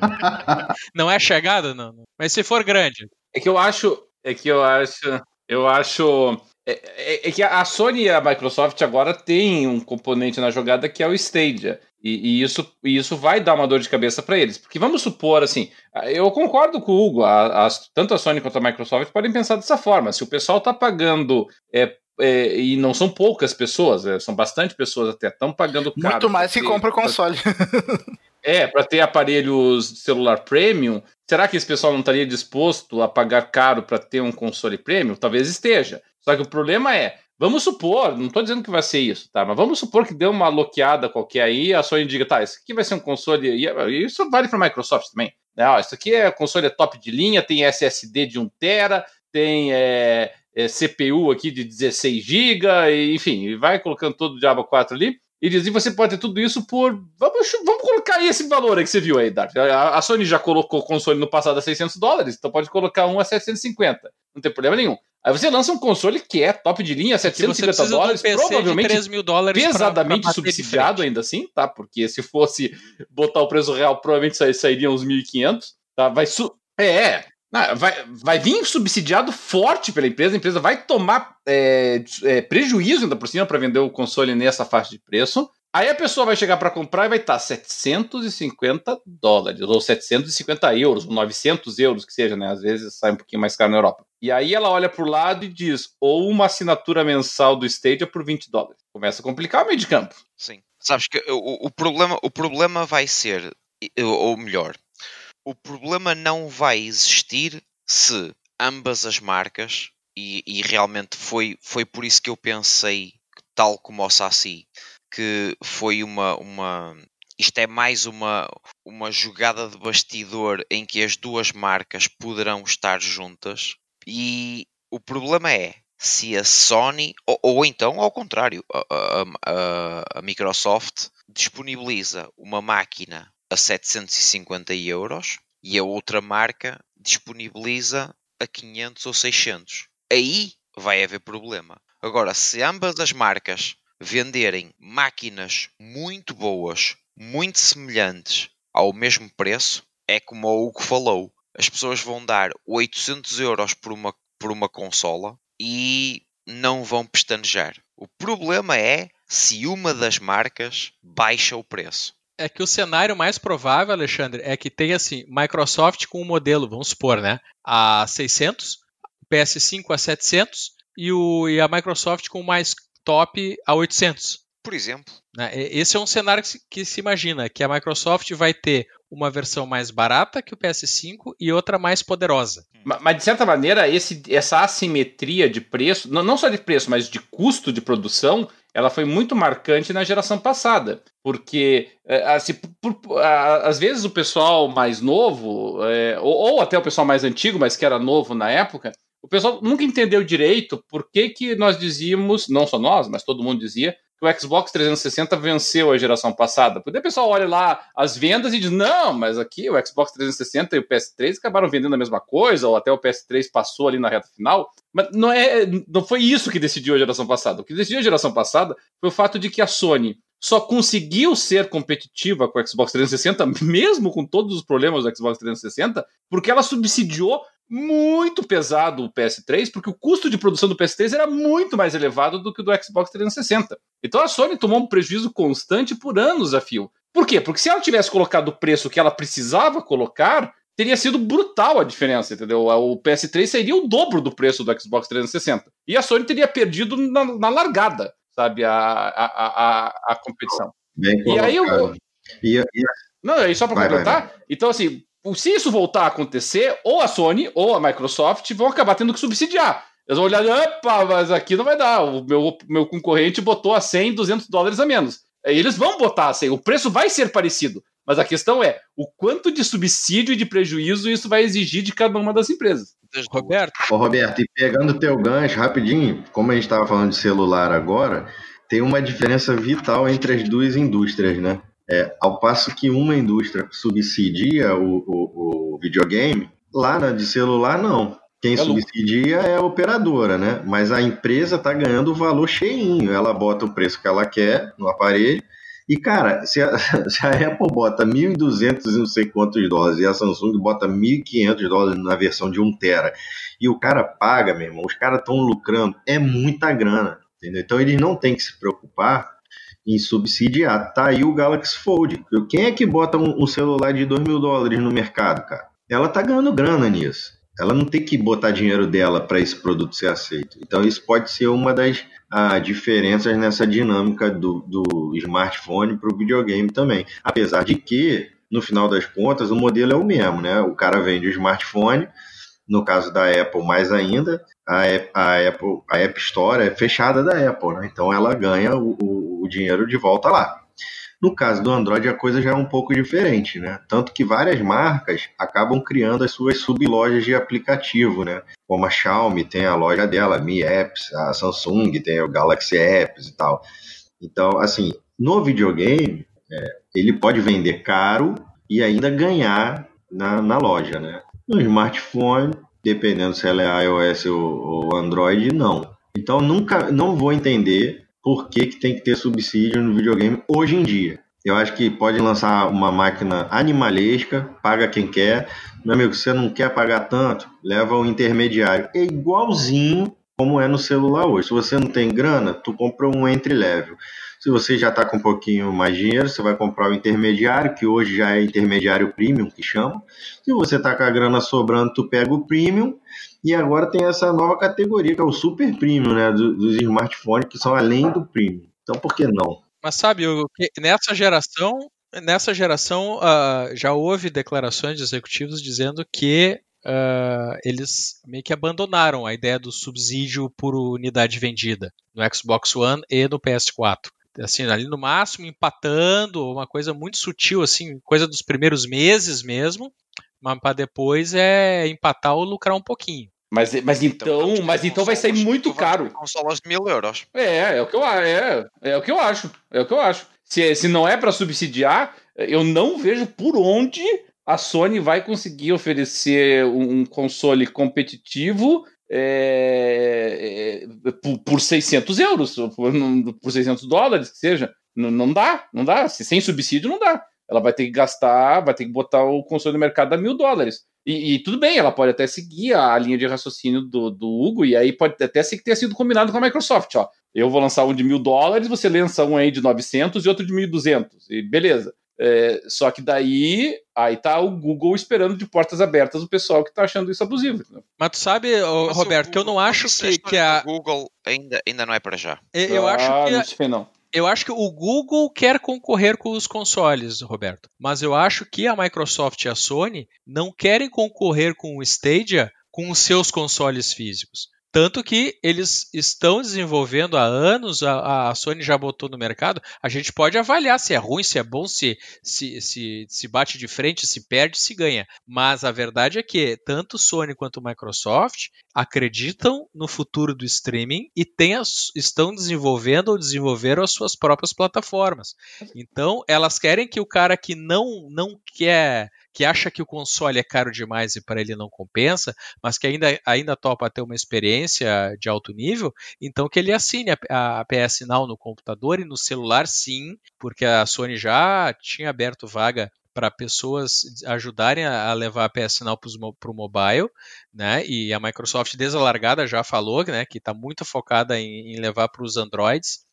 Não é chegada, não. Mas se for grande. É que eu acho... É que eu acho... Eu acho... É, é, é que a Sony e a Microsoft agora têm um componente na jogada que é o Stadia. E, e, isso, e isso vai dar uma dor de cabeça para eles. Porque vamos supor, assim, eu concordo com o Hugo, a, a, tanto a Sony quanto a Microsoft podem pensar dessa forma. Se o pessoal está pagando, é, é, e não são poucas pessoas, é, são bastante pessoas até, estão pagando caro. Muito mais que compra o console. Pra, é, para ter aparelhos de celular premium, será que esse pessoal não estaria disposto a pagar caro para ter um console premium? Talvez esteja. Só que o problema é, vamos supor, não estou dizendo que vai ser isso, tá? Mas vamos supor que deu uma loqueada qualquer aí, a Sony diga, tá, isso aqui vai ser um console, e isso vale para a Microsoft também, né? Ó, isso aqui é console top de linha, tem S S D de um tera, tem é, é, C P U aqui de dezesseis gigas, enfim, vai colocando todo o Diabo quatro ali, e diz, e você pode ter tudo isso por, vamos, vamos colocar aí esse valor aí que você viu aí, Dart. A, a Sony já colocou o console no passado a seiscentos dólares, então pode colocar um a setecentos e cinquenta, não tem problema nenhum. Aí você lança um console que é top de linha, setecentos e cinquenta dólares, de um P C provavelmente de três mil dólares pesadamente pra, pra subsidiado ainda assim, tá? Porque se fosse botar o preço real, provavelmente sairia uns mil e quinhentos, tá? Vai su- é, vai, vai vir subsidiado forte pela empresa, a empresa vai tomar é, é, prejuízo ainda por cima para vender o console nessa faixa de preço. Aí a pessoa vai chegar para comprar e vai estar setecentos e cinquenta dólares, ou setecentos e cinquenta euros, ou novecentos euros, que seja, né? Às vezes sai um pouquinho mais caro na Europa. E aí ela olha pro lado e diz, ou uma assinatura mensal do Stadia por vinte dólares. Começa a complicar o meio de campo. Sim. Sabes que o, o, problema, o problema vai ser, ou melhor, o problema não vai existir se ambas as marcas, e, e realmente foi, foi por isso que eu pensei, tal como o Saci, que foi uma, uma isto é mais uma, uma jogada de bastidor em que as duas marcas poderão estar juntas, e o problema é se a Sony, ou, ou então ao contrário, a, a, a, a Microsoft disponibiliza uma máquina a setecentos e cinquenta euros e a outra marca disponibiliza a quinhentos ou seiscentos. Aí vai haver problema. Agora, se ambas as marcas venderem máquinas muito boas, muito semelhantes ao mesmo preço, é como o Hugo falou, as pessoas vão dar oitocentos euros por uma, por uma consola e não vão pestanejar. O problema é se uma das marcas baixa o preço. É que o cenário mais provável, Alexandre, é que tenha assim, Microsoft com um modelo, vamos supor, né, a seiscentos, o P S cinco a setecentos e, o, e a Microsoft com mais top a oitocentos. Por exemplo. Esse é um cenário que se, que se imagina, que a Microsoft vai ter uma versão mais barata que o P S cinco e outra mais poderosa. Mas, mas de certa maneira, esse, essa assimetria de preço, não, não só de preço, mas de custo de produção, ela foi muito marcante na geração passada. Porque, assim, por, por, às vezes o pessoal mais novo, é, ou, ou até o pessoal mais antigo, mas que era novo na época, o pessoal nunca entendeu direito por que, que nós dizíamos, não só nós, mas todo mundo dizia, que o Xbox trezentos e sessenta venceu a geração passada. Porque o pessoal olha lá as vendas e diz, não, mas aqui o Xbox trezentos e sessenta e o P S três acabaram vendendo a mesma coisa, ou até o P S três passou ali na reta final. Mas não, é, não foi isso que decidiu a geração passada. O que decidiu a geração passada foi o fato de que a Sony só conseguiu ser competitiva com o Xbox trezentos e sessenta, mesmo com todos os problemas do Xbox trezentos e sessenta, porque ela subsidiou muito pesado o P S três, porque o custo de produção do P S três era muito mais elevado do que o do Xbox trezentos e sessenta. Então a Sony tomou um prejuízo constante por anos a fio. Por quê? Porque se ela tivesse colocado o preço que ela precisava colocar, teria sido brutal a diferença, entendeu? O P S três seria o dobro do preço do Xbox trezentos e sessenta. E a Sony teria perdido na, na largada. sabe, a, a, a, a competição. Bem e aí, eu, e, e... não, aí só para completar, vai, vai. Então assim, se isso voltar a acontecer, ou a Sony ou a Microsoft vão acabar tendo que subsidiar. Eles vão olhar, opa, mas aqui não vai dar, o meu, meu concorrente botou a cem, duzentos dólares a menos. Aí eles vão botar a cem, o preço vai ser parecido, mas a questão é o quanto de subsídio e de prejuízo isso vai exigir de cada uma das empresas. Roberto. Ô, Roberto, e pegando o teu gancho, rapidinho, como a gente estava falando de celular agora, tem uma diferença vital entre as duas indústrias, né? É, ao passo que uma indústria subsidia o, o, o videogame, lá na de celular não. Quem é subsidia é a operadora, né? Mas a empresa está ganhando o valor cheinho. Ela bota o preço que ela quer no aparelho. E, cara, se a, se a Apple bota mil e duzentos e não sei quantos dólares e a Samsung bota mil e quinhentos dólares na versão de um tera e o cara paga, meu irmão, os caras estão lucrando, é muita grana, entendeu? Então eles não têm que se preocupar em subsidiar. Tá aí o Galaxy Fold. Quem é que bota um, um celular de dois mil dólares no mercado, cara? Ela tá ganhando grana nisso. Ela não tem que botar dinheiro dela para esse produto ser aceito. Então isso pode ser uma das ah, diferenças nessa dinâmica do, do smartphone para o videogame também. Apesar de que, no final das contas, o modelo é o mesmo, né? O cara vende o smartphone, no caso da Apple mais ainda, a, a, Apple, a App Store é fechada da Apple, né? Então ela ganha o, o, o dinheiro de volta lá. No caso do Android, a coisa já é um pouco diferente, né? Tanto que várias marcas acabam criando as suas sublojas de aplicativo, né? Como a Xiaomi tem a loja dela, Mi Apps, a Samsung tem o Galaxy Apps e tal. Então, assim, no videogame, é, ele pode vender caro e ainda ganhar na, na loja, né? No smartphone, dependendo se ela é iOS ou, ou Android, não. Então, nunca, não vou entender por que, que tem que ter subsídio no videogame hoje em dia. Eu acho que pode lançar uma máquina animalesca, paga quem quer. Meu amigo, se você não quer pagar tanto, leva o intermediário. É igualzinho como é no celular hoje. Se você não tem grana, tu compra um entry-level. Se você já está com um pouquinho mais de dinheiro, você vai comprar o intermediário, que hoje já é intermediário premium, que chama. Se você está com a grana sobrando, tu pega o premium. E agora tem essa nova categoria, que é o super premium, né, dos, dos smartphones, que são além do premium. Então, por que não? Mas sabe, o que nessa geração, nessa geração uh, já houve declarações de executivos dizendo que uh, eles meio que abandonaram a ideia do subsídio por unidade vendida no Xbox One e no P S quatro. Assim, ali no máximo empatando, uma coisa muito sutil, assim, coisa dos primeiros meses mesmo, mas para depois é empatar ou lucrar um pouquinho. Mas, mas então, então mas então vai sair muito caro. Consolas de mil euros. É, é o que eu é, é o que eu acho. É o que eu acho. Se, se não é para subsidiar, eu não vejo por onde a Sony vai conseguir oferecer um, um console competitivo é, é, por, por seiscentos euros, por, por seiscentos dólares, que seja. Não, não dá, não dá. Se, sem subsídio, não dá. Ela vai ter que gastar, vai ter que botar o console no mercado a mil dólares. E, e tudo bem, ela pode até seguir a linha de raciocínio do, do Hugo, e aí pode até ser que tenha sido combinado com a Microsoft, ó. Eu vou lançar um de mil dólares, você lança um aí de novecentos e outro de mil e duzentos, e beleza. É, só que daí, aí tá o Google esperando de portas abertas o pessoal que tá achando isso abusivo. Né? Mas tu sabe, Mas Roberto, o, que eu não acho que, que a... O Google ainda, ainda não é para já. Eu, eu ah, acho que... Não sei não. Eu acho que o Google quer concorrer com os consoles, Roberto. Mas eu acho que a Microsoft e a Sony não querem concorrer com o Stadia com os seus consoles físicos. Tanto que eles estão desenvolvendo há anos, a, a Sony já botou no mercado, a gente pode avaliar se é ruim, se é bom, se, se, se, se bate de frente, se perde, se ganha. Mas a verdade é que tanto Sony quanto Microsoft acreditam no futuro do streaming e tem as, estão desenvolvendo ou desenvolveram as suas próprias plataformas. Então, elas querem que o cara que não, não quer... que acha que o console é caro demais e para ele não compensa, mas que ainda, ainda topa ter uma experiência de alto nível, então que ele assine a, a P S Now no computador e no celular, sim, porque a Sony já tinha aberto vaga para pessoas ajudarem a levar a P S Now para o mobile, né? E a Microsoft desde a largada já falou, né, que está muito focada em, em levar para os Androids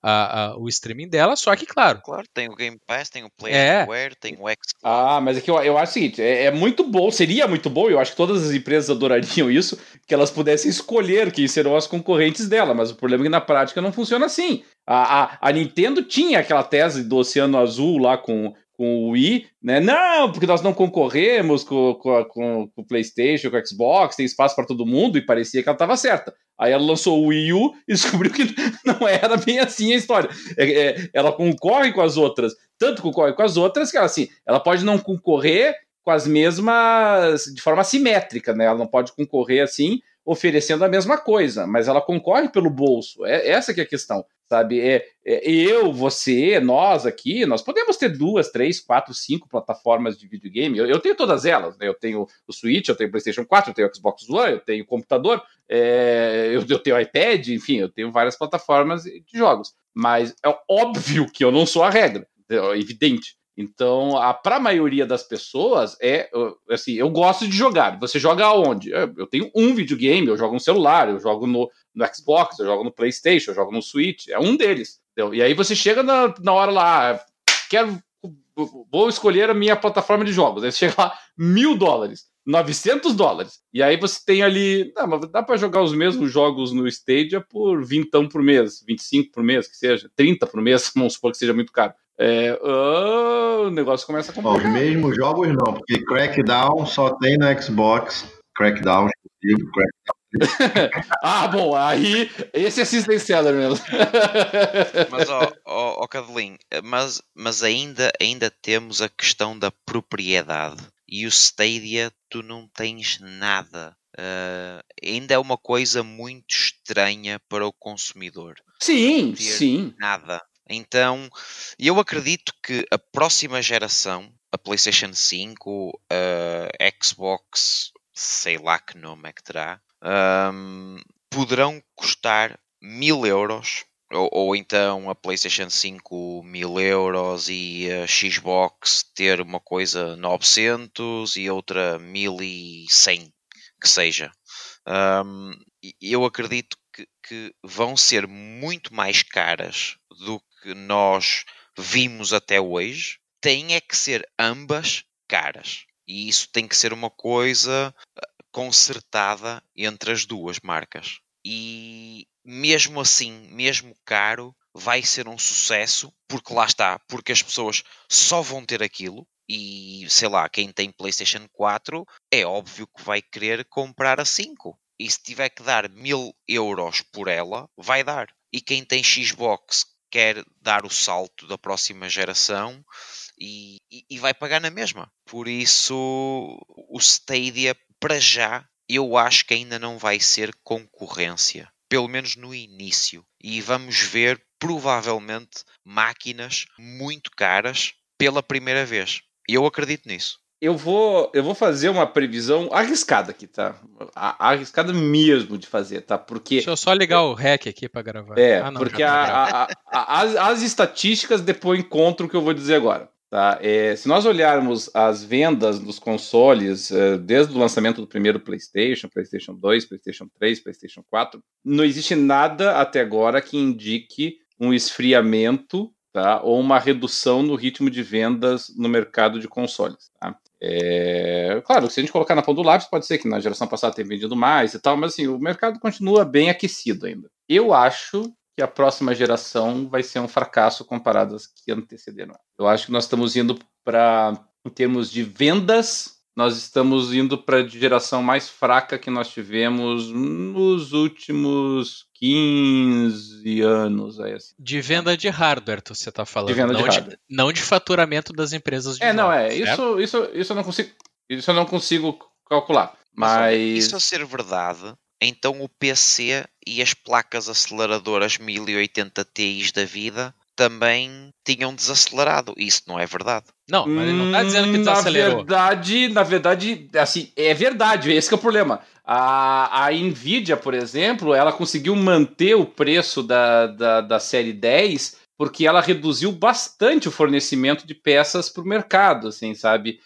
a, a, o streaming dela, só que, claro... Claro, tem o Game Pass, tem o Play É. Anywhere, tem o Xbox. Ah, mas é que eu, eu acho o seguinte, é, é muito bom, seria muito bom, eu acho que todas as empresas adorariam isso, que elas pudessem escolher quem serão as concorrentes dela, mas o problema é que na prática não funciona assim. A, a, a Nintendo tinha aquela tese do Oceano Azul lá com, com o Wii, né? Não, porque nós não concorremos com, com, com, com o PlayStation, com o Xbox, tem espaço para todo mundo, e parecia que ela estava certa. Aí ela lançou o Wii U e descobriu que não era bem assim a história. É, é, ela concorre com as outras, tanto concorre com as outras que ela, assim, ela pode não concorrer com as mesmas, de forma assimétrica, né? Ela não pode concorrer assim, oferecendo a mesma coisa, mas ela concorre pelo bolso. É essa que é a questão, sabe? É, é, eu, você, nós aqui, nós podemos ter duas, três, quatro, cinco plataformas de videogame. Eu, eu tenho todas elas, né? Eu tenho o Switch, eu tenho o PlayStation quatro, eu tenho o Xbox One, eu tenho o computador, é, eu, eu tenho o iPad, enfim, eu tenho várias plataformas de jogos. Mas é óbvio que eu não sou a regra, é evidente. Então, para a maioria das pessoas, é assim, eu gosto de jogar. Você joga aonde? Eu tenho um videogame, eu jogo no celular, eu jogo no, no Xbox, eu jogo no PlayStation, eu jogo no Switch, é um deles. Entendeu? E aí você chega na, na hora lá, quero, vou escolher a minha plataforma de jogos. Aí você chega lá, mil dólares, novecentos dólares. E aí você tem ali, não, mas dá para jogar os mesmos jogos no Stadia por vintão por mês, vinte e cinco por mês, que seja, trinta por mês, vamos supor que seja muito caro. É, oh, o negócio começa a complicar. Os mesmos jogos não, porque Crackdown só tem no Xbox. Crackdown exclusivo, Crackdown. Ah, bom, aí esse é System Seller mesmo. Mas, ó, ó, ó Cadelin, mas, mas ainda, ainda temos a questão da propriedade. E o Stadia, tu não tens nada. Uh, ainda é uma coisa muito estranha para o consumidor. Sim, sim. Nada. Então, eu acredito que a próxima geração, a PlayStation cinco, a Xbox, sei lá que nome é que terá, um, poderão custar mil euros, ou, ou então a PlayStation cinco mil euros e a Xbox ter uma coisa novecentos e outra mil e cem, que seja. Um, eu acredito que, que vão ser muito mais caras do que nós vimos até hoje. Tem é que ser ambas caras. E isso tem que ser uma coisa concertada entre as duas marcas. E mesmo assim, mesmo caro, vai ser um sucesso, porque lá está, porque as pessoas só vão ter aquilo. E, sei lá, quem tem PlayStation quatro é óbvio que vai querer comprar a cinco. E se tiver que dar mil euros por ela, vai dar. E quem tem Xbox quer dar o salto da próxima geração e, e, e vai pagar na mesma. Por isso, o Stadia, para já, eu acho que ainda não vai ser concorrência. Pelo menos no início. E vamos ver, provavelmente, máquinas muito caras pela primeira vez. E eu acredito nisso. Eu vou, eu vou fazer uma previsão arriscada aqui, tá? Arriscada mesmo de fazer, tá? Porque... Deixa eu só ligar o rec aqui para gravar. É, ah, não, porque a, a, a, as, as estatísticas depois encontram o que eu vou dizer agora. Tá? É, se nós olharmos as vendas dos consoles, é, desde o lançamento do primeiro PlayStation, PlayStation dois, PlayStation três, PlayStation quatro, não existe nada até agora que indique um esfriamento, tá? Ou uma redução no ritmo de vendas no mercado de consoles. Tá? É, claro, se a gente colocar na ponta do lápis, pode ser que na geração passada tenha vendido mais e tal, mas assim, o mercado continua bem aquecido ainda. Eu acho que a próxima geração vai ser um fracasso comparado às que antecederam. Eu acho que nós estamos indo para, em termos de vendas, nós estamos indo para a geração mais fraca que nós tivemos nos últimos quinze anos. Aí, assim. De venda de hardware, você está falando. De venda não de hardware. De, não de faturamento das empresas de É, jogos, não, é. certo? Isso, isso, isso, eu não consigo, isso eu não consigo calcular. Mas... mas olha, isso a ser verdade... Então o P C e as placas aceleradoras mil e oitenta Ti da vida também tinham desacelerado. Isso não é verdade. Não, mas ele não está dizendo que desacelerou. Na verdade, na verdade, assim, é verdade, esse que é o problema. A, a Nvidia, por exemplo, ela conseguiu manter o preço da, da, da série dez porque ela reduziu bastante o fornecimento de peças para o mercado, assim, sabe?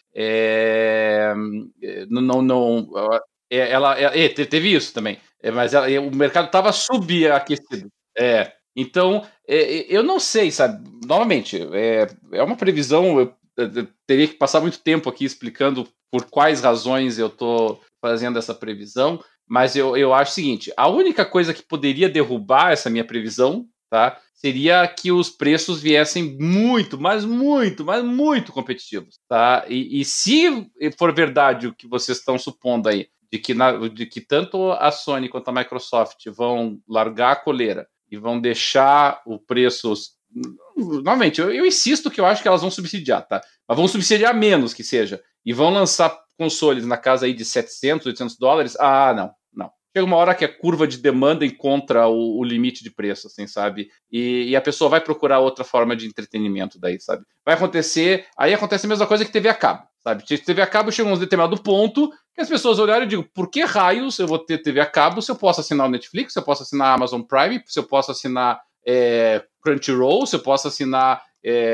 É, não... não, não Ela, ela, teve isso também, mas ela, o mercado estava subaquecido. É, Então, é, eu não sei, sabe? Novamente, é, é uma previsão, eu, eu teria que passar muito tempo aqui explicando por quais razões eu estou fazendo essa previsão, mas eu, eu acho o seguinte, a única coisa que poderia derrubar essa minha previsão, tá, seria que os preços viessem muito, mas muito, mas muito competitivos, tá? E, e se for verdade o que vocês estão supondo aí, de que, na, de que tanto a Sony quanto a Microsoft vão largar a coleira e vão deixar o preço... Novamente, eu, eu insisto que eu acho que elas vão subsidiar, tá? Mas vão subsidiar menos que seja. E vão lançar consoles na casa aí de setecentos, oitocentos dólares. Ah, não, não. Chega uma hora que a curva de demanda encontra o, o limite de preço, assim, sabe? E, e a pessoa vai procurar outra forma de entretenimento daí, sabe? Vai acontecer... Aí acontece a mesma coisa que T V a cabo, sabe? T V a cabo chega a um determinado ponto que as pessoas olharam e digam, por que raios eu vou ter T V a cabo se eu posso assinar o Netflix, se eu posso assinar a Amazon Prime, se eu posso assinar é, Crunchyroll, se eu posso assinar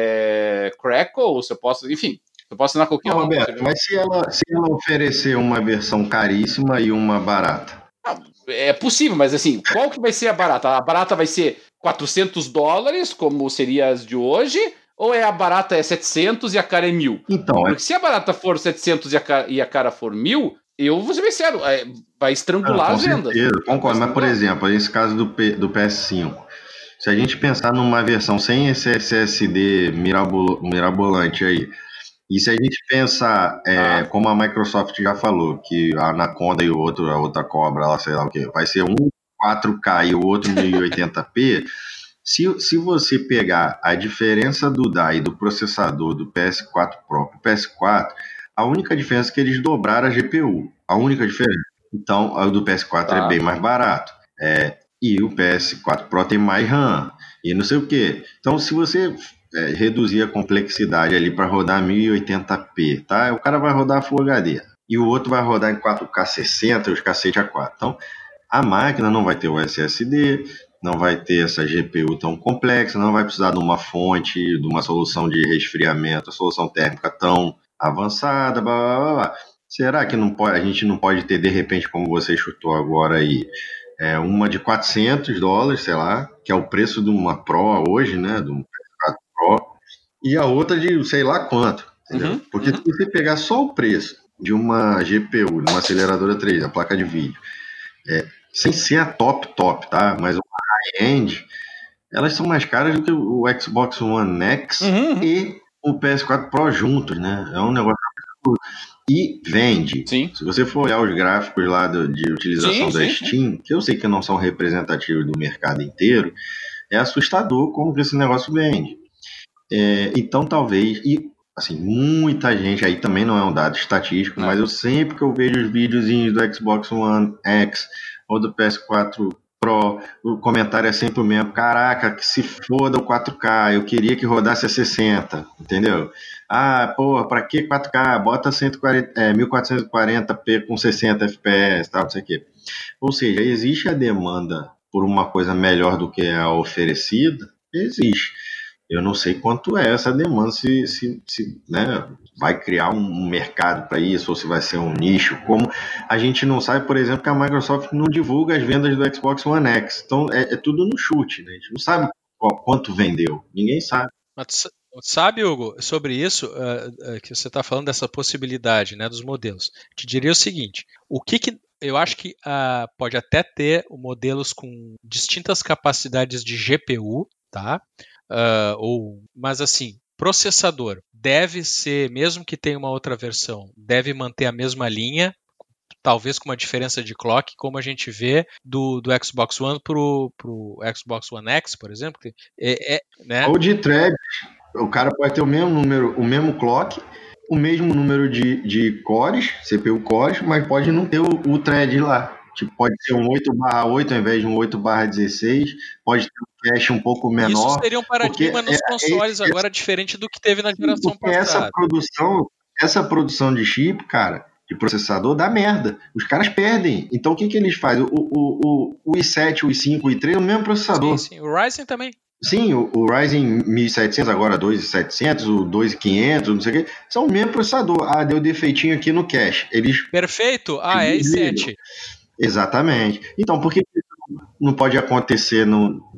é, Crackle, se eu posso... Enfim... Eu posso assinar qualquer Não, um. Roberto, mas se ela, se ela oferecer uma versão caríssima e uma barata? É possível, mas assim, qual que vai ser a barata? A barata vai ser quatrocentos dólares, como seria as de hoje, ou é a barata é setecentos e a cara é mil? Então, Porque é... se a barata for setecentos e a cara, e a cara for mil, eu vou ser bem sério, é, vai estrangular ah, as vendas. Certeza, concordo, mas por exemplo, nesse caso do, P, do P S cinco, se a gente pensar numa versão sem esse S S D mirabol, mirabolante aí, e se a gente pensar, é, ah. como a Microsoft já falou, que a Anaconda e o outro, a outra cobra, lá, sei lá o que, vai ser um quatro K e o outro mil e oitenta p, se, se você pegar a diferença do D A I do processador do P S quatro Pro para o P S quatro, a única diferença é que eles dobraram a G P U. A única diferença. Então, o do P S quatro ah. é bem mais barato. É, e o P S quatro Pro tem mais RAM. E não sei o que. Então, se você... É, reduzir a complexidade ali para rodar mil e oitenta p, tá? O cara vai rodar Full H D e o outro vai rodar em quatro K sessenta e os cacete A quatro. Então, a máquina não vai ter o S S D, não vai ter essa G P U tão complexa, não vai precisar de uma fonte, de uma solução de resfriamento, solução térmica tão avançada, blá, blá, blá, blá. Será que não pode, a gente não pode ter, de repente, como você chutou agora aí, é, uma de quatrocentos dólares, sei lá, que é o preço de uma Pro hoje, né, de um Pro, e a outra de sei lá quanto, entendeu? Uhum, porque uhum. se você pegar só o preço de uma G P U, de uma aceleradora três D, a placa de vídeo, é, sem ser a top top, tá? Mas uma high-end, elas são mais caras do que o Xbox One X uhum, e o P S quatro Pro juntos, né? É um negócio absurdo. E vende. Sim. Se você for olhar os gráficos lá do, de utilização sim, da sim, Steam, sim. que eu sei que não são representativos do mercado inteiro, é assustador como que esse negócio vende. É, então talvez, e assim, muita gente, aí também não é um dado estatístico, não. mas eu sempre que eu vejo os videozinhos do Xbox One X ou do P S quatro Pro, o comentário é sempre o mesmo, caraca, que se foda o quatro K, eu queria que rodasse a sessenta, entendeu? Ah, porra, pra que quatro K? Bota cento e quarenta, é, mil quatrocentos e quarenta p com sessenta F P S, tal, não sei o quê. Ou seja, existe a demanda por uma coisa melhor do que a oferecida? Existe. Eu não sei quanto é essa demanda, se, se, se né, vai criar um mercado para isso, ou se vai ser um nicho. Como a gente não sabe, por exemplo, que a Microsoft não divulga as vendas do Xbox One X. Então é, é tudo no chute, né? A gente não sabe qual, quanto vendeu. Ninguém sabe. Mas sabe, Hugo, sobre isso, uh, uh, que você está falando dessa possibilidade, né, dos modelos. Te diria o seguinte, o que que eu acho que uh, pode até ter modelos com distintas capacidades de G P U, tá? Uh, ou, mas assim, processador deve ser, mesmo que tenha uma outra versão, deve manter a mesma talvez com uma diferença de clock, como a gente vê do, do Xbox One pro, pro Xbox One X, por exemplo. Que é, é, né? Ou de thread, o cara pode ter o mesmo número, o mesmo clock, o mesmo número de, de cores, C P U cores, mas pode não ter o, o thread lá. Tipo, pode ser um oito barra oito ao invés de um oito barra dezesseis, pode ter um cache um pouco menor. Isso seria um paradigma nos é, consoles é, agora, é, diferente do que teve na geração porque passada. Essa produção, essa produção de chip, cara, de processador, dá merda. Os caras perdem. Então, o que, que eles fazem? O, o, o, o i sete, o i cinco, o i três é o mesmo processador. Sim, sim. O Ryzen também. Sim, o, o Ryzen mil e setecentos, agora dois mil e setecentos, o dois mil e quinhentos, não sei o que, são o mesmo processador. Ah, deu defeitinho aqui no cache. Eles, Perfeito. Ah, é i sete. Exatamente. Então, por que não pode acontecer no,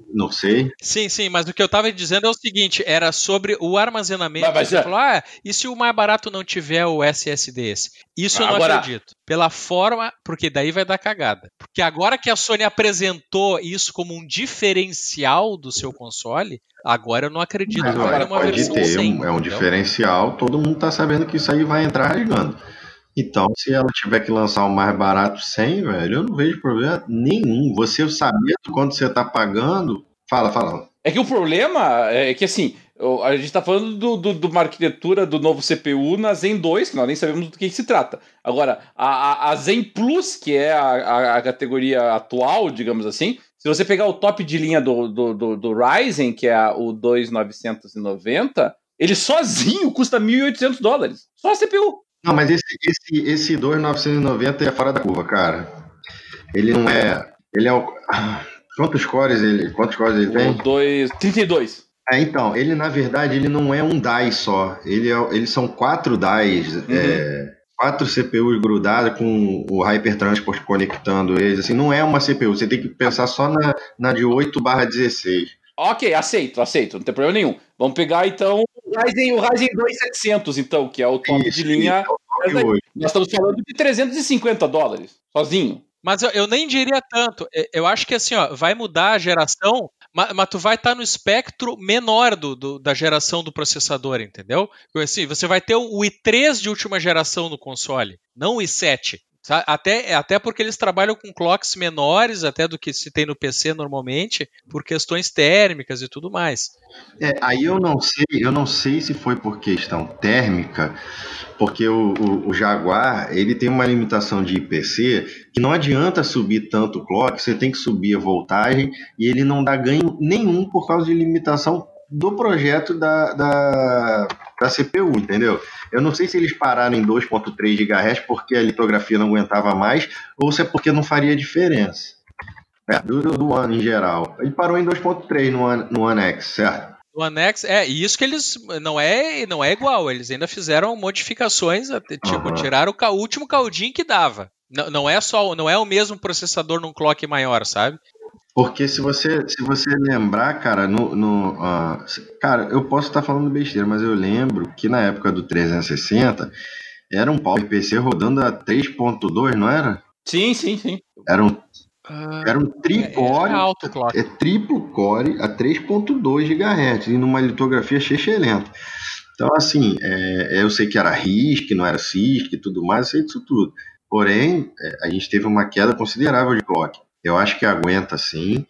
Não sei. Sim, sim, mas o que eu estava dizendo é o seguinte, era sobre o armazenamento. Mas, mas, Você é. falou, ah, e se o mais barato não tiver o S S D esse? Isso eu não Agora- acredito. Pela forma, porque daí vai dar cagada. Porque agora que a Sony apresentou isso como um diferencial do seu console, agora eu não acredito Mas que vai olha, ter uma pode versão ter, sem. um- é um entendeu? diferencial, todo mundo tá sabendo que isso aí vai entrar rasgando. Então, se ela tiver que lançar o mais barato sem, velho, eu não vejo problema nenhum. Você sabendo quanto você tá pagando, fala, fala. É que o problema é que, assim, o- a gente tá falando do, do- de uma arquitetura do novo C P U na Zen dois, que nós nem sabemos do que, que se trata. Agora, a, a, a Zen Plus, que é a, a, a categoria atual, digamos assim, se você pegar o top de linha do, do, do, do Ryzen, que é a- o dois mil novecentos e noventa, ele sozinho custa mil e oitocentos dólares. Só a C P U. Não, mas esse, esse, esse dois mil novecentos e noventa é fora da curva, cara. Ele não é. Ele é o. Quantos cores ele, quantos cores ele tem? O dois, trinta e dois. É, então, ele na verdade ele não é um D A I só. Ele é, eles são quatro D A Is, Uhum. é, quatro C P Us grudadas com o Hypertransport conectando eles. Assim, não é uma C P U. Você tem que pensar só na, na de oito barra dezesseis. Ok, aceito, aceito, não tem problema nenhum. Vamos pegar, então, o Ryzen, o Ryzen dois mil e setecentos, então, que é o top de linha. isso, é o top oito. Nós estamos falando de trezentos e cinquenta dólares, sozinho. Mas eu, eu nem diria tanto. E- Eu acho que assim, ó, vai mudar a geração, mas, mas tu vai estar no espectro menor do, do- da geração do processador, entendeu? Assim, você vai ter o i três de última geração no console, não o i sete. Sa- Até, até porque eles trabalham com clocks menores até do que se tem no P C normalmente, por questões térmicas e tudo mais. É, aí eu não sei, eu não sei se foi por questão térmica, porque o, o, o Jaguar ele tem uma limitação de I P C que não adianta subir tanto o clock, você tem que subir a voltagem e ele não dá ganho nenhum por causa de limitação do projeto da, da, da C P U, entendeu? Eu não sei se eles pararam em dois ponto três gigahertz porque a litografia não aguentava mais ou se é porque não faria diferença. É, do, do ano em geral. Ele parou em dois ponto três no One, no One X, certo? O Anex, é, e isso que eles não é, não é igual, eles ainda fizeram modificações, até, tipo, Aham. tiraram o, ca- o último caldinho que dava. Não, não é só, não é o mesmo processador num clock maior, sabe? Porque se você, se você lembrar, cara, no, no, ah, cara, eu posso estar falando besteira, mas eu lembro que na época do trezentos e sessenta era um PowerPC rodando a três ponto dois, não era? Sim, sim, sim. Era um, Ah, era um é, tricore, é alto o clock. é triplo core a três ponto dois gigahertz e numa litografia chechelenta. Então, assim, é, eu sei que era RISC, não era CISC e tudo mais, eu sei disso tudo. Porém, é, a gente teve uma queda considerável de clock. Eu acho que aguenta sim.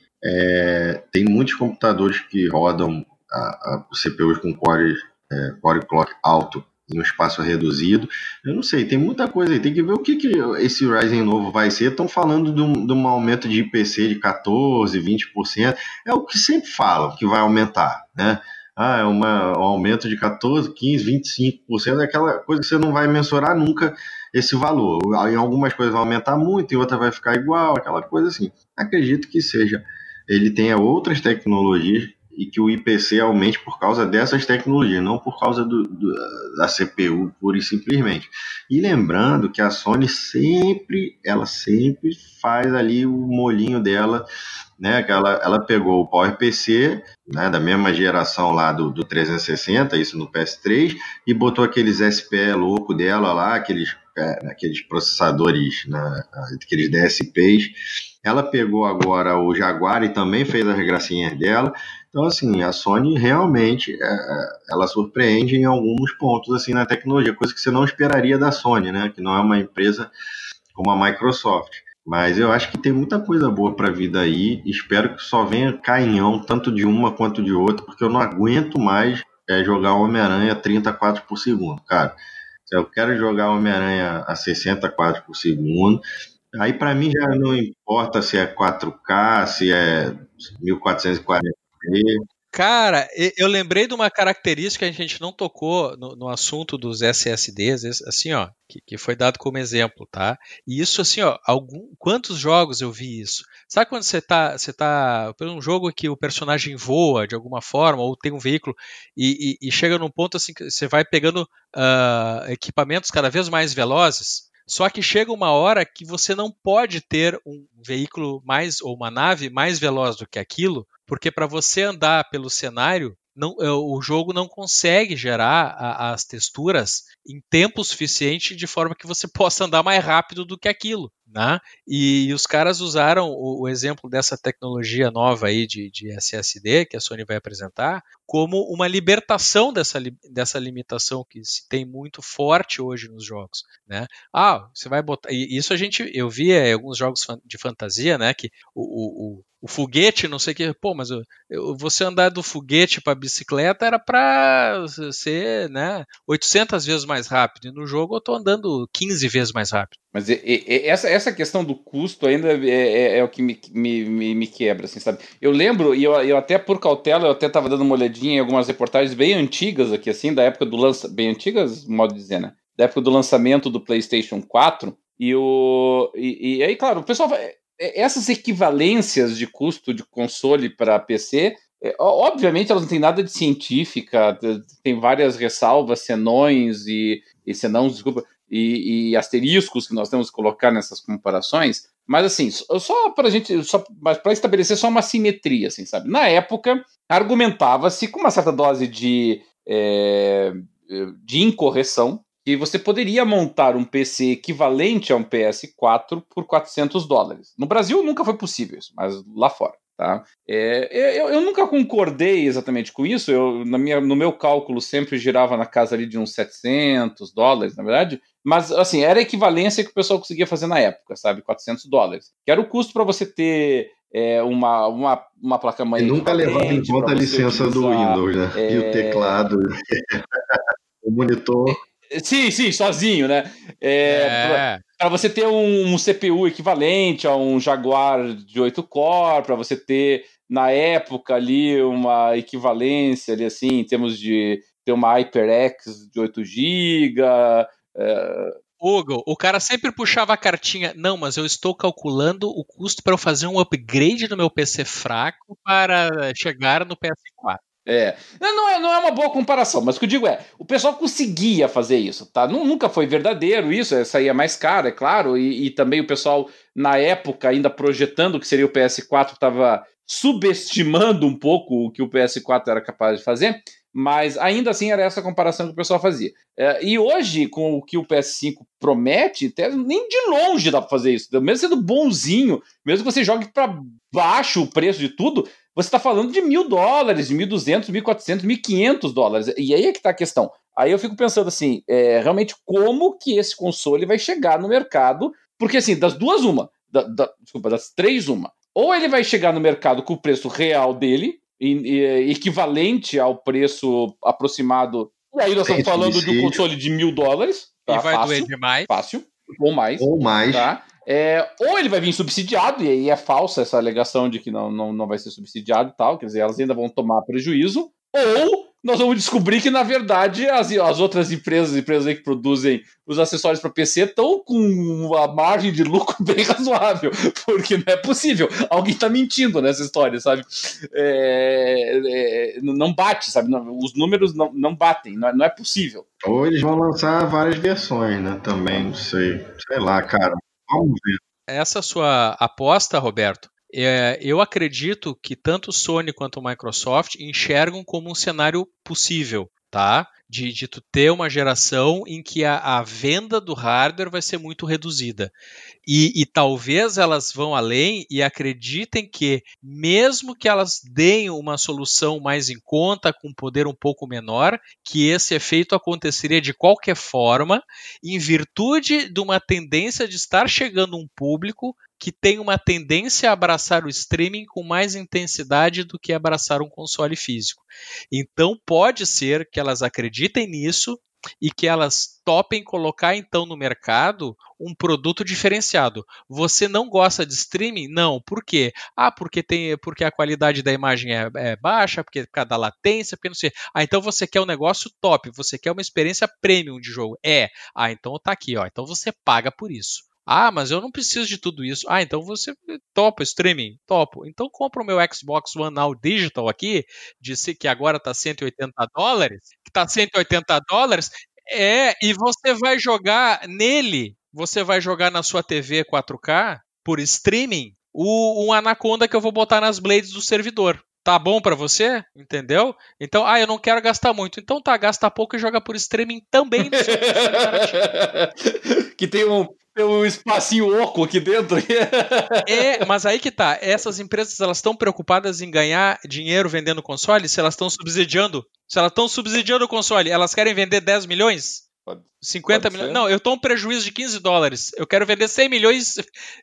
É, tem muitos computadores que rodam a, a, os C P Us com core, é, core clock alto em um espaço reduzido. Eu não sei, tem muita coisa aí. Tem que ver o que, que esse Ryzen novo vai ser. Estão falando de um, de um aumento de I P C de quatorze por cento, vinte por cento. É o que sempre falam que vai aumentar, né? Ah, é uma, um aumento de quatorze, quinze, vinte e cinco por cento. É aquela coisa que você não vai mensurar nunca esse valor. Em algumas coisas vai aumentar muito, em outras vai ficar igual, aquela coisa assim. Acredito que seja. Ele tenha outras tecnologias e que o I P C aumente por causa dessas tecnologias, não por causa do, do, da C P U, pura e simplesmente. E lembrando que a Sony sempre, ela sempre faz ali o molhinho dela, né? Que ela, ela pegou o PowerPC, né, da mesma geração lá do, do trezentos e sessenta, isso no P S três, e botou aqueles S P E louco dela lá, aqueles, é, aqueles processadores, né, aqueles D S Ps. Ela pegou agora o Jaguar e também fez as gracinhas dela. Então, assim, a Sony realmente, é, ela surpreende em alguns pontos, assim, na tecnologia, coisa que você não esperaria da Sony, né? Que não é uma empresa como a Microsoft. Mas eu acho que tem muita coisa boa para vir daí. Espero que só venha canhão, tanto de uma quanto de outra, porque eu não aguento mais é, jogar Homem-Aranha a trinta quadros por segundo, cara. Se eu quero jogar Homem-Aranha a sessenta quadros por segundo, aí para mim já não importa se é quatro K, se é mil quatrocentos e quarenta p. Cara, e- eu lembrei de uma característica que a gente não tocou no, no assunto dos S S Ds, esse- assim, ó, que, que foi dado como exemplo, tá? E isso, assim, ó, algum, quantos jogos eu vi isso? Sabe quando você tá, você tá por um jogo que o personagem voa de alguma forma, ou tem um veículo, e, e- e chega num ponto assim que você vai pegando ah, equipamentos cada vez mais velozes? Só que chega uma hora que você não pode ter um veículo mais, ou uma nave mais veloz do que aquilo, Porque para você andar pelo cenário, não, o jogo não consegue gerar a, as texturas em tempo suficiente de forma que você possa andar mais rápido do que aquilo, né? E, e os caras usaram o, o exemplo dessa tecnologia nova aí de, de S S D que a Sony vai apresentar como uma libertação dessa, dessa limitação que se tem muito forte hoje nos jogos, né? Ah, você vai botar... E isso a gente... Eu vi em alguns jogos de fantasia, né? Que o, o, o foguete, não sei o que... Pô, mas eu, eu, você andar do foguete para bicicleta era para ser, né, oitocentas vezes mais rápido. E no jogo eu tô andando quinze vezes mais rápido. Mas e, e, essa, essa questão do custo ainda é, é, é o que me, me, me quebra, assim, sabe? Eu lembro, e eu, eu até por cautela, eu até estava dando uma olhadinha em algumas reportagens bem antigas aqui, assim, da época do lançamento, bem antigas, modo de dizer, né? Da época do lançamento do PlayStation quatro, e, o, e, e aí, claro, o pessoal vai... Essas equivalências de custo de console para P C, é, obviamente elas não têm nada de científica, tem várias ressalvas, senões e, e senãos, desculpa, e, e asteriscos que nós temos que colocar nessas comparações, mas assim, só para gente, só para estabelecer só uma simetria, assim, sabe? Na época, argumentava-se com uma certa dose de, é, de incorreção que você poderia montar um P C equivalente a um P S quatro por quatrocentos dólares. No Brasil nunca foi possível isso, mas lá fora. Tá? É, eu, eu nunca concordei exatamente com isso, eu, na minha, no meu cálculo sempre girava na casa ali de uns setecentos dólares, na verdade, mas assim, era a equivalência que o pessoal conseguia fazer na época, sabe, quatrocentos dólares, que era o custo para você ter é, uma, uma, uma placa-mãe. E nunca levava em conta a licença utilizar, do Windows, né? É... E o teclado, o monitor... Sim, sim, sozinho, né? É, é. Para você ter um, um C P U equivalente a um Jaguar de oito core, para você ter, na época ali, uma equivalência ali, assim, em termos de ter uma HyperX de oito gigas. É... Hugo, o cara sempre puxava a cartinha, não, mas eu estou calculando o custo para eu fazer um upgrade no meu P C fraco para chegar no P S quatro. É. Não, é, não é uma boa comparação, mas o que eu digo é, o pessoal conseguia fazer isso, tá? Nunca foi verdadeiro isso, saía mais caro, é claro, e, e também o pessoal, na época, ainda projetando que seria o P S quatro, estava subestimando um pouco o que o P S quatro era capaz de fazer, mas ainda assim era essa comparação que o pessoal fazia. É, e hoje, com o que o P S cinco promete, até nem de longe dá para fazer isso, mesmo sendo bonzinho, mesmo que você jogue para baixo o preço de tudo, você está falando de mil dólares, de mil e duzentos, mil e quatrocentos, mil e quinhentos dólares. E aí é que está a questão. Aí eu fico pensando assim, é, realmente como que esse console vai chegar no mercado, porque assim, das duas uma, da, da, desculpa, das três uma, ou ele vai chegar no mercado com o preço real dele, e, e, equivalente ao preço aproximado, e aí nós estamos falando de um console de mil dólares, tá? E vai fácil, doer demais. Fácil, ou mais. Ou mais. Tá? É, ou ele vai vir subsidiado, e aí é falsa essa alegação de que não, não, não vai ser subsidiado e tal, quer dizer, elas ainda vão tomar prejuízo, ou nós vamos descobrir que, na verdade, as, as outras empresas, empresas aí que produzem os acessórios para P C estão com uma margem de lucro bem razoável, porque não é possível, alguém está mentindo nessa história, sabe? É, é, não bate, sabe? Não, os números não, não batem, não é, não é possível. Ou eles vão lançar várias versões, né? Também, não sei, sei lá, cara. Vamos ver. Essa sua aposta, Roberto, é, eu acredito que tanto Sony quanto Microsoft enxergam como um cenário possível, tá? De, de tu ter uma geração em que a, a venda do hardware vai ser muito reduzida. E, e talvez elas vão além e acreditem que, mesmo que elas deem uma solução mais em conta, com poder um pouco menor, que esse efeito aconteceria de qualquer forma, em virtude de uma tendência de estar chegando um público que tem uma tendência a abraçar o streaming com mais intensidade do que abraçar um console físico. Então pode ser que elas acreditem nisso e que elas topem colocar então no mercado um produto diferenciado. Você não gosta de streaming? Não. Por quê? Ah, porque, tem, porque a qualidade da imagem é, é baixa, porque por causa da latência, porque não sei. Ah, então você quer um negócio top, você quer uma experiência premium de jogo. É. Ah, então tá aqui, ó. Então você paga por isso. Ah, mas eu não preciso de tudo isso. Ah, então você topa streaming? Topo. Então compra o meu Xbox One Now Digital aqui, disse que agora está cento e oitenta dólares, que está cento e oitenta dólares, é, e você vai jogar nele, você vai jogar na sua T V quatro K, por streaming, o, um Anaconda que eu vou botar nas blades do servidor. tá bom pra você, entendeu? Então, ah, eu não quero gastar muito. Então tá, gasta pouco e joga por streaming também. Que tem um, tem um espacinho oco aqui dentro. É, mas aí que tá. Essas empresas, elas estão preocupadas em ganhar dinheiro vendendo console? Se elas estão subsidiando, se elas estão subsidiando o console, elas querem vender dez milhões? Pode, cinquenta pode milhões? ser. Não, eu tô um prejuízo de quinze dólares. Eu quero vender cem milhões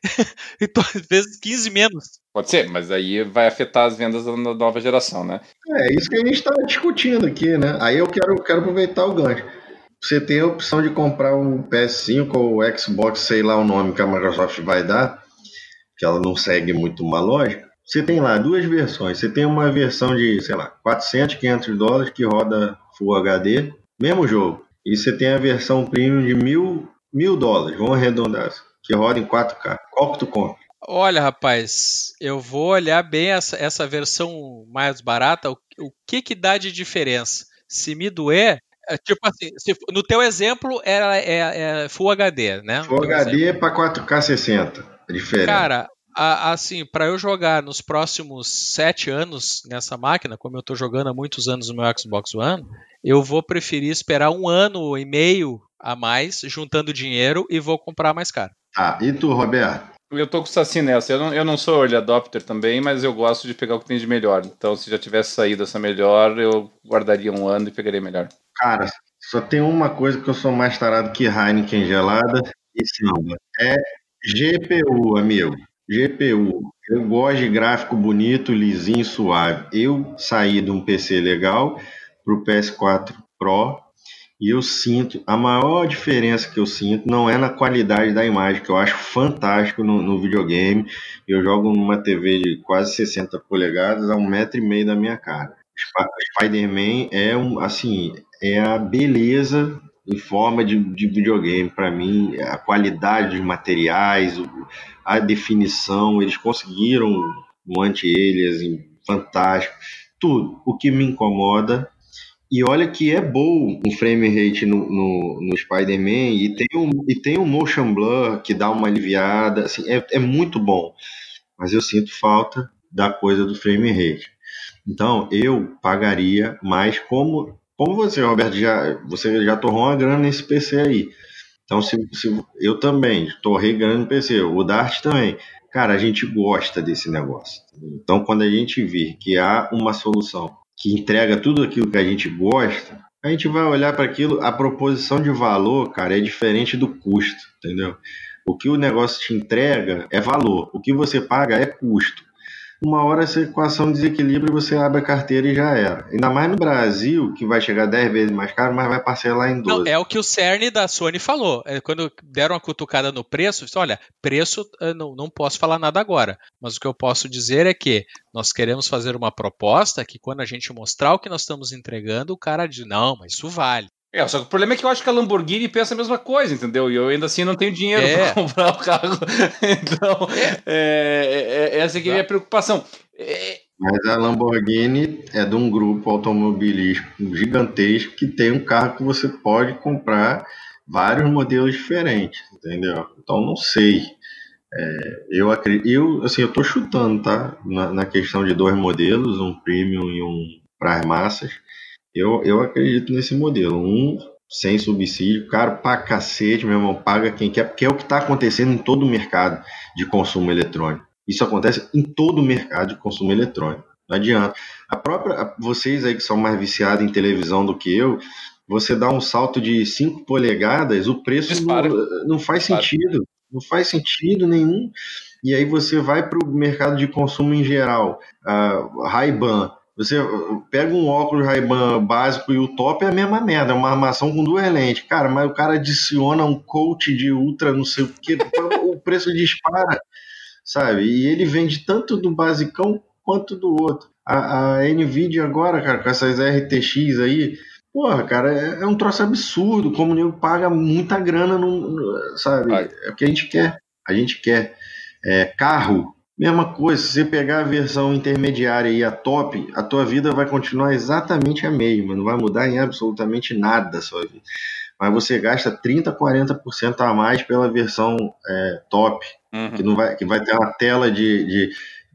e tô, vezes quinze menos. Pode ser, mas aí vai afetar as vendas da nova geração, né? É isso que a gente está discutindo aqui, né? Aí eu quero, quero aproveitar o gancho. Você tem a opção de comprar um P S cinco ou o Xbox, sei lá o nome que a Microsoft vai dar, que ela não segue muito uma lógica. Você tem lá duas versões. Você tem uma versão de, sei lá, quatrocentos, quinhentos dólares que roda Full H D, mesmo jogo. E você tem a versão premium de mil, mil dólares, vamos arredondar, que roda em quatro K. Qual que tu compra? Olha, rapaz, eu vou olhar bem essa, essa versão mais barata, o, o que que dá de diferença? Se me doer, é, tipo assim, se, no teu exemplo era, é, é Full H D, né? Full H D é para quatro K sessenta, é diferente. Cara, a, assim, para eu jogar nos próximos sete anos nessa máquina, como eu tô jogando há muitos anos no meu Xbox One, eu vou preferir esperar um ano e meio a mais, juntando dinheiro, e vou comprar mais caro. Ah, e tu, Roberto? Eu tô com o Saci nessa. Eu não, eu não sou early adopter também, mas eu gosto de pegar o que tem de melhor. Então, se já tivesse saído essa melhor, eu guardaria um ano e pegaria melhor. Cara, só tem uma coisa que eu sou mais tarado que Heineken gelada e samba. É G P U, amigo. G P U. Eu gosto de gráfico bonito, lisinho, suave. Eu saí de um P C legal pro P S quatro Pro e eu sinto, a maior diferença que eu sinto não é na qualidade da imagem, que eu acho fantástico no, no videogame. Eu jogo numa T V de quase sessenta polegadas a um metro e meio da minha cara. Spider-Man é um, assim, é a beleza em forma de, de videogame para mim, a qualidade dos materiais, a definição, eles conseguiram um anti-aliasing fantástico, tudo. O que me incomoda, e olha que é bom um frame rate no, no, no Spider-Man, e tem, um, e tem um motion blur que dá uma aliviada, assim, é, é muito bom, mas eu sinto falta da coisa do frame rate. Então, eu pagaria mais, como, como você, Roberto, já, você já torrou uma grana nesse P C aí. Então, se, se, eu também torrei grana no P C, o Dart também. Cara, a gente gosta desse negócio. Então, quando a gente vir que há uma solução que entrega tudo aquilo que a gente gosta, a gente vai olhar para aquilo, a proposição de valor, cara, é diferente do custo, entendeu? O que o negócio te entrega é valor, o que você paga é custo. Uma hora essa equação desequilibra e você abre a carteira e já era. Ainda mais no Brasil, que vai chegar dez vezes mais caro, mas vai parcelar em doze. Não, é o que o cerne da Sony falou. É, quando deram uma cutucada no preço, disse, olha, preço não, não posso falar nada agora, mas o que eu posso dizer é que nós queremos fazer uma proposta que quando a gente mostrar o que nós estamos entregando, o cara diz, não, mas isso vale. É, só que o problema é que eu acho que a Lamborghini pensa a mesma coisa, entendeu? E eu ainda assim não tenho dinheiro é. para comprar o carro. Então, é. É, é, essa aqui é a minha preocupação. É... Mas a Lamborghini é de um grupo automobilístico gigantesco que tem um carro que você pode comprar vários modelos diferentes, entendeu? Então, não sei. É, eu acredito, eu, assim, eu tô chutando, tá? Na, na questão de dois modelos, um premium e um para as massas. Eu, eu acredito nesse modelo. Um sem subsídio, caro pra cacete, meu irmão, paga quem quer, porque é o que está acontecendo em todo o mercado de consumo eletrônico. Isso acontece em todo o mercado de consumo eletrônico. Não adianta. A própria, vocês aí que são mais viciados em televisão do que eu, você dá um salto de cinco polegadas, o preço não, não faz Dispara. sentido. Não faz sentido nenhum. E aí você vai para o mercado de consumo em geral. Uh, Ray-Ban. Você pega um óculos Ray-Ban básico e o top é a mesma merda, é uma armação com duas lentes. Cara, mas o cara adiciona um coat de ultra, não sei o que, o preço dispara, sabe? E ele vende tanto do basicão quanto do outro. A, a NVIDIA agora, cara, com essas R T X aí, porra, cara, é, é um troço absurdo, como o nego paga muita grana, no, no, sabe? Vai. É o que a gente quer. A gente quer é, carro. Mesma coisa, se você pegar a versão intermediária e a top, a tua vida vai continuar exatamente a mesma, não vai mudar em absolutamente nada a sua vida. Mas você gasta trinta, quarenta por cento a mais pela versão é, top, uhum. que, não vai, que vai ter uma tela de, de,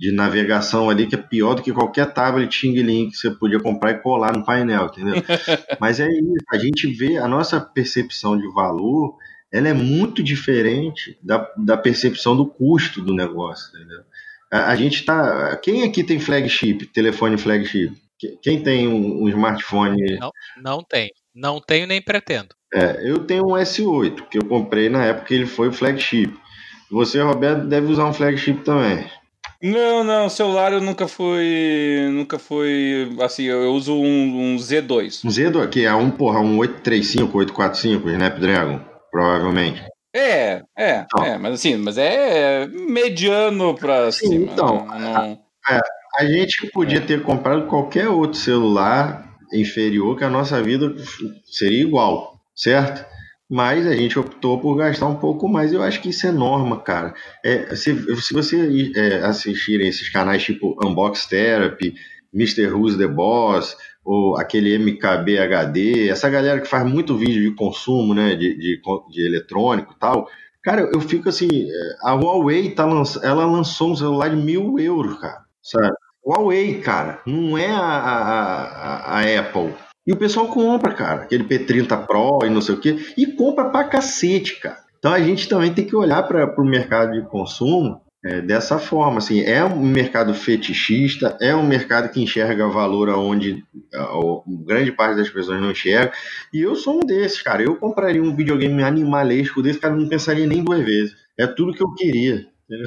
de navegação ali que é pior do que qualquer tablet Xing Ling que você podia comprar e colar no painel, entendeu? Mas é isso, a gente vê, a nossa percepção de valor, ela é muito diferente da, da percepção do custo do negócio, entendeu? A, a gente tá... Quem aqui tem flagship, telefone flagship? Quem tem um, um smartphone... Não, não tem. Não tenho nem pretendo. É, eu tenho um S oito, que eu comprei na época que ele foi o flagship. Você, Roberto, deve usar um flagship também. Não, não, celular eu nunca fui, nunca fui, assim, eu uso um, um Z dois. Um Z dois, que é um, porra, um oito três cinco, oito quatro cinco, Snapdragon, provavelmente. É, é, então, é, mas assim, mas é mediano pra sim, cima. Então, não, não... A, a gente podia ter comprado qualquer outro celular inferior que a nossa vida seria igual, certo? Mas a gente optou por gastar um pouco mais. Eu acho que isso é norma, cara. É, se, se você é, assistir esses canais tipo Unbox Therapy, mister Who's the Boss, ou aquele M K B H D, essa galera que faz muito vídeo de consumo, né, de, de, de eletrônico e tal, cara, eu fico assim, a Huawei tá lanç, ela lançou um celular de mil euros, cara, sabe? Huawei, cara, não é a, a, a, a Apple. E o pessoal compra, cara, aquele P trinta Pro e não sei o quê, e compra pra cacete, cara. Então a gente também tem que olhar para o mercado de consumo é, dessa forma, assim, é um mercado fetichista, é um mercado que enxerga valor aonde a, a grande parte das pessoas não enxerga, e eu sou um desses, cara. Eu compraria um videogame animalesco desse, cara, não pensaria nem duas vezes. É tudo que eu queria, entendeu?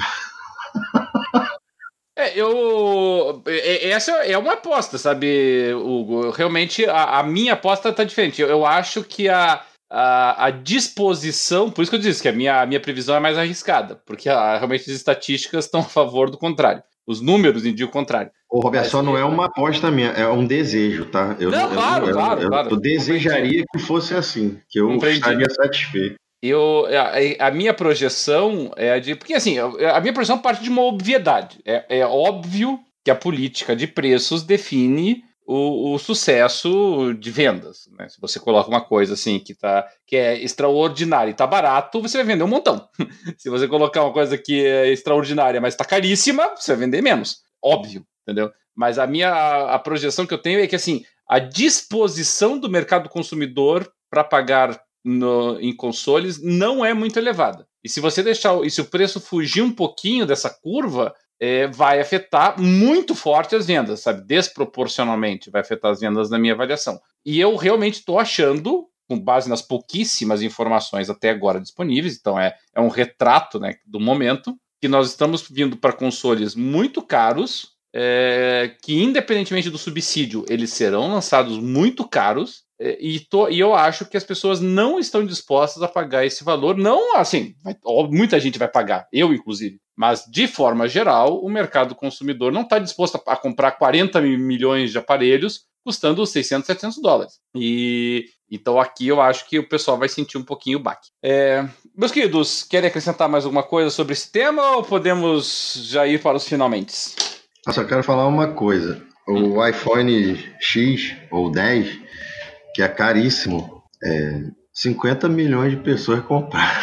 É, eu. Essa é uma aposta, sabe, Hugo? Realmente, a, a minha aposta tá diferente. Eu, eu acho que a, a, a disposição. Por isso que eu disse que a minha, a minha previsão é mais arriscada, porque a, realmente as estatísticas estão a favor do contrário. Os números indicam o contrário. Ô, Roberto, só não é uma aposta minha, é um desejo, tá? Eu, não, claro, eu, claro, eu, claro. Eu desejaria que fosse assim, que eu Compreendi. estaria satisfeito. Eu, a, a minha projeção é a de... Porque, assim, a minha projeção parte de uma obviedade. É, é óbvio que a política de preços define o, o sucesso de vendas, né? Se você coloca uma coisa assim que, tá, que é extraordinária e tá barato, você vai vender um montão. Se você colocar uma coisa que é extraordinária, mas tá caríssima, você vai vender menos. Óbvio, entendeu? Mas a minha a, a projeção que eu tenho é que, assim, a disposição do mercado consumidor para pagar No, em consoles não é muito elevada. E se você deixar, e se o preço fugir um pouquinho dessa curva, é, vai afetar muito forte as vendas, sabe? Desproporcionalmente vai afetar as vendas na minha avaliação. E eu realmente estou achando, com base nas pouquíssimas informações até agora disponíveis, então é, é um retrato, né, do momento, que nós estamos vindo para consoles muito caros, é, que independentemente do subsídio, eles serão lançados muito caros. E, tô, e eu acho que as pessoas não estão dispostas a pagar esse valor. Não, assim, vai, ó, muita gente vai pagar, eu inclusive. Mas, de forma geral, o mercado consumidor não está disposto a, a comprar quarenta milhões de aparelhos custando seiscentos, setecentos dólares. E então aqui eu acho que o pessoal vai sentir um pouquinho o baque. É, meus queridos, querem acrescentar mais alguma coisa sobre esse tema ou podemos já ir para os finalmente? Eu só quero falar uma coisa. O hum. iPhone X ou dez, que é caríssimo, é, cinquenta milhões de pessoas compraram.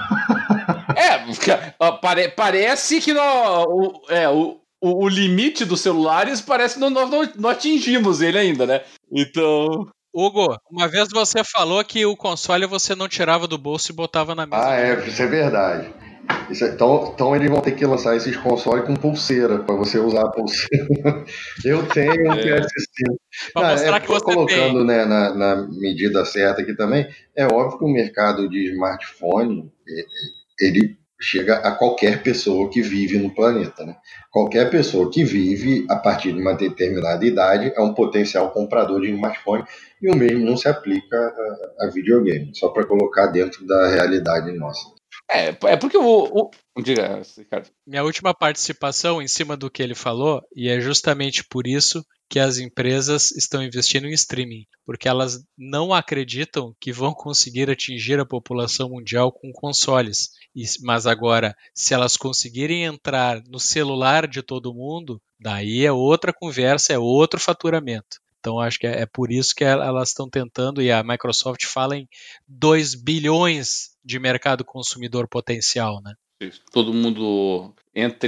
É, pare, parece que no, o, é, o, o limite dos celulares parece que nós não, não atingimos ele ainda, né? Então... Hugo, uma vez você falou que o console você não tirava do bolso e botava na mesa. Ah, é, isso é verdade. Isso é, então, então eles vão ter que lançar esses consoles com pulseira, para você usar a pulseira. Eu tenho um P S cinco. Para mostrar é, que você colocando tem. Né, na, na medida certa aqui também, é óbvio que o mercado de smartphone, ele chega a qualquer pessoa que vive no planeta, né? Qualquer pessoa que vive a partir de uma determinada idade é um potencial comprador de smartphone, e o mesmo não se aplica a, a videogame, só para colocar dentro da realidade nossa. É, é porque o... o... Diga, Ricardo. Minha última participação em cima do que ele falou, e é justamente por isso que as empresas estão investindo em streaming, porque elas não acreditam que vão conseguir atingir a população mundial com consoles. Mas agora, se elas conseguirem entrar no celular de todo mundo, daí é outra conversa, é outro faturamento. Então, acho que é por isso que elas estão tentando, e a Microsoft fala em dois bilhões de mercado consumidor potencial, né? Todo mundo entre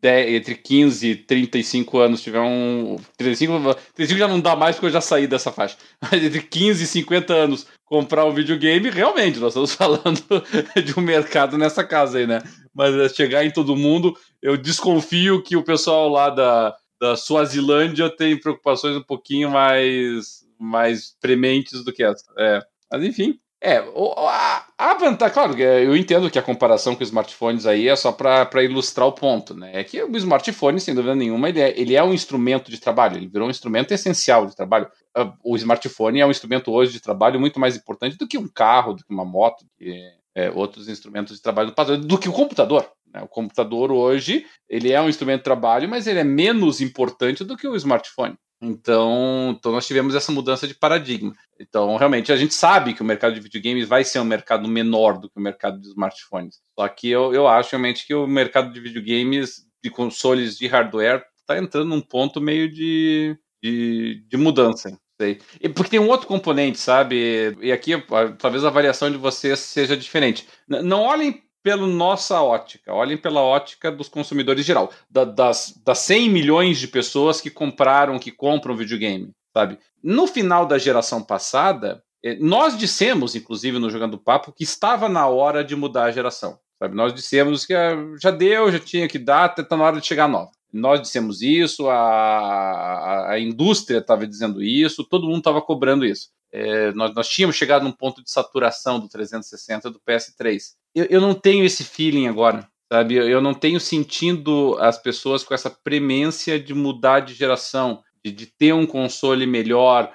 dez, entre quinze e trinta e cinco anos tiver um... trinta e cinco, trinta e cinco já não dá mais porque eu já saí dessa faixa. Mas entre quinze e cinquenta anos comprar um videogame, realmente, nós estamos falando de um mercado nessa casa aí, né? Mas chegar em todo mundo, eu desconfio que o pessoal lá da, da Suazilândia tem preocupações um pouquinho mais, mais prementes do que essa. É, mas enfim... É, a, a vantagem, claro, eu entendo que a comparação com os smartphones aí é só para ilustrar o ponto, né? É que o smartphone, sem dúvida nenhuma, ele é, ele é um instrumento de trabalho, ele virou um instrumento essencial de trabalho. O smartphone é um instrumento hoje de trabalho muito mais importante do que um carro, do que uma moto, do que é, outros instrumentos de trabalho do passado, do que o computador. Né? O computador hoje, ele é um instrumento de trabalho, mas ele é menos importante do que o smartphone. Então, então nós tivemos essa mudança de paradigma. Então, realmente, a gente sabe que o mercado de videogames vai ser um mercado menor do que o mercado de smartphones. Só que eu, eu acho realmente que o mercado de videogames, de consoles de hardware, está entrando num ponto meio de, de, de mudança. Sei. E porque tem um outro componente, sabe? E aqui, talvez a avaliação de vocês seja diferente. N- não olhem pela nossa ótica, olhem pela ótica dos consumidores geral, da, das, das cem milhões de pessoas que compraram, que compram videogame, sabe? No final da geração passada, nós dissemos, inclusive no Jogando Papo, que estava na hora de mudar a geração, sabe? Nós dissemos que já deu, já tinha que dar, está na hora de chegar nova. Nós dissemos isso, a, a, a indústria estava dizendo isso, todo mundo estava cobrando isso. É, nós, nós tínhamos chegado num ponto de saturação do trezentos e sessenta do P S três. Eu, eu não tenho esse feeling agora, sabe? Eu, eu não tenho sentindo as pessoas com essa premência de mudar de geração, de, de ter um console melhor,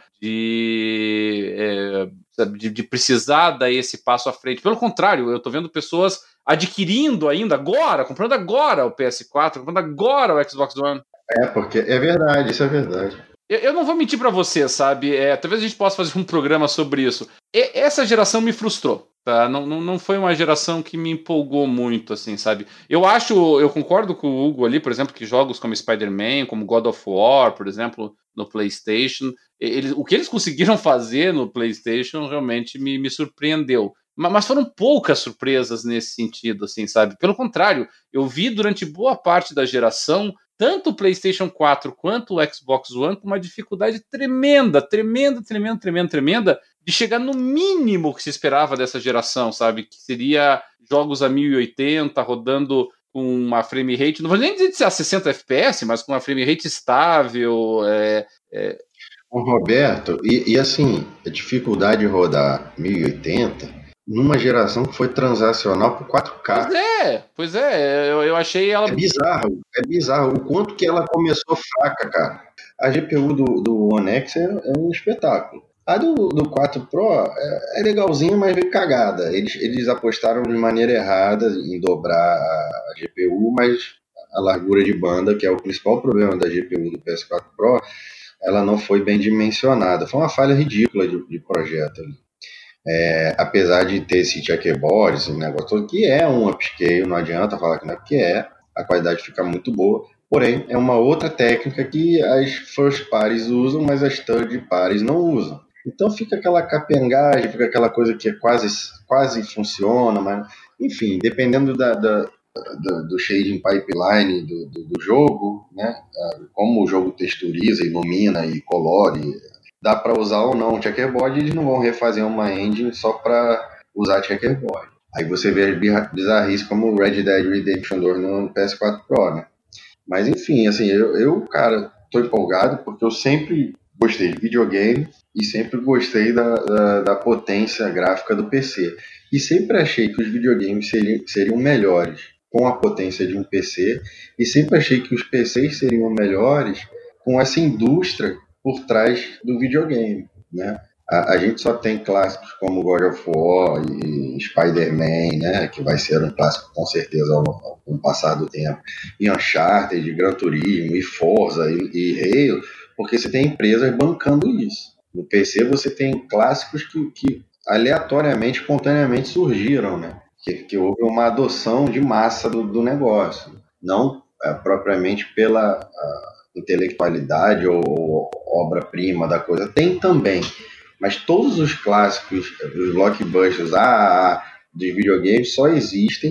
de, é, sabe, de, de precisar dar esse passo à frente. Pelo contrário, eu estou vendo pessoas adquirindo ainda agora, comprando agora o P S quatro, comprando agora o Xbox One. É, porque é verdade, isso é verdade. Eu, eu não vou mentir pra você, sabe? É, talvez a gente possa fazer um programa sobre isso. E, essa geração me frustrou, tá? Não, não, não foi uma geração que me empolgou muito, assim, sabe? Eu acho, eu concordo com o Hugo ali, por exemplo, que jogos como Spider-Man, como God of War, por exemplo, no PlayStation, eles, o que eles conseguiram fazer no PlayStation realmente me, me surpreendeu. Mas foram poucas surpresas nesse sentido, assim, sabe? Pelo contrário, eu vi durante boa parte da geração tanto o PlayStation quatro quanto o Xbox One com uma dificuldade tremenda, tremenda, tremenda, tremenda, tremenda, de chegar no mínimo que se esperava dessa geração, sabe? Que seria jogos a mil e oitenta, rodando com uma frame rate, não vou nem dizer de ser a sessenta F P S, mas com uma frame rate estável. É, é... O Roberto, e, e assim, a dificuldade de rodar mil e oitenta... numa geração que foi transacional por quatro K. Pois é, pois é, eu, eu achei ela... É bizarro, é bizarro o quanto que ela começou fraca, cara. A G P U do, do One X é, é um espetáculo. A do, do quatro Pro é, é legalzinha, mas veio cagada. Eles, eles apostaram de maneira errada em dobrar a, a G P U, mas a largura de banda, que é o principal problema da G P U do P S quatro Pro, ela não foi bem dimensionada. Foi uma falha ridícula de, de projeto ali. É, apesar de ter esse checkerboard, esse negócio todo, que é um upscale, não adianta falar que não é, porque é, a qualidade fica muito boa, porém é uma outra técnica que as first parties usam, mas as third parties não usam. Então fica aquela capengagem, fica aquela coisa que é quase, quase funciona, mas enfim, dependendo da, da, do, do shading pipeline do, do, do jogo, né, como o jogo texturiza, ilumina e colore, dá para usar ou não o checkerboard, eles não vão refazer uma engine só para usar checkerboard. Aí você vê as bizarrices como o Red Dead Redemption dois no P S quatro Pro, né? Mas enfim, assim, eu, eu cara, tô empolgado porque eu sempre gostei de videogame e sempre gostei da, da, da potência gráfica do P C. E sempre achei que os videogames seriam, seriam melhores com a potência de um P C e sempre achei que os P Cs seriam melhores com essa indústria por trás do videogame, né? A, a gente só tem clássicos como God of War e Spider-Man, né? Que vai ser um clássico com certeza ao, ao, ao passar do tempo, e Uncharted, Gran Turismo, e Forza, e, e Halo, porque você tem empresas bancando isso. No P C você tem clássicos que, que aleatoriamente, espontaneamente surgiram, né? Que, que houve uma adoção de massa do, do negócio, não é, propriamente pela... A, intelectualidade ou, ou obra-prima da coisa, tem também, mas todos os clássicos, os blockbusters ah, de videogames só existem porque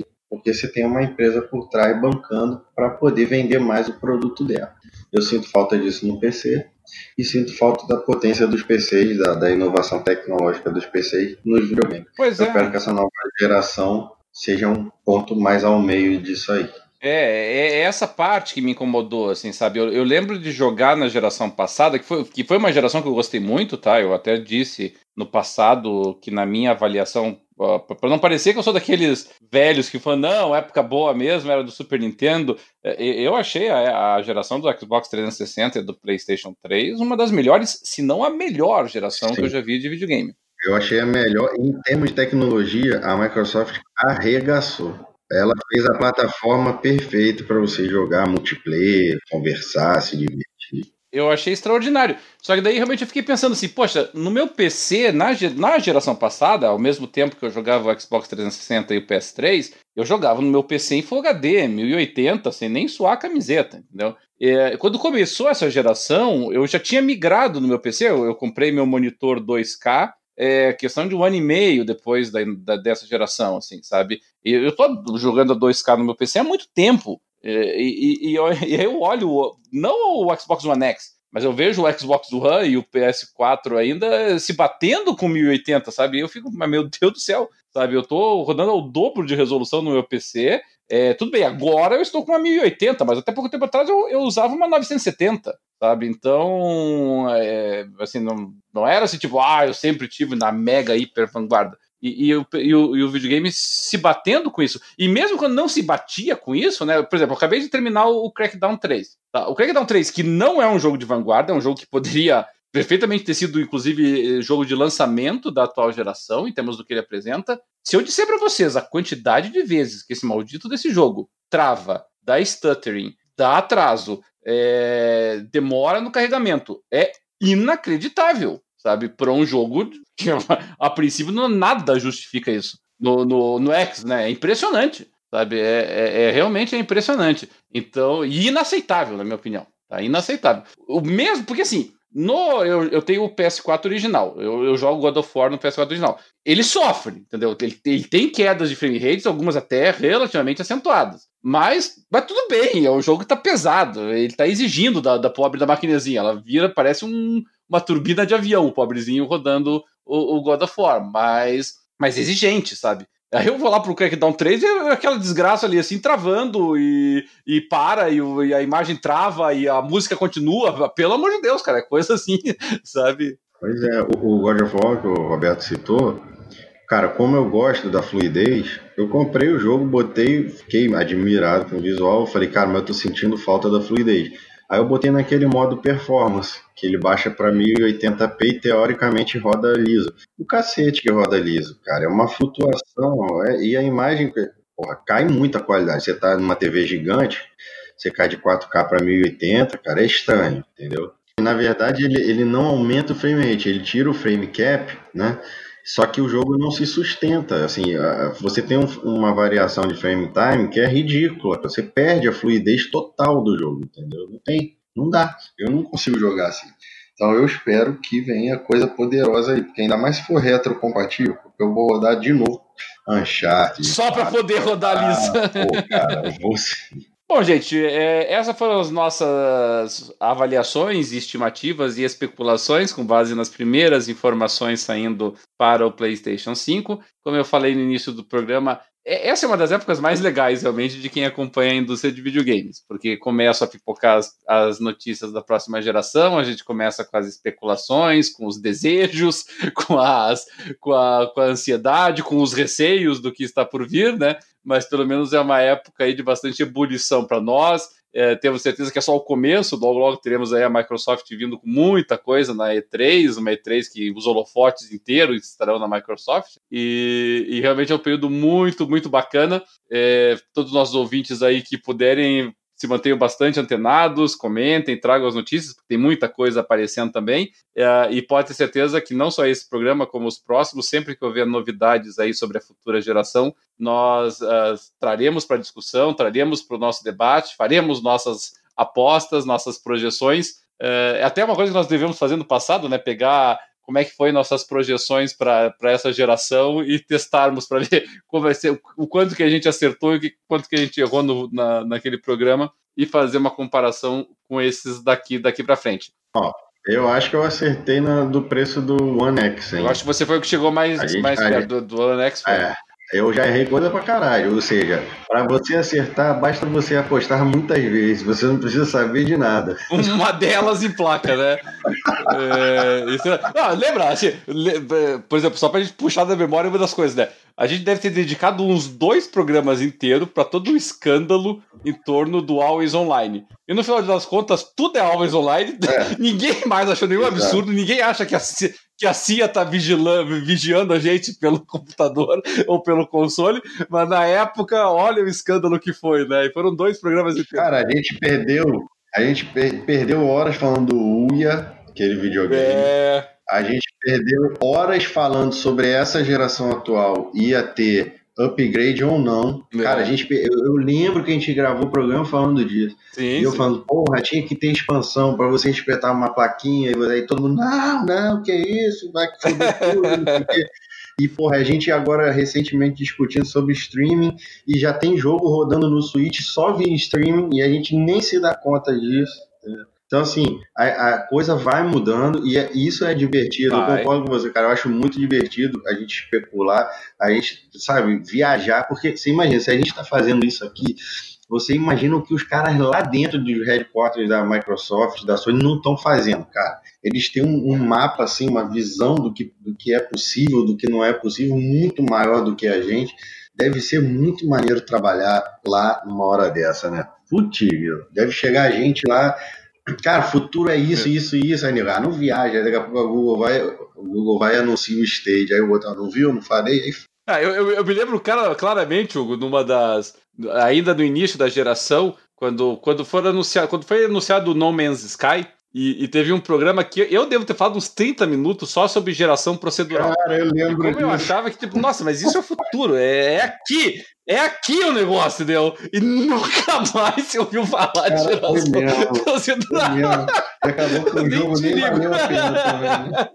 porque você tem uma empresa por trás bancando para poder vender mais o produto dela. Eu sinto falta disso no P C e sinto falta da potência dos P Cs, da, da inovação tecnológica dos P Cs nos videogames. Pois Eu é. espero que essa nova geração seja um ponto mais ao meio disso aí. É, é essa parte que me incomodou, assim, sabe? Eu, eu lembro de jogar na geração passada, que foi, que foi uma geração que eu gostei muito, tá? Eu até disse no passado que na minha avaliação, uh, para não parecer que eu sou daqueles velhos que falam, não, época boa mesmo, era do Super Nintendo. Eu achei a, a geração do Xbox trezentos e sessenta e do PlayStation três uma das melhores, se não a melhor geração Sim. que eu já vi de videogame. Eu achei a melhor. Em termos de tecnologia, a Microsoft arregaçou. Ela fez a plataforma perfeita para você jogar multiplayer, conversar, se divertir. Eu achei extraordinário. Só que daí realmente eu fiquei pensando assim, poxa, no meu P C, na, na geração passada, ao mesmo tempo que eu jogava o Xbox trezentos e sessenta e o P S três, eu jogava no meu P C em Full H D, mil e oitenta, sem nem suar a camiseta, entendeu? E, quando começou essa geração, eu já tinha migrado no meu P C, eu, eu comprei meu monitor dois K, é questão de um ano e meio depois da, da, dessa geração, assim, sabe? E eu tô jogando a dois K no meu P C há muito tempo, e, e, e, eu, e eu olho, não o Xbox One X, mas eu vejo o Xbox One e o P S quatro ainda se batendo com mil e oitenta, sabe? E eu fico, mas meu Deus do céu, sabe? Eu tô rodando ao dobro de resolução no meu P C, é, tudo bem, agora eu estou com uma mil e oitenta, mas até pouco tempo atrás eu, eu usava uma novecentos e setenta, sabe? Então, é, assim, não, não era assim, tipo, ah, eu sempre tive na mega hiper vanguarda. E, e, e, o, e o videogame se batendo com isso. E mesmo quando não se batia com isso, né? Por exemplo, eu acabei de terminar o Crackdown três. Tá? O Crackdown três, que não é um jogo de vanguarda, é um jogo que poderia perfeitamente ter sido, inclusive, jogo de lançamento da atual geração, em termos do que ele apresenta. Se eu disser pra vocês a quantidade de vezes que esse maldito desse jogo trava, dá stuttering, dá atraso, é, demora no carregamento, é inacreditável, sabe? Para um jogo que, a princípio, não, nada justifica isso. No, no, no X, né? É impressionante, sabe? É, é, é realmente é impressionante. Então, e inaceitável, na minha opinião. Tá? Inaceitável. O mesmo, porque assim, no, eu, eu tenho o P S quatro original, eu, eu jogo God of War no P S quatro original. Ele sofre, entendeu? Ele, ele tem quedas de frame rates, algumas até relativamente acentuadas. Mas, mas tudo bem, é um jogo que tá pesado, ele tá exigindo da, da pobre da maquinezinha. Ela vira, parece um, uma turbina de avião, o pobrezinho rodando o, o God of War, mas, mas exigente, sabe? Aí eu vou lá pro Crackdown três e aquela desgraça ali, assim, travando e, e para, e, e a imagem trava e a música continua. Pelo amor de Deus, cara, é coisa assim, sabe? Pois é, o, o God of War que o Roberto citou, cara, como eu gosto da fluidez, eu comprei o jogo, botei, fiquei admirado com o visual, falei, cara, mas eu tô sentindo falta da fluidez. Aí eu botei naquele modo performance, que ele baixa para mil e oitenta p e teoricamente roda liso. O cacete que roda liso, cara, é uma flutuação, é, e a imagem, porra, cai muito a qualidade. Você tá numa T V gigante, você cai de quatro K para mil e oitenta, cara, é estranho, entendeu? E, na verdade, ele, ele não aumenta o frame rate, ele tira o frame cap, né? Só que o jogo não se sustenta, assim, você tem um, uma variação de frame time que é ridícula, você perde a fluidez total do jogo, entendeu? Não tem, não dá, eu não consigo jogar assim. Então eu espero que venha coisa poderosa aí, porque ainda mais se for retrocompatível, porque eu vou rodar de novo Uncharted. Só para poder rodar ah, liso. Pô, cara, eu vou sim. Bom, gente, é, essas foram as nossas avaliações, estimativas e especulações com base nas primeiras informações saindo para o PlayStation cinco. Como eu falei no início do programa, é, essa é uma das épocas mais legais, realmente, de quem acompanha a indústria de videogames, porque começam a pipocar as, as notícias da próxima geração, a gente começa com as especulações, com os desejos, com, as, com, a, com a ansiedade, com os receios do que está por vir, né? Mas pelo menos é uma época aí de bastante ebulição para nós. É, temos certeza que é só o começo, logo logo teremos aí a Microsoft vindo com muita coisa na E três, uma E três que os holofotes inteiros estarão na Microsoft, e, e realmente é um período muito, muito bacana. É, todos os nossos ouvintes aí que puderem se mantenham bastante antenados, comentem, tragam as notícias, porque tem muita coisa aparecendo também, é, e pode ter certeza que não só esse programa, como os próximos, sempre que houver novidades aí sobre a futura geração, nós uh, traremos para discussão, traremos para o nosso debate, faremos nossas apostas, nossas projeções. É até uma coisa que nós devemos fazer no passado, né? Pegar como é que foi nossas projeções para essa geração e testarmos para ver como vai ser, o quanto que a gente acertou e o quanto que a gente errou no, na, naquele programa e fazer uma comparação com esses daqui, daqui para frente. Ó, eu acho que eu acertei na, do preço do One X, hein? Eu acho que você foi o que chegou mais, gente, mais perto gente, do, do One X. Foi. É. Eu já errei coisa pra caralho, ou seja, para você acertar, basta você apostar muitas vezes, você não precisa saber de nada. Uma delas em placa, né? é, isso, ah, lembra, assim, por exemplo, só pra gente puxar da memória uma das coisas, né? A gente deve ter dedicado uns dois programas inteiros para todo o escândalo em torno do Always Online. E no final das contas, tudo é Always Online, é. Ninguém mais achou nenhum Exato. Absurdo, ninguém acha que a que a C I A tá vigilando, vigiando a gente pelo computador ou pelo console, mas na época, olha o escândalo que foi, né? E foram dois programas inteiros. Cara, a gente perdeu, a gente per- perdeu horas falando do Uia, aquele videogame. É... A gente perdeu horas falando sobre essa geração atual, ia ter upgrade ou não. É. Cara, a gente, eu, eu lembro que a gente gravou o programa falando disso. Sim, e eu sim. falando, porra, tinha que ter expansão para você espetar uma plaquinha, e aí todo mundo, não, não, que é isso? Vai que foder tudo, não sei o quê. E, porra, a gente agora recentemente discutindo sobre streaming e já tem jogo rodando no Switch só via streaming e a gente nem se dá conta disso. Então, assim, a, a coisa vai mudando e é, isso é divertido. Vai. Eu concordo com você, cara. Eu acho muito divertido a gente especular, a gente, sabe, viajar, porque você imagina, se a gente está fazendo isso aqui, você imagina o que os caras lá dentro dos headquarters da Microsoft, da Sony, não estão fazendo, cara. Eles têm um, um mapa, assim, uma visão do que, do que é possível, do que não é possível, muito maior do que a gente. Deve ser muito maneiro trabalhar lá numa hora dessa, né? Putz, deve chegar a gente lá... Cara, futuro é isso, isso e isso, aí ah, não viaja, daqui a pouco a Google vai, o Google vai anunciar o stage, aí o outro não viu, não falei, aí... Ah, eu, eu, eu me lembro cara, claramente, Hugo, numa das, ainda no início da geração, quando, quando, for anunciar, quando foi anunciado o No Man's Sky, e, e teve um programa que eu devo ter falado uns trinta minutos só sobre geração procedural. Cara, eu lembro e como disso. Eu achava que, tipo, nossa, mas isso é o futuro, é, é aqui, é aqui o negócio, entendeu? E nunca mais se ouviu falar cara, de geração procedural. Acabou que o jogo nem valeu a pena também, né?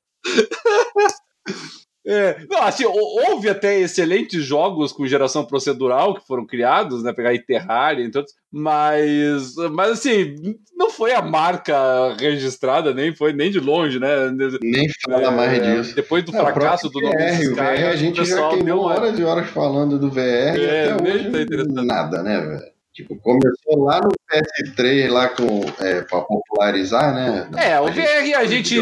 É, não, assim, houve até excelentes jogos com geração procedural que foram criados, né, pegar aí Terraria, entre outros, mas, mas assim, não foi a marca registrada, nem foi nem de longe, né? Nem fala é, mais disso. Depois do é, fracasso do V R, Sky, o V R, a gente já queimou horas e horas falando do V R é, e até hoje tá nada, né, velho? Tipo, começou lá no P S três, lá com, é, pra popularizar, né? É, o V R a gente...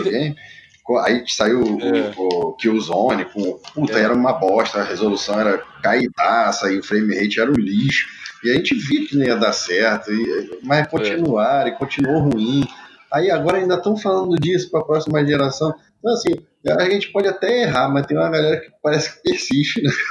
Aí saiu é. o, o Killzone, com, puta, é. era uma bosta, a resolução era caidaça e o frame rate era um lixo. E a gente viu que não ia dar certo, e, mas continuaram é. e continuou ruim. Aí agora ainda estão falando disso para a próxima geração. Então, assim, a gente pode até errar, mas tem uma galera que parece que persiste, né?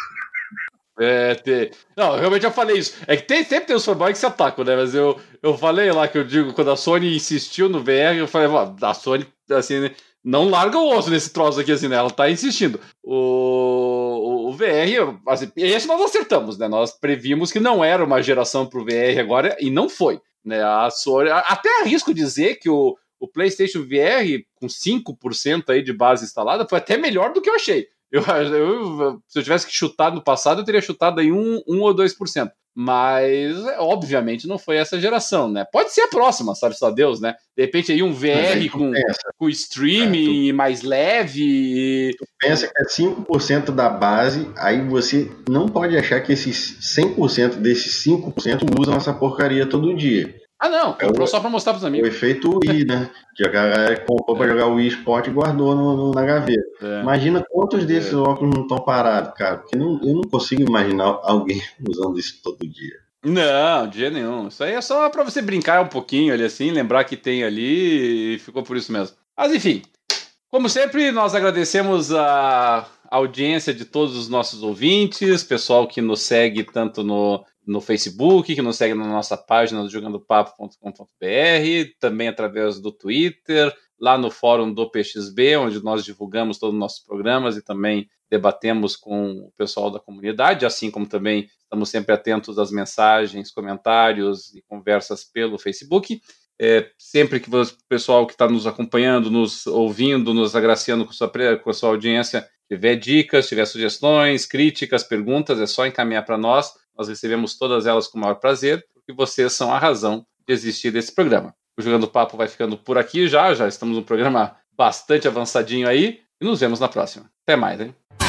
É, tem... Não, realmente eu falei isso. É que tem, sempre tem os fanboys que se atacam, né? Mas eu, eu falei lá que eu digo, quando a Sony insistiu no V R, eu falei, a Sony, assim, né? Não larga o osso nesse troço aqui, assim, né? Ela tá insistindo. O, o, o V R, assim, esse nós acertamos, né? Nós previmos que não era uma geração pro V R agora, e não foi, né? A Sony, até arrisco dizer que o, o PlayStation V R, com cinco por cento aí de base instalada, foi até melhor do que eu achei. Eu, eu, se eu tivesse que chutar no passado, eu teria chutado aí um, um ou dois por cento. Mas, obviamente, não foi essa geração, né? Pode ser a próxima, sabe só Deus, né? De repente aí um V R com, com streaming é, tu, mais leve. Tu pensa que é cinco por cento da base, aí você não pode achar que esses cem por cento desses cinco por cento usam essa porcaria todo dia. Ah, não, comprou é o, só pra mostrar pros amigos. O efeito Wii, né? Que a galera comprou é. pra jogar o Wii Sport e guardou no, no, na gaveta. É. Imagina quantos desses é. óculos não estão parados, cara. Porque não, eu não consigo imaginar alguém usando isso todo dia. Não, dia nenhum. Isso aí é só pra você brincar um pouquinho ali assim, lembrar que tem ali e ficou por isso mesmo. Mas enfim, como sempre, nós agradecemos a audiência de todos os nossos ouvintes, pessoal que nos segue tanto no... no Facebook, que nos segue na nossa página do jogando papo ponto com ponto b r, também através do Twitter, lá no fórum do P X B, onde nós divulgamos todos os nossos programas e também debatemos com o pessoal da comunidade, assim como também estamos sempre atentos às mensagens, comentários e conversas pelo Facebook. É, sempre que o pessoal que está nos acompanhando, nos ouvindo, nos agraciando com sua, com a sua audiência, tiver dicas, tiver sugestões, críticas, perguntas, é só encaminhar para nós. Nós recebemos todas elas com o maior prazer, porque vocês são a razão de existir desse programa. O Jogando Papo vai ficando por aqui já, já estamos num programa bastante avançadinho aí, e nos vemos na próxima. Até mais, hein?